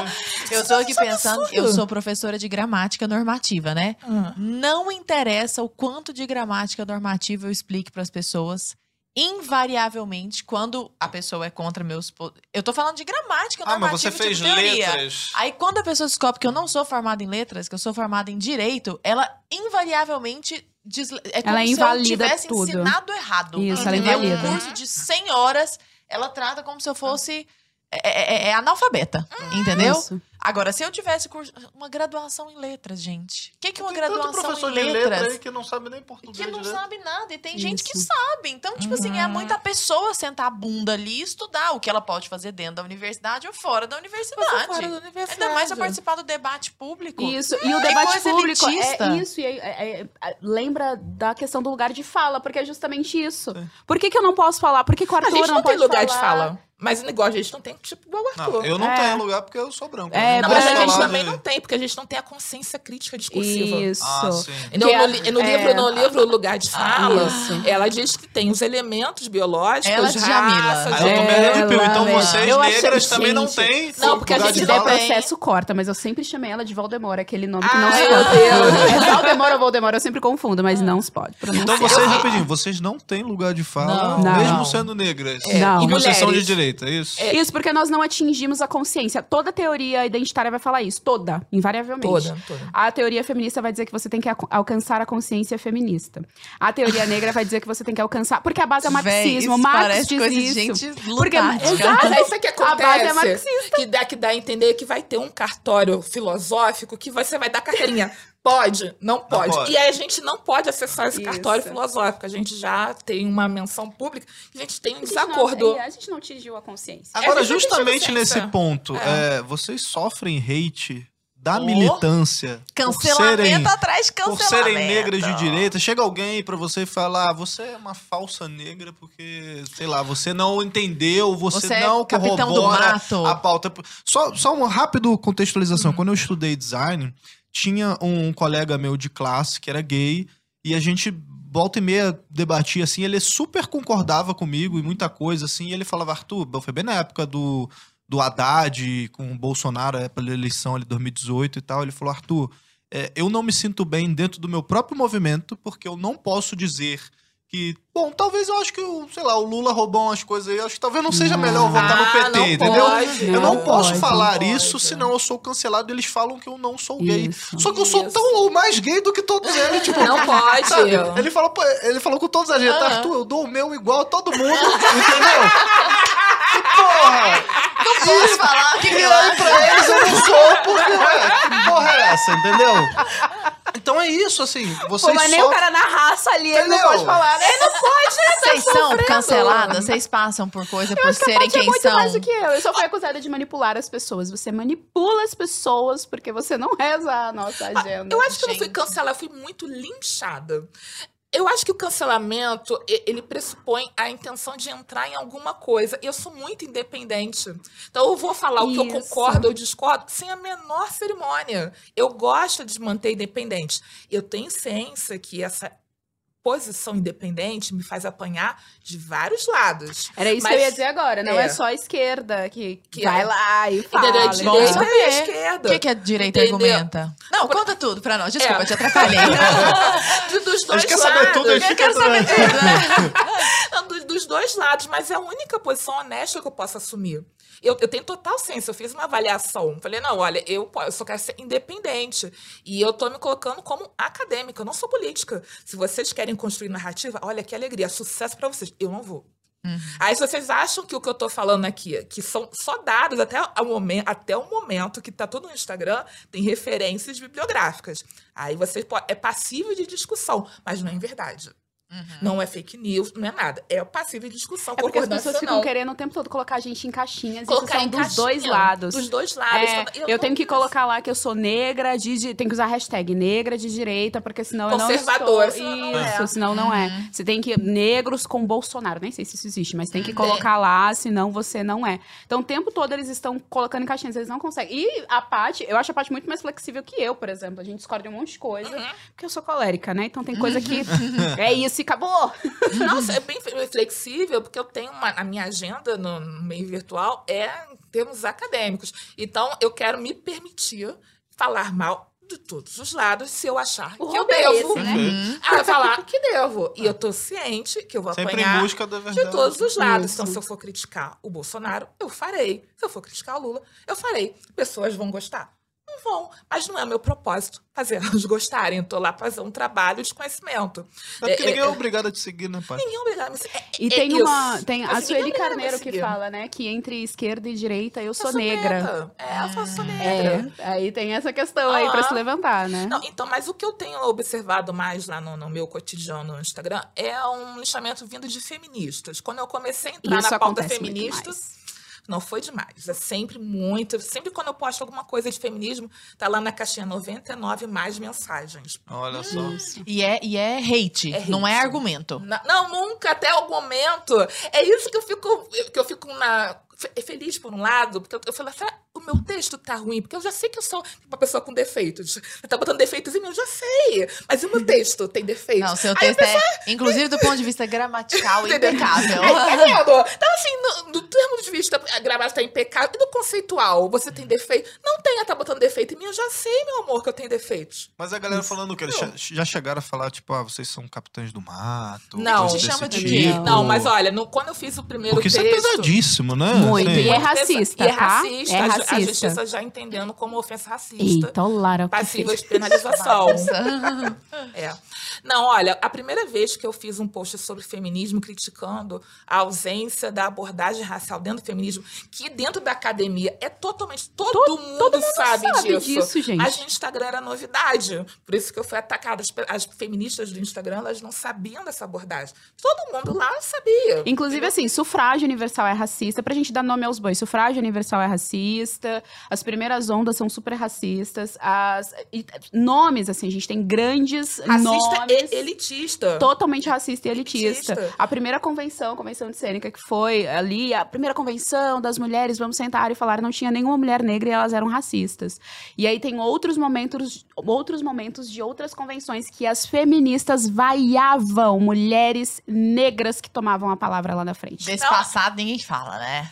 Eu tô aqui Isso é pensando, absurdo. eu sou professora de gramática normativa, né? Ah. Não interessa o quanto de gramática normativa eu explique para as pessoas. Invariavelmente, quando a pessoa é contra meus... po- Eu tô falando de gramática Ah, mas normativa, você fez tipo teoria. letras. Aí, quando a pessoa descobre que eu não sou formada em letras, que eu sou formada em direito, ela invariavelmente... diz- É como Ela se eu invalida tivesse tudo. ensinado errado. Isso, ela entendeu? invalida. Um curso de cem horas, ela trata como se eu fosse é, é- é analfabeta, entendeu? Isso. Agora, se eu tivesse curso, uma graduação em letras, gente. O que, que é uma Tem tanto graduação professor em de letra letras? aí que não sabe nem português Que não direito. sabe nada. E tem gente que Isso. sabe. Então, tipo assim, é muita pessoa sentar a bunda ali e estudar o que ela pode fazer dentro da universidade ou fora da universidade. Fora da universidade. Ainda mais pra participar do debate público. Isso, e o Que debate coisa público elitista. é isso, e é- é- é- lembra da questão do lugar de fala, porque é justamente isso. Por que, que eu não posso falar? Por que, que o A Arthur gente não, não, tem pode lugar falar? de fala. Mas igual a gente não tem, tipo, igual o Arthur. Não, eu não É. tenho lugar porque eu sou branco. É, eu Não, não mas posso a gente falar também de- não tem, porque a gente não tem a consciência crítica discursiva. Isso. Ah, sim. No, Que no, é- li- no é- livro, no livro Lugar de Fala, Isso. ela diz que tem os elementos biológicos, Ela, raça, Djamila. Aí eu tô me É, arrepio. Então ela- vocês eu achei- negras também não gente, têm não, porque a lugar gente de Se der fala. tem- processo, corta, mas eu sempre chamei ela de Voldemort, aquele nome que Ai, não se meu pode. Deus. É Voldemort ou Voldemort, eu sempre confundo, mas não se pode pronunciar. Então vocês, rapidinho, vocês não têm lugar de fala, Não. mesmo Não. sendo negras. É, Não. e Porque vocês são de mulheres. direita, é isso? Isso porque nós não atingimos a consciência. Toda teoria identitária vai falar isso. Toda, invariavelmente. Toda, toda. A teoria feminista vai dizer que você tem que alca- alcançar a consciência feminista. A teoria negra vai dizer que você tem que alcançar... Porque a base é o Véi, marxismo. isso Marx parece diz coisa de isso. gente Porque, lutática. exato, Mas é isso que a acontece. base é marxista. Que dá, que dá a entender que vai ter um cartório filosófico que você vai dar carteirinha. Pode, não pode. pode. E aí a gente não pode acessar esse Isso. cartório filosófico. A gente já tem uma menção pública, a gente tem um A gente não- desacordo. é, A gente não atingiu a consciência. Agora, É, justamente justamente a nesse consciência. ponto, É. é, vocês sofrem hate da Oh. militância por Cancelamento serem, atrás de por cancelamento. serem negras de direita. Chega alguém pra você falar, você é uma falsa negra porque, sei lá, você não entendeu, você, Você é não capitão do corrobora mato. a pauta. Só, só uma rápida contextualização. Quando eu estudei design, tinha um colega meu de classe que era gay e a gente volta e meia debatia assim, ele super concordava comigo em muita coisa assim, e ele falava, Arthur, foi bem na época do do Haddad com o Bolsonaro, é, pela eleição ali de dois mil e dezoito e tal, ele falou, Arthur, é, eu não me sinto bem dentro do meu próprio movimento porque eu não posso dizer que... Bom, talvez eu acho que, o, sei lá, o Lula roubou umas coisas aí. Eu acho que talvez não seja Não. melhor eu votar Ah, no P T, não entendeu? pode, eu não não posso pode, falar não isso, pode. senão eu sou cancelado e eles falam que eu não sou gay. Isso. Só que eu sou Isso. tão ou mais gay do que todos eles, tipo... Não pode. Sabe? Ele falou, pô, ele falou com todos a gente, Aham. Arthur, eu dou o meu igual a todo mundo, entendeu? Que porra! Não posso falar o que, que E eu aí, acho. pra eles eu não sou, porque, ué, que porra é essa, entendeu? Então é isso, assim, vocês Pô, mas nem só... o cara na raça ali, ele não Entendeu? pode falar, né? Ele não pode, né? Tá Vocês são sofrendo. canceladas? Vocês passam por coisa por Acho que a serem Paty é quem muito são? mais do que eu. Eu só fui acusada de manipular as pessoas. Você manipula as pessoas porque você não reza a nossa agenda. Eu acho que eu não fui Gente. cancelada, eu fui muito linchada. Eu acho que o cancelamento, e- ele pressupõe a intenção de entrar em alguma coisa. E eu sou muito independente. Então eu vou falar o que eu Isso. concordo ou discordo sem a menor cerimônia. Eu gosto de manter independente. Eu tenho ciência que essa posição independente me faz apanhar de vários lados. Era isso Mas- que eu ia dizer agora. Não é, é. só a esquerda que, Que vai é- lá e fala. Entendeu? A Bom direita saber. e a esquerda. O que, que a direita Entendeu? argumenta? Não, conta tudo pra nós. Desculpa, É. te atrapalhei. Do- Dos A dois gente quer lados. saber tudo, a gente Eu quero fica... saber tudo, né? Não, dos, dos dois lados, mas é a única posição honesta que eu posso assumir. Eu, eu tenho total ciência, eu fiz uma avaliação. Falei, não, olha, eu, po- eu só quero ser independente. E eu tô me colocando como acadêmica, eu não sou política. Se vocês querem construir narrativa, olha que alegria, sucesso pra vocês. Eu não vou. Aí, se vocês acham que o que eu tô falando aqui, que são só dados até o momento, até o momento que tá tudo no Instagram, tem referências bibliográficas. Aí você pode, é passível de discussão, mas não é verdade. Não é fake news, não é nada. É passível de discussão. É porque as concordância pessoas ou ficam não. querendo o tempo todo colocar a gente em caixinhas. Colocar Isso são em dos caixinha, dois lados. Dos dois lados. É, Eu eu, não- tenho que colocar lá que eu sou negra, de, de- tem que usar a hashtag negra de direita, porque senão Conservador, eu não estou. senão não Isso, é. senão não é. Você tem que... Negros com Bolsonaro, nem sei se isso existe, mas tem que Hum, colocar lá, senão você não é. Então, o tempo todo eles estão colocando em caixinhas, eles não conseguem. E a Paty, eu acho a Paty muito mais flexível que eu, por exemplo. A gente discorda de um monte de coisa, Uhum. porque eu sou colérica, né? Então tem coisa que é isso e acabou. Nossa, é bem flexível, porque eu tenho uma, a minha agenda no, no meio virtual é em termos acadêmicos. Então, eu quero me permitir falar mal de todos os lados, se eu achar O que eu hobby é devo. esse, né? Uhum. Ah, falar que devo. E eu tô ciente que eu vou Sempre em apanhar busca da verdade. de todos os lados. Isso. Então, se eu for criticar o Bolsonaro, eu farei. Se eu for criticar o Lula, eu farei. Pessoas vão gostar? Não vão. Mas não é meu propósito fazer elas gostarem. Eu tô lá pra fazer um trabalho de conhecimento. É porque É, ninguém é é, obrigado a te seguir, né, pai? Ninguém é obrigado a me seguir. É- E é tem isso. uma. Tem a Assim, Sueli ninguém é obrigado a Carneiro me que seguir. fala, né? Que entre esquerda e direita eu Eu sou negra. preta. É, eu sou, sou negra. É, aí tem essa questão aí pra Aham. se levantar, né? Não, então, mas o que eu tenho observado mais lá no, no meu cotidiano no Instagram é um lixamento vindo de feministas. Quando eu comecei a entrar Isso na pauta acontece muito feminista, mais. não foi demais. É sempre muito. Sempre quando eu posto alguma coisa de feminismo, tá lá na caixinha noventa e nove mais mensagens. Olha só. Isso. E é, e é hate, É não é hate. argumento. Na- Não, nunca, até o momento. É isso que eu fico, que eu fico na, fe- feliz por um lado, porque eu, eu falo, será que o meu texto tá ruim? Porque eu já sei que eu sou uma pessoa com defeitos. Você tá botando defeitos em mim, eu já sei. Mas e o meu texto tem defeitos? Não, seu Aí a texto é, inclusive do ponto de vista gramatical, Entendeu? impecável. Aí, tá vendo? Então, assim, no, do termo de vista, a grammática tá impecável. E do conceitual, você tem defeito? Não tem, tá botando defeito em mim. Eu já sei, meu amor, que eu tenho defeitos. Mas a galera falando que eles Não. che- já chegaram a falar, tipo, ah, vocês são capitães do mato. Não. coisa Te desse chama de tipo. quê? Não, mas olha, no- quando eu fiz o primeiro Porque isso texto... é pesadíssimo, né? Muito. Assim, E é Muito pesa- racista, E é tá? racista. É A ju- A racista. justiça já entendendo como ofensa racista. Eita, o Lara. Passível de penalização. Nossa. É. Não, olha, a primeira vez que eu fiz um post sobre feminismo criticando a ausência da abordagem racial dentro do feminismo, que dentro da academia é totalmente... Todo, mundo, todo mundo sabe, sabe disso. disso, gente. Mas no Instagram era novidade. Por isso que eu fui atacada. As, pe- as feministas do Instagram, elas não sabiam dessa abordagem. Todo mundo lá sabia. Inclusive, assim, sufrágio universal é racista. Pra gente dar nome aos bois, sufrágio universal é racista. As primeiras ondas são super racistas. As e- nomes, assim, a gente tem grandes Racista nomes. e elitista. Totalmente racista e elitista. Elitista. A primeira convenção, convenção de Sêneca, que foi ali, a primeira convenção das mulheres, vamos sentar e falar, não tinha nenhuma mulher negra e elas eram racistas. E aí tem outros momentos, outros momentos de outras convenções que as feministas vaiavam mulheres negras que tomavam a palavra lá na frente. Desse Não. passado ninguém fala, né?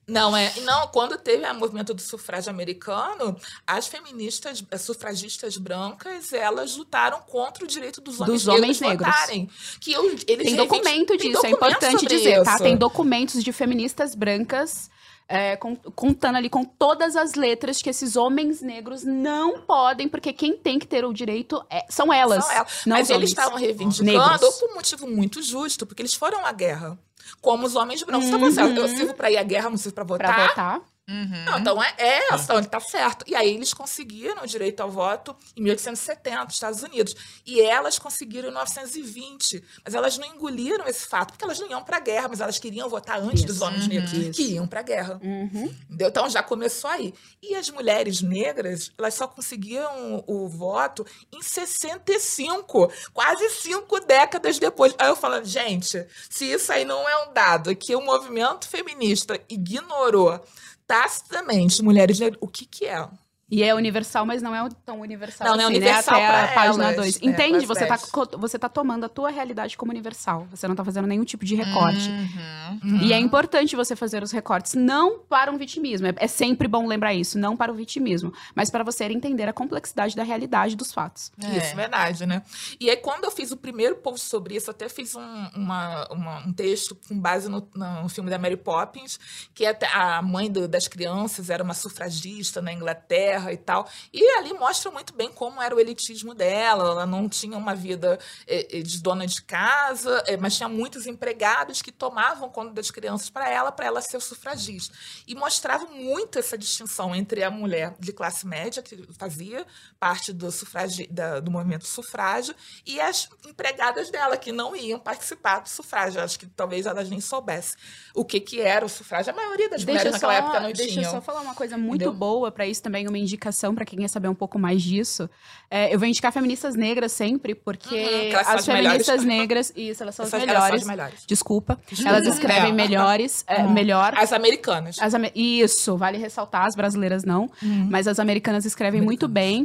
Não, é. Não, quando teve o movimento do sufrágio americano, as feministas, as sufragistas brancas, elas lutaram contra o direito dos homens, Dos homens negros, negros. votarem. Que eu, eles Tem documento tem disso, é documento importante sobre dizer, tá? isso. Tem documentos de feministas brancas é, com- contando ali com todas as letras que esses homens negros não podem, porque quem tem que ter o direito é- são elas, São elas. não Mas os eles homens. estavam reivindicando negros. por um motivo muito justo, porque eles foram à guerra. Como os homens brancos. Então, você, eu sirvo pra ir à guerra, não sirvo pra votar? Pra votar. Uhum. Não, então é, é então ele tá certo. E aí eles conseguiram o direito ao voto em mil oitocentos e setenta, nos Estados Unidos. E elas conseguiram em mil novecentos e vinte. Mas elas não engoliram esse fato, porque elas não iam pra guerra, mas elas queriam votar antes Isso. dos homens negros, Isso. que iam pra guerra. Uhum. Entendeu? Então já começou aí. E as mulheres negras, elas só conseguiram o, o voto em sessenta e cinco, quase cinco décadas depois. Aí eu falo, gente, se isso aí não é um dado que o movimento feminista ignorou tacitamente mulheres negras, o que que é? E é universal, mas não é tão universal Não, não é assim, universal né? Até pra a página elas, dois. é, Entende? pras Você tá, dez. co- você tá tomando a tua realidade como universal. Você não tá fazendo nenhum tipo de recorte. Uhum. E é importante você fazer os recortes, não para um vitimismo. É, é sempre bom lembrar isso, não para o vitimismo, mas para você entender a complexidade da realidade dos fatos. É. Isso, verdade, né? E aí, quando eu fiz o primeiro post sobre isso, eu até fiz um, uma, uma- um texto com base no, no filme da Mary Poppins, que até a mãe do- das crianças era uma sufragista na Inglaterra e tal. E ali mostra muito bem como era o elitismo dela. Ela não tinha uma vida eh, eh, de dona de casa, eh, mas tinha muitos empregados que tomavam conta das crianças para ela, para ela ser sufragista. E mostrava muito essa distinção entre a mulher de classe média, que fazia parte do, sufragi, da- do movimento sufrágio, e as empregadas dela, que não iam participar do sufrágio. Acho que talvez elas nem soubessem o que, que era o sufrágio. A maioria das mulheres naquela época não deixa tinham. eu só falar uma coisa muito Entendeu? boa para isso também, uma indicação para quem quer saber um pouco mais disso. É, eu vou indicar feministas negras sempre, porque Uhum, que elas são as as melhores. feministas negras, isso, elas são Essas- as elas são melhores. as melhores. Desculpa. Elas escrevem É. melhores, é, Uhum. melhor. As americanas. As ame- Isso, vale ressaltar, as brasileiras não, mas as americanas escrevem muito bem.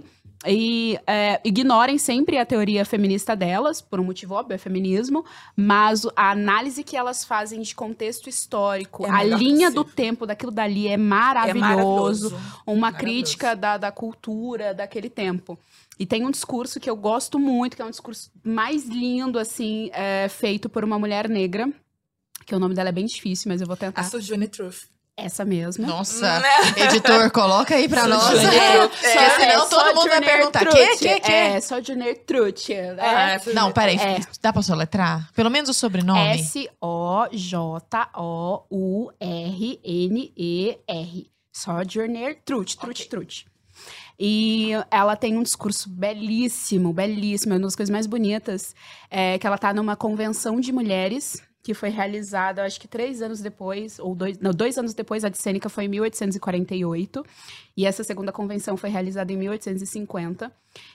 E é, ignorem sempre a teoria feminista delas, por um motivo óbvio, é feminismo, mas a análise que elas fazem de contexto histórico, É a melhor linha do possível. tempo daquilo dali é É maravilhoso. maravilhoso. Uma Maravilhoso. crítica da, da cultura daquele tempo. E tem um discurso que eu gosto muito, que é um discurso mais lindo, assim, é, feito por uma mulher negra, que o nome dela é bem difícil, mas eu vou tentar. A Sojourner Truth. Essa mesma. Nossa, Né? editor, coloca aí pra nós. Sojourner É, Truth. porque É, senão todo mundo vai Sojourner perguntar, Truth. que, que, que? É, Sojourner Truth. É, É, Não, peraí, É. dá pra soletrar? Pelo menos o sobrenome. S O J O U R N E R. Sojourner Truth, Truth, Ok. Truth. E ela tem um discurso belíssimo, belíssimo. É uma das coisas mais bonitas. É que ela tá numa convenção de mulheres que foi realizada, acho que três anos depois, ou dois, não, dois anos depois, a de Sêneca foi em mil oitocentos e quarenta e oito. E essa segunda convenção foi realizada em mil oitocentos e cinquenta.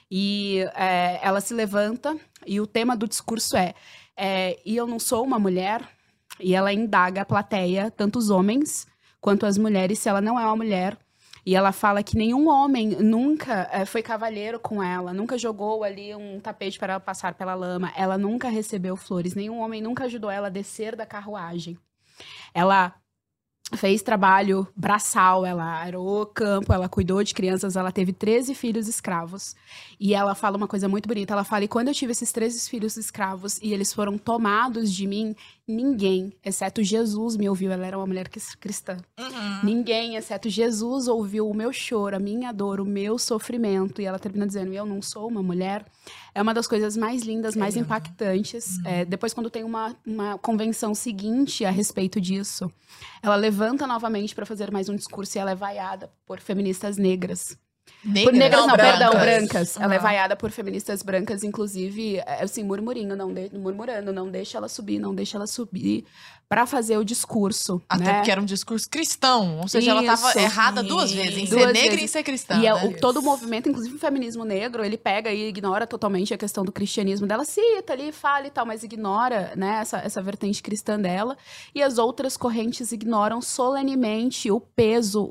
E é, ela se levanta, e o tema do discurso é, é e eu não sou uma mulher, e ela indaga a plateia, tanto os homens quanto as mulheres, se ela não é uma mulher. E ela fala que nenhum homem nunca eh, foi cavalheiro com ela, nunca jogou ali um tapete para ela passar pela lama, ela nunca recebeu flores, nenhum homem nunca ajudou ela a descer da carruagem. Ela fez trabalho braçal, ela arou campo, ela cuidou de crianças, ela teve treze filhos escravos. E ela fala uma coisa muito bonita, ela fala, e quando eu tive esses treze filhos escravos e eles foram tomados de mim, ninguém, exceto Jesus, me ouviu. Ela era uma mulher cris- cristã. Uhum. Ninguém, exceto Jesus, ouviu o meu choro, a minha dor, o meu sofrimento. E ela termina dizendo, eu não sou uma mulher. É uma das coisas mais lindas, mais lindo. impactantes. É, depois, quando tem uma, uma convenção seguinte a respeito disso, ela levanta novamente para fazer mais um discurso e ela é vaiada por feministas negras. Por negras, não, Não, perdão, brancas. brancas. Ela é Uhum. vaiada por feministas brancas, inclusive, é, assim, murmurinho, não de, murmurando, não deixa ela subir, não deixa ela subir, pra fazer o discurso. Até né? porque era um discurso cristão. Ou seja, ela tava Isso. errada duas vezes, em Duas ser negra e em vezes. ser cristã. E é né? o, todo o movimento, inclusive o feminismo negro, ele pega e ignora totalmente a questão do cristianismo dela, cita ali, fala e tal, mas ignora, né, essa, essa vertente cristã dela. E as outras correntes ignoram solenemente o peso, o impacto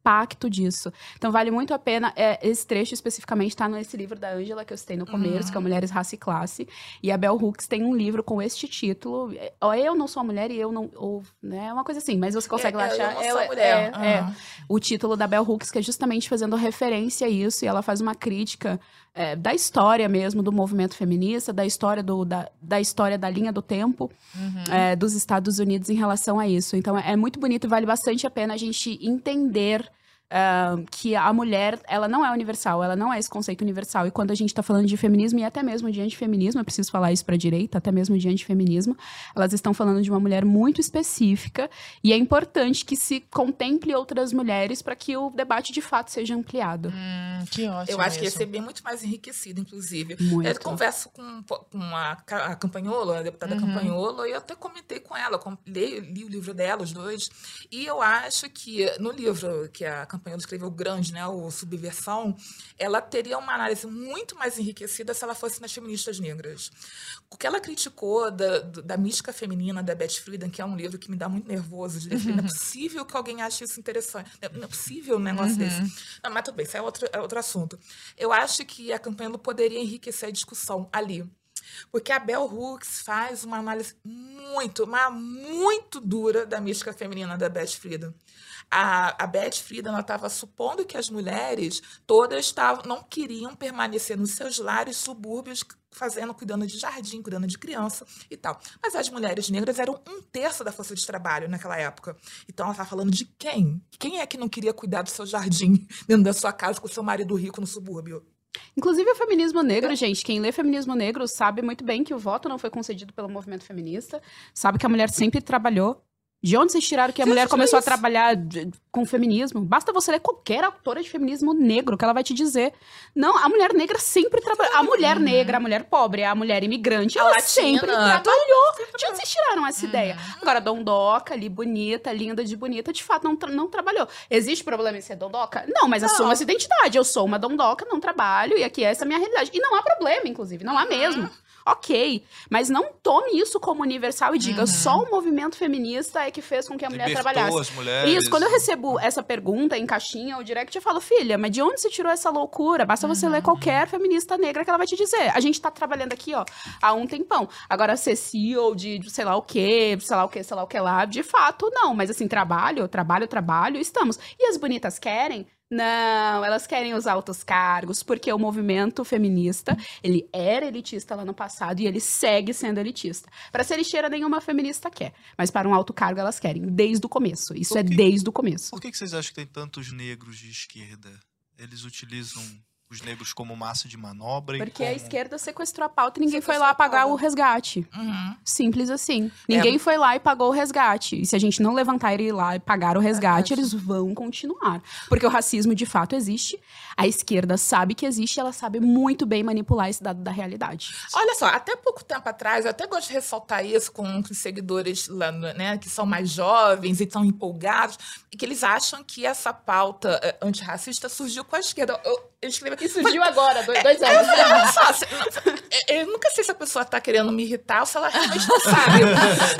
impacto disso. Então, vale muito a pena. É, esse trecho especificamente está nesse livro da Ângela, que eu citei no começo, uhum. que é Mulheres, Raça e Classe. E a Bell Hooks tem um livro com este título. Ou Eu Não Sou a Mulher e Eu Não... Ou, né, uma coisa assim, mas você consegue é, lá achar. Eu Não é, Sou a Mulher. É, uhum. é, o título da Bell Hooks, que é justamente fazendo referência a isso. E ela faz uma crítica é, da história mesmo, do movimento feminista, da história, do, da, da, história da linha do tempo uhum. é, dos Estados Unidos em relação a isso. Então, é, é muito bonito e vale bastante a pena a gente entender uh, que a mulher, ela não é universal, ela não é esse conceito universal. E quando a gente está falando de feminismo, e até mesmo de antifeminismo, eu preciso falar isso para a direita, até mesmo de antifeminismo, elas estão falando de uma mulher muito específica, e é importante que se contemple outras mulheres para que o debate de fato seja ampliado. Hum, que ótimo. Eu acho que ia isso. ser bem muito mais enriquecido, inclusive. Muito. Eu converso com, com a, a Campagnolo, a deputada uhum. Campagnolo, e eu até comentei com ela, li, li o livro dela, os dois, e eu acho que no livro que a Campagnolo escreveu, grande, né, o Subversão, ela teria uma análise muito mais enriquecida se ela fosse nas feministas negras. O que ela criticou da, da mística feminina da Beth Friedan, que é um livro que me dá muito nervoso de ler, uhum. não é possível que alguém ache isso interessante, não é possível um negócio uhum. desse. Não, mas tudo bem, isso é outro, é outro assunto. Eu acho que a Campagnolo poderia enriquecer a discussão ali. Porque a Bell Hooks faz uma análise muito, mas muito dura da mística feminina da Beth Friedan. A, a Beth Friedan estava supondo que as mulheres todas tavam, não queriam permanecer nos seus lares subúrbios, fazendo, cuidando de jardim, cuidando de criança e tal. Mas as mulheres negras eram um terço da força de trabalho naquela época. Então, ela estava falando de quem? Quem é que não queria cuidar do seu jardim dentro da sua casa com o seu marido rico no subúrbio? Inclusive o feminismo negro, é. gente, quem lê feminismo negro sabe muito bem que o voto não foi concedido pelo movimento feminista, sabe que a mulher sempre trabalhou. De onde vocês tiraram que a Você mulher começou isso? a trabalhar com feminismo? Basta você ler qualquer autora de feminismo negro que ela vai te dizer. Não, a mulher negra sempre trabalhou. A mulher uhum. negra, a mulher pobre, a mulher imigrante, a ela latina, sempre trabalhou. De onde vocês tiraram essa uhum. ideia? Agora, dondoca ali, bonita, linda de bonita, de fato, não, tra não trabalhou. Existe problema em ser dondoca? Não, mas assumo essa identidade. Eu sou uma dondoca, não trabalho, e aqui essa é a minha realidade. E não há problema, inclusive, não há mesmo. Ok, mas não tome isso como universal e diga uhum. só o movimento feminista é que fez com que a mulher Libertou trabalhasse. As mulheres. Isso, quando eu recebo essa pergunta em caixinha ou direct, eu falo, filha, mas de onde você tirou essa loucura? Basta você uhum. ler qualquer feminista negra que ela vai te dizer. A gente tá trabalhando aqui, ó, há um tempão. Agora, ser C E O de, de sei lá o quê, sei lá o quê, sei lá o que lá, de fato, não. Mas assim, trabalho, trabalho, trabalho, estamos. E as bonitas querem? Não, elas querem os altos cargos, porque o movimento feminista, ele era elitista lá no passado e ele segue sendo elitista. Para ser lixeira, nenhuma feminista quer, mas para um alto cargo elas querem, desde o começo. Isso que, é desde o começo. Por que, que vocês acham que tem tantos negros de esquerda? Eles utilizam os negros como massa de manobra? Porque como... a esquerda sequestrou a pauta e ninguém sequestrou foi lá pagar o resgate. Uhum. Simples assim. Ninguém é. foi lá e pagou o resgate. E se a gente não levantar e ir lá e pagar o resgate, é, eles vão continuar. Porque o racismo, de fato, existe. A esquerda sabe que existe e ela sabe muito bem manipular esse dado da realidade. Olha só, até pouco tempo atrás, eu até gosto de ressaltar isso com os seguidores lá, né, que são mais jovens e estão empolgados, e que eles acham que essa pauta uh, antirracista surgiu com a esquerda. Eu, eu escrevi aqui, surgiu agora, dois, dois anos. É, olha só, se, eu, eu nunca sei se a pessoa tá querendo me irritar ou se ela realmente não sabe. eu,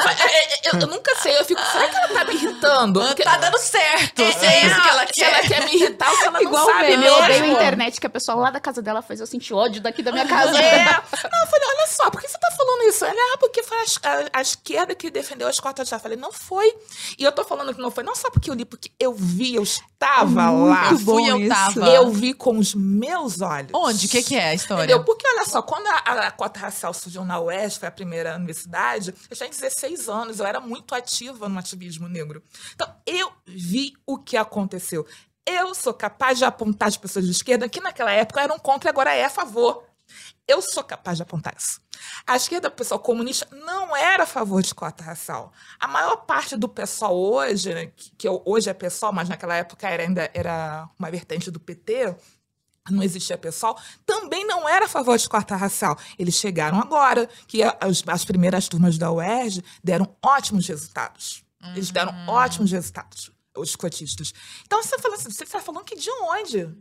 eu, eu nunca sei, eu fico, será que ela tá me irritando? Porque, tá dando certo. É, se é isso que ela quer. Se ela quer me irritar ou se ela Igual não sabe mesmo. mesmo. Eu odeio a internet que a pessoa lá da casa dela fez eu sentir ódio daqui da minha casa. É. Não, eu falei, olha só, por que você tá falando isso? Ela, ah, porque foi a, a, a esquerda que defendeu as cotas já. Eu falei, não foi. E eu tô falando que não foi, não só porque eu li, porque eu vi, eu estava Muito lá. Eu fui, eu tava. Eu vi com os meus olhos. Onde? O que, que é a história? Entendeu? Porque, olha só, quando a, a cota racial surgiu na U E S, foi a primeira universidade, eu tinha dezesseis anos, eu era muito ativa no ativismo negro. Então, eu vi o que aconteceu. Eu sou capaz de apontar as pessoas de esquerda, que naquela época eram contra e agora é a favor. Eu sou capaz de apontar isso. A esquerda, o pessoal comunista, não era a favor de cota racial. A maior parte do pessoal hoje, né, que, que hoje é pessoal, mas naquela época era, ainda era uma vertente do P T, não existia pessoal, também não era a favor de cota racial. Eles chegaram agora, que as, as primeiras turmas da U E R J deram ótimos resultados. Eles deram uhum. ótimos resultados, os cotistas. Então, você está falando, você tá falando que de onde?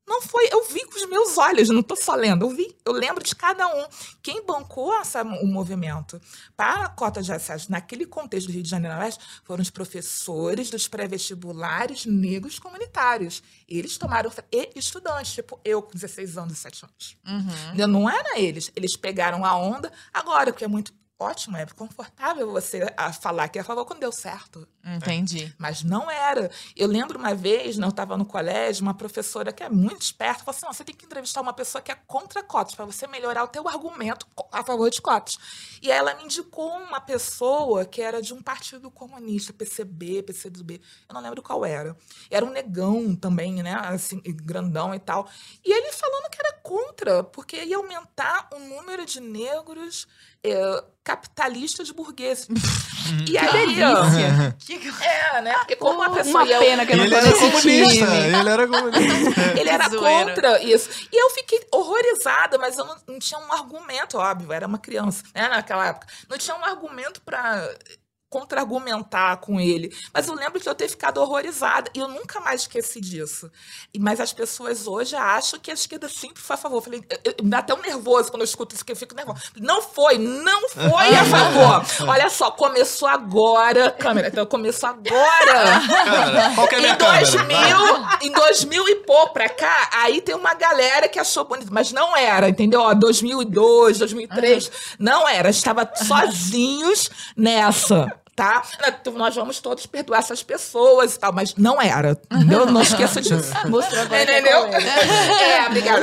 Não foi, eu vi com os meus olhos, não estou só lendo, eu vi, eu lembro de cada um. Quem bancou essa, o movimento para a cota de acesso naquele contexto do Rio de Janeiro na Leste foram os professores dos pré-vestibulares negros comunitários. Eles tomaram, e estudantes, tipo eu com dezesseis anos, dezessete anos. Uhum. Não era eles, eles pegaram a onda agora, que é muito ótimo, é confortável você a falar que é a favor quando deu certo. Entendi. Mas não era. Eu lembro uma vez, né, eu estava no colégio, uma professora que é muito esperta falou assim, não, você tem que entrevistar uma pessoa que é contra cotas, para você melhorar o teu argumento a favor de cotas. E aí ela me indicou uma pessoa que era de um partido comunista, P C B, P C do B, eu não lembro qual era. Era um negão também, né, assim, grandão e tal. E ele falando que era contra, porque ia aumentar o número de negros é, capitalistas burgueses. E aí, ó, Que... é, né? Porque como a pessoa Uma ia... pena que eu não Ele tô era nesse comunista. time. Ele era comunista. Ele era zoeira. contra isso. E eu fiquei horrorizada, mas eu não, não tinha um argumento, óbvio, era uma criança, né, naquela época. Não tinha um argumento para contra-argumentar com ele. Mas eu lembro de eu ter ficado horrorizada. E eu nunca mais esqueci disso. E, mas as pessoas hoje acham que a esquerda sempre foi a favor. Eu falei, eu, eu, me dá até um nervoso quando eu escuto isso, que eu fico nervosa. Não foi, não foi a favor. Olha só, começou agora. Câmera, então começou agora. Cara, qual que é a minha Em dois mil, câmera? em dois mil e pouco pra cá, aí tem uma galera que achou bonito, mas não era, entendeu? Ó, dois mil e dois, dois mil e três, uhum. Não era, estava sozinhos nessa. Tá? Nós vamos todos perdoar essas pessoas e tal, mas não era. Entendeu? Não esqueça disso. Mostrou agora. Entendeu? É, obrigada.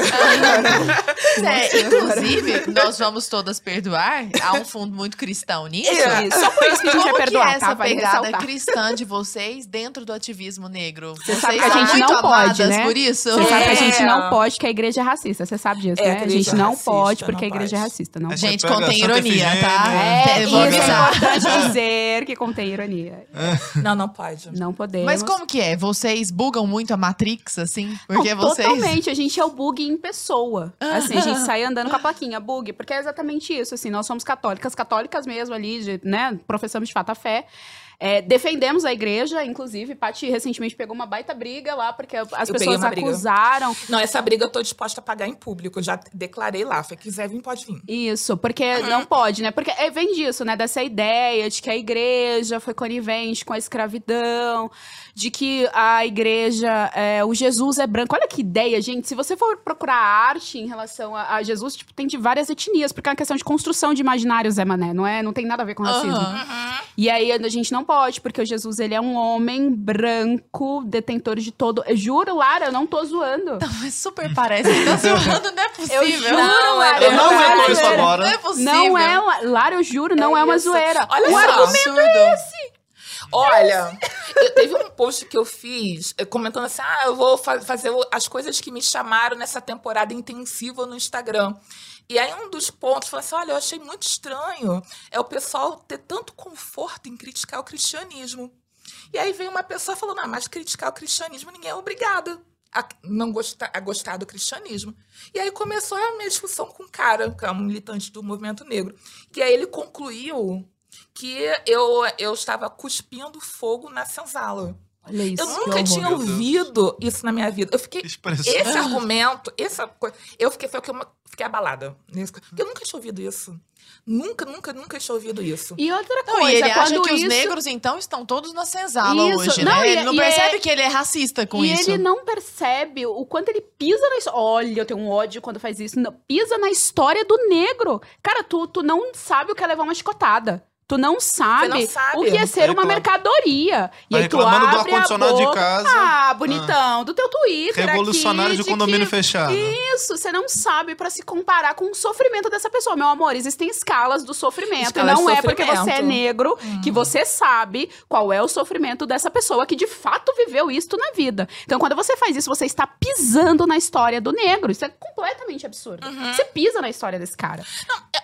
É, inclusive, nós vamos todas perdoar. Há um fundo muito cristão nisso. É. Só por isso que a gente Como vai perdoar, que é essa tá? Vale pegada ressaltar. cristã de vocês dentro do ativismo negro? Você Vocês sabe que a são gente muito não pode, amadas né? por isso? Você sabe que a gente É. não pode, que a igreja é racista. Você sabe disso, É, né? a A igreja gente é não racista, pode, porque não a igreja é pode. racista. Não Aí pode. Gente, Você pega contém Santa ironia, tá? Efigênia. É, Vou isso é avisar. importante dizer que contém ironia. Não, não pode. Não podemos. Mas como que é? Vocês bugam muito a Matrix, assim? Porque Não, vocês... Totalmente, a gente é o bug em pessoa. Assim, a gente sai andando com a plaquinha, bug, porque é exatamente isso, assim, nós somos católicas, católicas mesmo ali, de, né, professamos de fato a fé. É, defendemos a igreja, inclusive, Paty recentemente pegou uma baita briga lá, porque as Eu peguei pessoas uma briga. acusaram. Não, essa briga eu tô disposta a pagar em público. Eu já declarei lá. Se quiser vir, pode vir. Isso, porque não pode, né? Porque é, vem disso, né? Dessa ideia de que a igreja foi conivente com a escravidão, de que a igreja, é, o Jesus é branco. Olha que ideia, gente. Se você for procurar arte em relação a, a Jesus, tipo, tem de várias etnias, porque é uma questão de construção de imaginários, Zé Mané, não é? Não tem nada a ver com racismo. Aham. E aí a gente não pode, porque o Jesus, ele é um homem branco, detentor de todo... Eu juro, Lara, eu não tô zoando. Não, mas super parece. Tá zoando, não é possível. Eu juro, Não, Lara. eu não é inventou uma isso zoeira. agora. Não é possível. Não é, uma- Lara, eu juro, não é, É uma isso. zoeira. Olha o só. argumento Absurdo. Olha, eu, teve um post que eu fiz eh, comentando assim, ah, eu vou fa- fazer o- as coisas que me chamaram nessa temporada intensiva no Instagram. E aí um dos pontos falou assim, olha, eu achei muito estranho é o pessoal ter tanto conforto em criticar o cristianismo. E aí vem uma pessoa falando, ah, mas criticar o cristianismo ninguém é obrigado a não gostar, a gostar do cristianismo. E aí começou a minha discussão com um cara, que é um militante do movimento negro. E aí ele concluiu que eu, eu estava cuspindo fogo na senzala. Olha isso. Eu que nunca horror. tinha Meu Deus. ouvido isso na minha vida. Eu fiquei... Expressão. Esse argumento, essa coisa... Eu fiquei, foi o que eu fiquei abalada. Nesse- Porque eu nunca tinha ouvido isso. Nunca, nunca, nunca tinha ouvido isso. E outra Não, coisa, e ele acha quando que isso... os negros, então, estão todos na senzala Isso. hoje, Não, né? e- Ele não e percebe é- que ele é racista com e isso. ele não percebe o quanto ele pisa na história. Olha, eu tenho um ódio quando faz isso. Não, pisa na história do negro. Cara, tu, tu não sabe o que é levar uma chicotada. Tu não sabe, não sabe. o que é ser Tá uma reclam- mercadoria. E Tá aí tu reclamando do abre a ar-condicionado de boca. casa. Ah, bonitão. Do teu Twitter Revolucionário aqui, de condomínio que... fechado. Isso, você não sabe pra se comparar com o sofrimento dessa pessoa. Meu amor, existem escalas do sofrimento. Escalas e não de é porque você é sofrimento. negro que você sabe qual é o sofrimento dessa pessoa que de fato viveu isto na vida. Então, quando você faz isso, você está pisando na história do negro. Isso é completamente absurdo. Você pisa na história desse cara. Não, é, olha,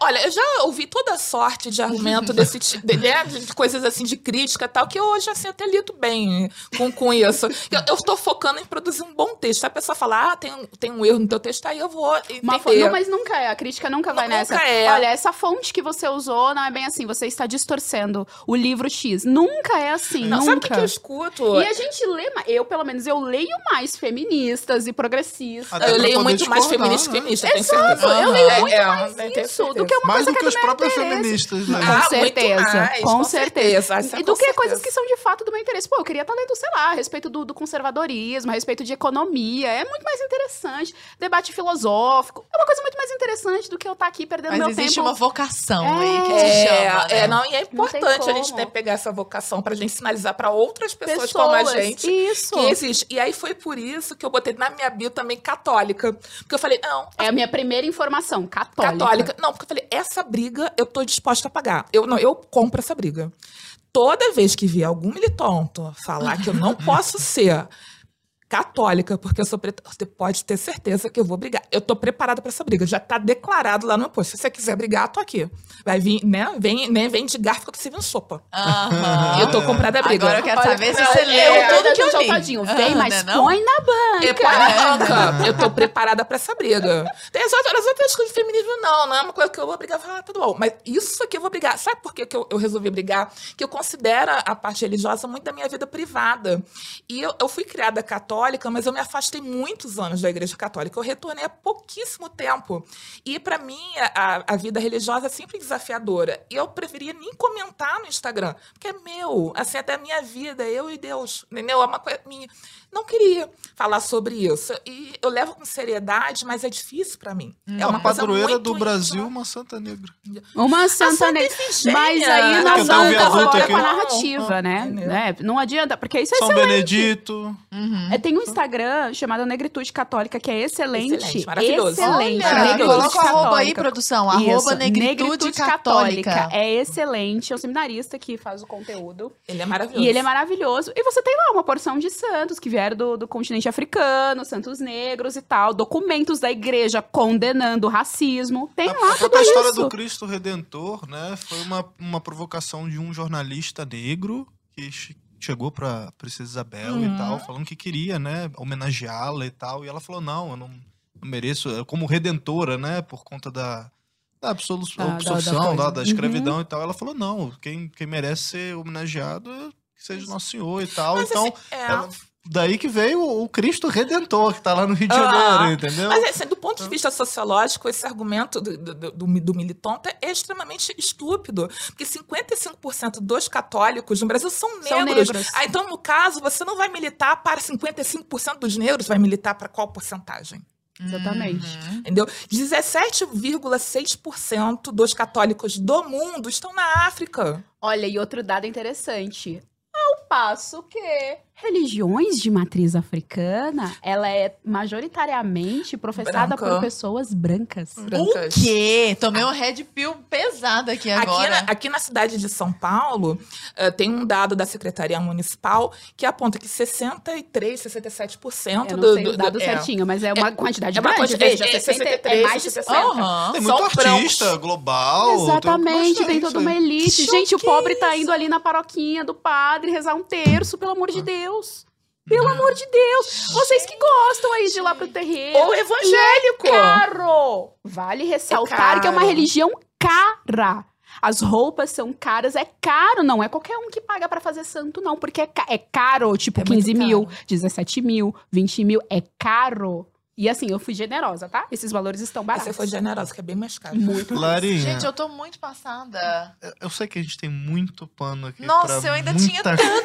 Olha, eu já ouvi toda sorte de argumento desse tipo, de, né, de coisas assim, de crítica e tal, que eu hoje, assim, até lido bem com, com isso. Eu, eu estou focando em produzir um bom texto. A pessoa fala, ah, tem, tem um erro no teu texto, aí eu vou entender. Uma fo- não, mas nunca é. A crítica nunca vai Nunca nessa. é. Olha, essa fonte que você usou não é bem assim. Você está distorcendo o livro X. Nunca é assim. Não, nunca. sabe o que, que eu escuto? E a gente lê, ma- eu pelo menos, eu leio mais feministas e progressistas. Até Eu pra leio poder muito mais discordar, feminista que né? feminista, tenho Exato, certeza. eu leio É, muito é, mais eu tenho isso do certeza. que uma Mais coisa do que que os do meu próprios interesse. feministas, né? Ah, Com muito certeza, mais, com com certeza. certeza, isso é E com do que certeza. coisas que são de fato do meu interesse. Pô, eu queria estar lendo, sei lá, a respeito do, do conservadorismo, a respeito de economia. É muito mais interessante. Debate filosófico. É uma coisa muito mais interessante do que eu estar aqui perdendo Mas meu existe tempo. uma vocação É. aí que te É, chama, né? é, não, e é Não tem importante a gente como. né, pegar essa vocação pra gente sinalizar pra outras pessoas, como a gente Isso. que existe. E aí foi por isso que eu botei na minha bio também católica. Porque eu falei, não, É a minha primeira informação, católica. católica. Não, porque eu falei, essa briga eu tô disposta a pagar. Eu, não, eu compro essa briga. Toda vez que vier algum militonto falar que eu não posso ser católica, porque eu sou preta, você pode ter certeza que eu vou brigar. Eu tô preparada pra essa briga. Já tá declarado lá no meu post. Se você quiser brigar, tô aqui. Vai vir, né? Vem, né? Vem de garfo que você vem sopa. Aham. Eu tô comprada a briga. Agora eu quero Olha, saber se não, você é, leu é, tudo é, que eu li. Tadinho, Ah, vem, mas né, não? põe na banca. É, põe na banca. Eu tô preparada pra essa briga. Tem as outras, as outras coisas de feminismo, não. Não é uma coisa que eu vou brigar. Ah, tudo bom. Mas isso aqui eu vou brigar. Sabe por que que eu, eu resolvi brigar? Que eu considero a parte religiosa muito da minha vida privada. E eu, eu fui criada católica, mas eu me afastei muitos anos da igreja católica. Eu retornei há pouquíssimo tempo. E pra mim, a, a vida religiosa é sempre desafiadora. E eu preferia nem comentar no Instagram. Porque é meu. Assim, até a minha vida, eu e Deus. Entendeu? É uma coisa minha. Não queria falar sobre isso. E eu levo com seriedade, mas é difícil pra mim. É A uma coisa padroeira muito do Brasil, íntima. uma santa negra. Uma santa Santa negra. Efigênia. Mas aí Que nós tem um vamos viaduto agora aqui. com a narrativa, né? Entendeu? né? Não adianta, porque isso é São excelente. Benedito. Uhum. É, tem um Instagram chamado Negritude Católica, que é excelente. Excelente, maravilhoso. Excelente. Olha, Maravilhoso. coloca o arroba aí, Católica. produção. Isso, Arroba Negritude Católica. É excelente. É um seminarista que faz o conteúdo. Ele é maravilhoso. E ele é maravilhoso. E você tem lá uma porção de santos que vieram do, do continente africano, santos negros e tal. Documentos da igreja condenando o racismo. Tem A, lá a tudo própria história isso. do Cristo Redentor, né? Foi uma, uma provocação de um jornalista negro que che- chegou pra Princesa Isabel Uhum. e tal, falando que queria, né, homenageá-la e tal. E ela falou, não, eu não, não mereço, eu como redentora, né, por conta da, da absolu- Da- da- da absolução, coisa. da, da escravidão e tal. Ela falou, não, quem, quem merece ser homenageado é que seja Nosso Senhor e tal. Mas, então, assim, é. ela- daí que veio o Cristo Redentor, que tá lá no Rio de Ah, Janeiro, entendeu? Mas, assim, do ponto de vista sociológico, esse argumento do, do, do, do militonto é extremamente estúpido. Porque cinquenta e cinco por cento dos católicos no Brasil são negros. São negros. Ah, então, no caso, você não vai militar para cinquenta e cinco por cento dos negros, vai militar para qual porcentagem? Exatamente. Uhum. Entendeu? dezessete vírgula seis por cento dos católicos do mundo estão na África. Olha, e outro dado interessante. Ao passo que religiões de matriz africana, ela é majoritariamente professada Branca. por pessoas brancas. Brancas. O quê? Tomei um red pill pesado aqui Aqui agora. na, aqui na cidade de São Paulo, eh, tem um dado da Secretaria Municipal que aponta que sessenta e três, sessenta e sete por cento Eu não do, sei do, o dado do- é. certinho, mas é uma quantidade é uma grande. quantidade- Veja, é, sessenta, sessenta e três, é mais de sessenta e sessenta. Aham. Tem são muito artista brancos. global. tem Exatamente, bastante vem toda uma aí. elite. Gente, o Que pobre tá isso? indo ali na paróquia do padre rezar um terço, pelo amor de Deus. Pelo amor de Deus. Vocês que gostam aí de ir lá pro terreiro. Ou evangélico. Caro! Vale ressaltar É que é uma caro. religião cara. As roupas são caras, é caro, não é qualquer um que paga pra fazer santo, não, porque é, ca- é caro, tipo É muito quinze mil, caro. dezessete mil, vinte mil, é caro. E assim, eu fui generosa, tá? Esses valores estão baratos. Você foi generosa, que é bem mais caro. Muito. Larinha, Gente, eu tô muito passada. eu- eu sei que a gente tem muito pano aqui. Nossa, pra eu ainda muita tinha tanta coisa.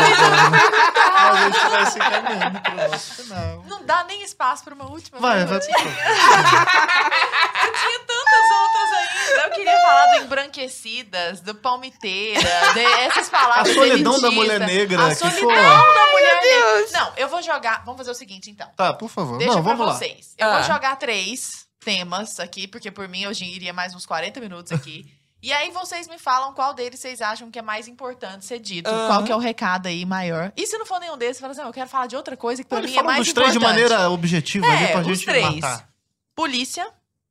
Mas a gente vai se encaminhando pro nosso final. Não dá nem espaço pra uma última Vai, vai. perguntinha. Eu tinha tantas outras ainda. Eu queria falar do embranquecidas, do palmiteira, de essas A palavras solidão da elitistas. mulher negra. A que solidão foi- da mulher negra. Não, eu vou jogar... Vamos fazer o seguinte, então. Tá, por favor. Deixa Não, pra vamos lá. vocês. Eu Ah. vou jogar três temas aqui, porque por mim hoje iria mais uns quarenta minutos aqui. E aí vocês me falam qual deles vocês acham que é mais importante ser dito. Aham. Qual que é o recado aí maior. E se não for nenhum desses, fala assim, eu quero falar de outra coisa que pra Pode mim é falar mais dos três importante. de maneira objetiva ali É, pra os gente três. matar. Polícia,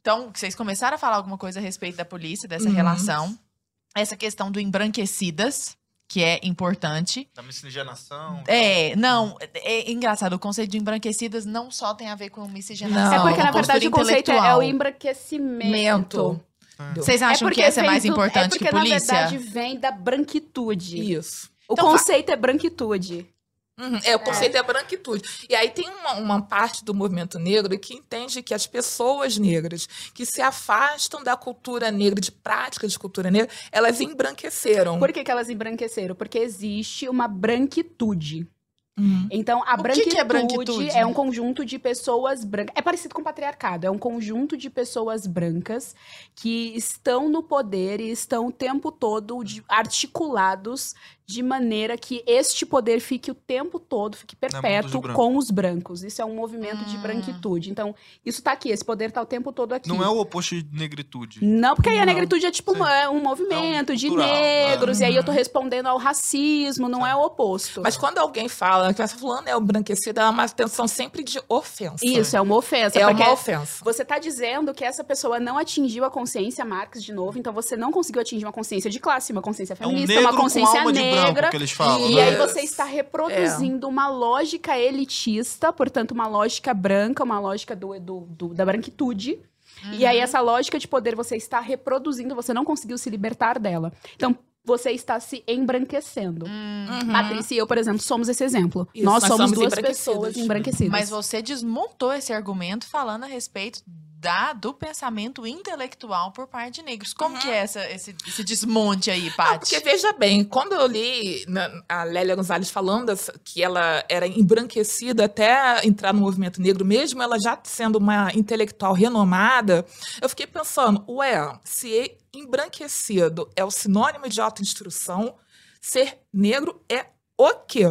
Então, vocês começaram a falar alguma coisa a respeito da polícia, dessa Uhum. relação. Essa questão do embranquecidas, que é importante. Da miscigenação. É, não, é engraçado. O conceito de embranquecidas não só tem a ver com miscigenação. Não, É porque, com na postura verdade, o conceito é, é o intelectual. embranquecimento. Vocês acham porque que essa é vem mais do- importante é porque, que polícia? na verdade, vem da branquitude. Isso. O Então, conceito é branquitude. Uhum, é, o conceito é. branquitude. E aí tem uma, uma parte do movimento negro que entende que as pessoas negras que se afastam da cultura negra, de práticas de cultura negra, elas embranqueceram. Por que, que elas embranqueceram? Porque existe uma branquitude. Uhum. Então, a O que branquitude, que é branquitude? é um conjunto de pessoas brancas. É parecido com o patriarcado. É um conjunto de pessoas brancas que estão no poder e estão o tempo todo de- articulados de maneira que este poder fique o tempo todo, fique mão dos perpétuo brancos. com os brancos. Isso é um movimento de Hum. branquitude. Então, isso tá aqui. Esse poder tá o tempo todo aqui. Não é o oposto de negritude. Não, porque aí a Não. negritude é tipo Sim. uma- um movimento É um de cultural, negros, é. e aí eu tô respondendo ao racismo, não é o oposto. Mas quando alguém fala que essa fulana é embranquecida, é uma intenção sempre de ofensa. Isso, é uma ofensa. É porque uma ofensa. você tá dizendo que essa pessoa não atingiu a consciência, Marx de novo, então você não conseguiu atingir uma consciência de classe, uma consciência É um feminista, negro uma consciência com alma de branco negra. que eles falam. E né? aí você está reproduzindo uma lógica elitista, portanto, uma lógica branca, uma lógica do, do- do- da branquitude. E aí, essa lógica de poder você está reproduzindo, você não conseguiu se libertar dela. Então, você está se embranquecendo. Uhum. Patrícia e eu, por exemplo, somos esse exemplo. Isso, nós nós somos somos duas embranquecidas. pessoas embranquecidas. Mas você desmontou esse argumento falando a respeito da, do pensamento intelectual por parte de negros. Como que é essa, esse, esse desmonte aí, Não, Paty? porque veja bem, quando eu li na- a Lélia Gonzalez falando essa- que ela era embranquecida até entrar no movimento negro, mesmo ela já sendo uma intelectual renomada, eu fiquei pensando, ué, se embranquecido é o sinônimo de autoinstrução, ser negro é o quê?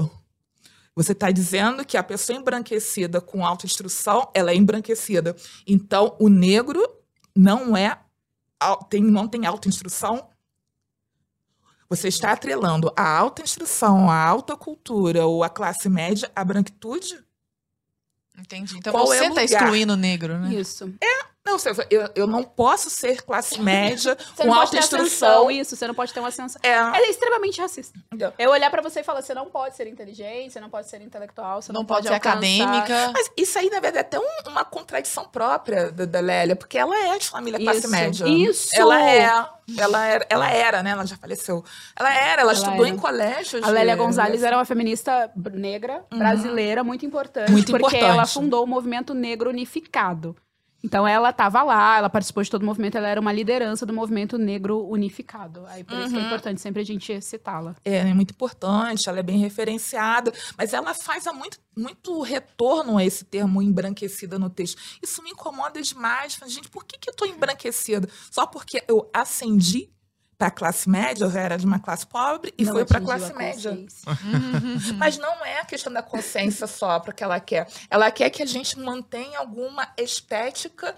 Você está dizendo que a pessoa embranquecida com autoinstrução, ela é embranquecida. Então, o negro não é au- tem, não tem autoinstrução? Você está atrelando a alta instrução, a alta cultura ou a classe média à branquitude? Entendi. Então Qual é você o está lugar? excluindo o negro, né? Isso. Não, você- eu, eu não posso ser classe média Você com não pode alta ter ascensão, instrução. isso, você não pode ter uma ascensão. É, É extremamente racista. entendeu? Eu olhar pra você e falar, você não pode ser inteligente, você não pode ser intelectual, você não, Não pode ser alcançar. acadêmica. Mas isso aí, na verdade, é até um- uma contradição própria da, da Lélia, porque ela é de família classe Isso, média. isso! Ela é. Ela era, ela era, né? Ela já faleceu. Ela era, ela, Ela estudou era. em colégio. A Lélia Gonzalez era uma feminista br- negra, brasileira, muito importante, Muito porque importante. ela fundou o movimento negro unificado. Então ela estava lá, ela participou de todo o movimento, ela era uma liderança do movimento negro unificado. Aí por isso que é Uhum. importante importante sempre a gente citá-la. É, é muito importante, ela é bem referenciada, mas ela faz há muito, muito retorno a esse termo embranquecida no texto. Isso me incomoda demais. Falo, gente, por que, que eu tô embranquecida? Só porque eu ascendi para a classe média, eu já era de uma classe pobre e Não fui para a atingiu classe a média. consciência. Mas não é a questão da consciência só para que ela quer. Ela quer que a gente mantenha alguma estética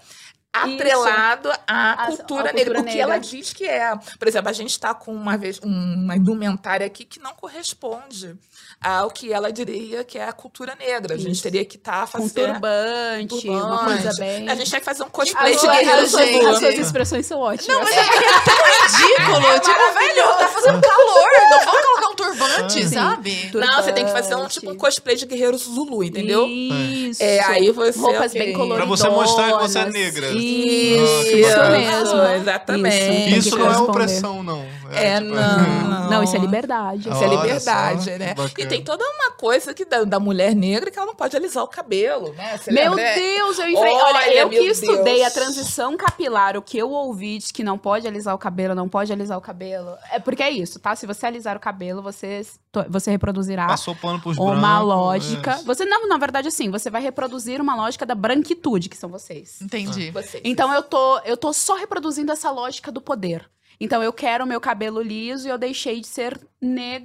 atrelado à A- cultura à negra, cultura o que negra. ela diz que é. Por exemplo, a gente está com uma vez um- uma indumentária aqui que não corresponde ao que ela diria que é a cultura negra. A gente Isso. teria que estar Com fazendo turbante, uma turbante. coisa bem... A gente tem que fazer um As cosplay de suas- guerreiro as suas- Zulu. as suas expressões são ótimas. Não, mas é porque é tão ridículo. tipo, velho, tá fazendo calor. Não vou colocar um turbante, Sim. sabe? Não, você tem que fazer um Turbante. tipo um cosplay de guerreiro Zulu, entendeu? Isso. É, aí você- Roupas ok. bem coloridas. Pra você mostrar que você é negra. Isso, que isso bacana. mesmo. Exatamente. Tem que Isso não é corresponder. opressão, não. É, tipo- não. Não, isso é liberdade. Isso é Olha liberdade, só, né? que bacana. E tem toda uma coisa que da, da mulher negra que ela não pode alisar o cabelo, né? Você Meu lembra? Deus, eu enfrentei. Olha, Olha, eu que meu estudei Deus. a transição capilar, o que eu ouvi de que não pode alisar o cabelo, não pode alisar o cabelo. É porque é isso, tá? Se você alisar o cabelo, você, você reproduzirá Passou pano pros uma brancos, lógica. é. Você não, na verdade, assim, você vai reproduzir uma lógica da branquitude, que são vocês. Entendi. Vocês. Então eu tô, eu tô só reproduzindo essa lógica do poder. Então eu quero o meu cabelo liso e eu deixei de ser negra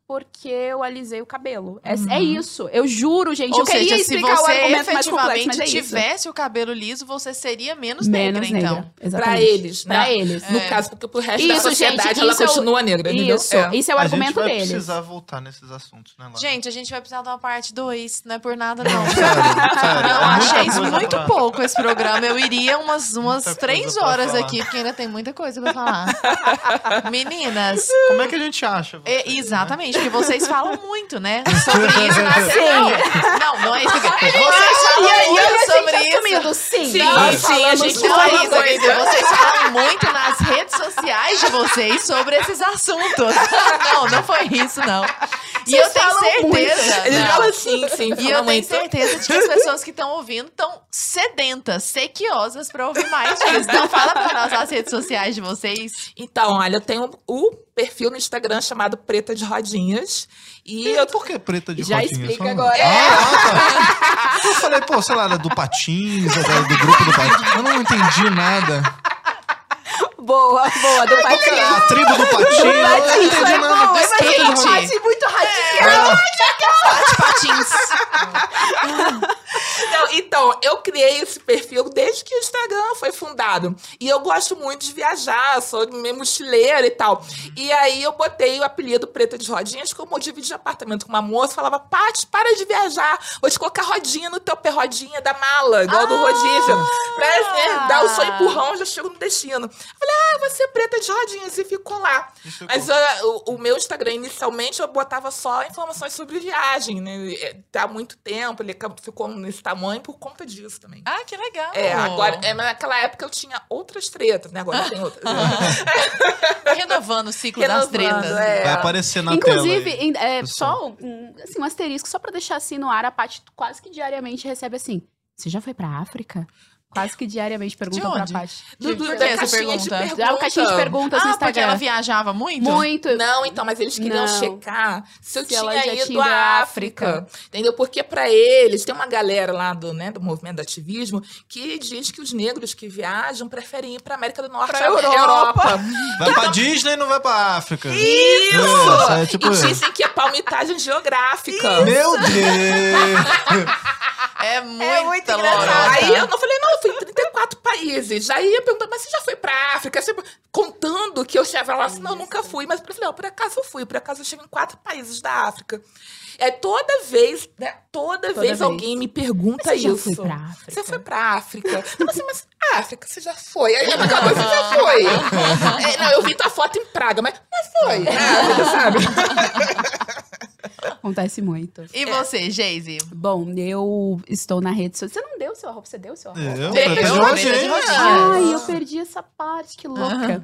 porque eu alisei o cabelo. É, é isso. Eu juro, gente. Ou eu queria seja, se explicar você o argumento mais complexo, mas efetivamente é isso. tivesse o cabelo liso, você seria menos, Menos negra, negra. então. Exatamente. Pra eles, né? Pra eles. No É. caso, porque pro resto Isso, da sociedade gente, ela isso é o- continua negra, entendeu? Isso. É. Isso é o a argumento gente vai deles. precisar voltar nesses assuntos, né, Laura? Gente, a gente vai precisar de uma parte dois, não é por nada, não. Sério, sério. Eu é muita achei isso coisa muito pra- pouco, esse programa. Eu iria umas, umas Muita três coisa pra horas falar. aqui, porque ainda tem muita coisa pra falar. Meninas, Como é que a gente acha? é, vocês, né? exatamente, porque vocês falam muito, né? Sobre isso nas Não, não, não é isso que eu quero. Vocês falam muito sobre isso. Assumindo, sim. Sim, Nós sim, falamos a gente Não fala é uma isso, quer coisa. dizer, vocês falam muito nas redes sociais de vocês sobre esses assuntos. Não, não foi isso, não. E Vocês eu tenho falam muito. certeza. Eles não. falam sim, sim, E fala eu tenho muito. certeza de que as pessoas que estão ouvindo estão sedentas, sequiosas pra ouvir mais disso. Então fala pra nós as redes sociais de vocês. Então, olha, eu tenho o perfil no Instagram chamado Preta de Rodinhas. E E eu por que preta de Já rodinha? explica Só- agora. Ah, tá. Eu falei, pô, sei lá, era do Patins, era do grupo do Patins. Eu não entendi nada. Boa, boa. Do Qual que é a tribo do Patinho? Do Eu não Patinho, entendi foi nada. bom. do Mas ele é um skate. Patinho muito radical. Bate patins. Não, então, eu criei esse perfil desde que o Instagram foi fundado. E eu gosto muito de viajar, sou meio mochileira e tal. E aí eu botei o apelido Preta de Rodinhas, como eu dividi apartamento com uma moça, falava, Paty, para de viajar, vou te colocar rodinha no teu pé, rodinha da mala, igual do rodízio. Pra né, dar o seu empurrão, já chego no destino. Eu falei, ah, você é Preta de Rodinhas, e ficou lá. Isso Mas ah, o, o meu Instagram, inicialmente, eu botava só informações sobre viagem, né? Tá há muito tempo, ele acabou- ficou nesse tamanho por conta disso também. Ah, que legal. É, agora, é, mas naquela época eu tinha outras tretas, né? Agora tem outras. Renovando o ciclo das Renovando, tretas. é. Vai aparecer na Inclusive, tela. em- é, pessoal. só um, assim, um asterisco, só pra deixar assim no ar, a Paty quase que diariamente recebe assim, você já foi pra África? Quase que diariamente perguntam pra onde? Paty. Do, do, Por da que essa caixinha de pergunta? perguntas. Dá uma caixinha de perguntas no Ah, porque Instagram. ela viajava muito? Muito. Não, então, mas eles queriam Não. checar se eu Se ela tinha já ido tinha ido à à África. Entendeu? Porque pra eles, tem uma galera lá do, né, do movimento do ativismo que diz que os negros que viajam preferem ir pra América do Norte, Pra à Europa. Vai pra Disney e não vai pra África. Isso! Isso, é tipo e isso. dizem que é palmitagem geográfica. Meu Deus! É muito, muito louca. engraçado. Aí eu não falei, não, eu fui em trinta e quatro países. Aí eu perguntei, mas você já foi pra África? Você, contando que eu chegava lá, assim, não, eu nunca fui. Mas eu falei, não, por acaso eu fui. Por acaso eu chego em quatro países da África. É toda vez, né? Toda, Toda vez, vez. alguém me pergunta Mas você já isso. foi pra África? Você foi pra África? Não, assim, mas África, você já foi. Aí eu acabou, você já foi. É, não, eu vi tua foto em Praga, mas, mas foi. África, sabe? Acontece muito. E você, Geise? Bom, eu estou na rede social. Você não deu seu arroba? Você deu seu arroba? Eu? Deu, Preta de deu, rodinha. preta de rodinha. Ai, eu perdi essa parte, que louca.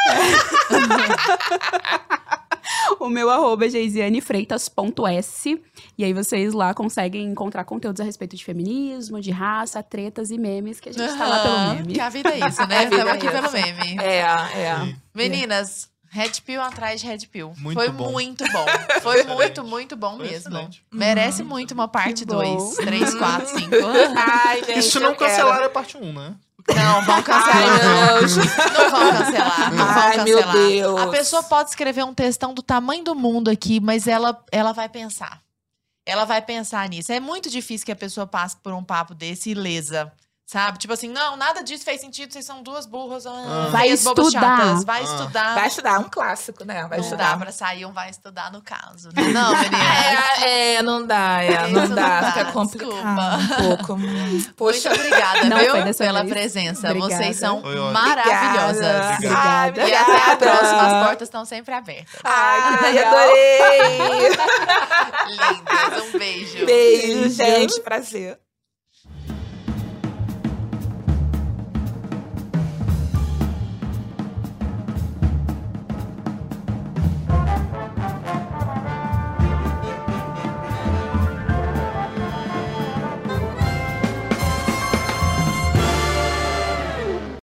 O meu arroba é geisiane freitas ponto s. E aí vocês lá conseguem encontrar conteúdos a respeito de feminismo, de raça, tretas e memes, que a gente tá lá pelo Aham, meme. Que a vida é isso, A né? vida Estamos é aqui isso. pelo meme. É, é. Sim. Meninas, Red Pill atrás de Red Pill. Muito Foi bom. muito bom. Foi Excelente. muito, muito bom Foi mesmo. excelente. Merece muito uma parte Que bom. dois, três, quatro, cinco. Ai, gente, Isso não eu quero. cancelaram a parte um, né? Não, vão Ai, cancelar. não. Não vão cancelar, não vão Ai, meu cancelar. Deus. A pessoa pode escrever um textão do tamanho do mundo aqui, mas ela, ela vai pensar. Ela vai pensar nisso. É muito difícil que a pessoa passe por um papo desse ilesa. Sabe? Tipo assim, não, nada disso fez sentido, vocês são duas burras. Ah, Vai feias, bobas estudar. chatas. Vai Ah. estudar. Vai estudar, um clássico, né? Vai não estudar. dá pra sair um vai estudar no caso. Né? Não, menina. É, é, não dá, é, Isso não não dá, dá, fica complicado desculpa. um pouco. Hum, Poxa, Muito obrigada, Não viu? foi dessa Pela vez. presença. Obrigada. Vocês são Foi ótimo. maravilhosas. Obrigada. Obrigada. Ai, E até a obrigada. próxima. As portas estão sempre abertas. Ai, que Ai, legal. adorei. Lindas. Um beijo. Beijo, gente, prazer.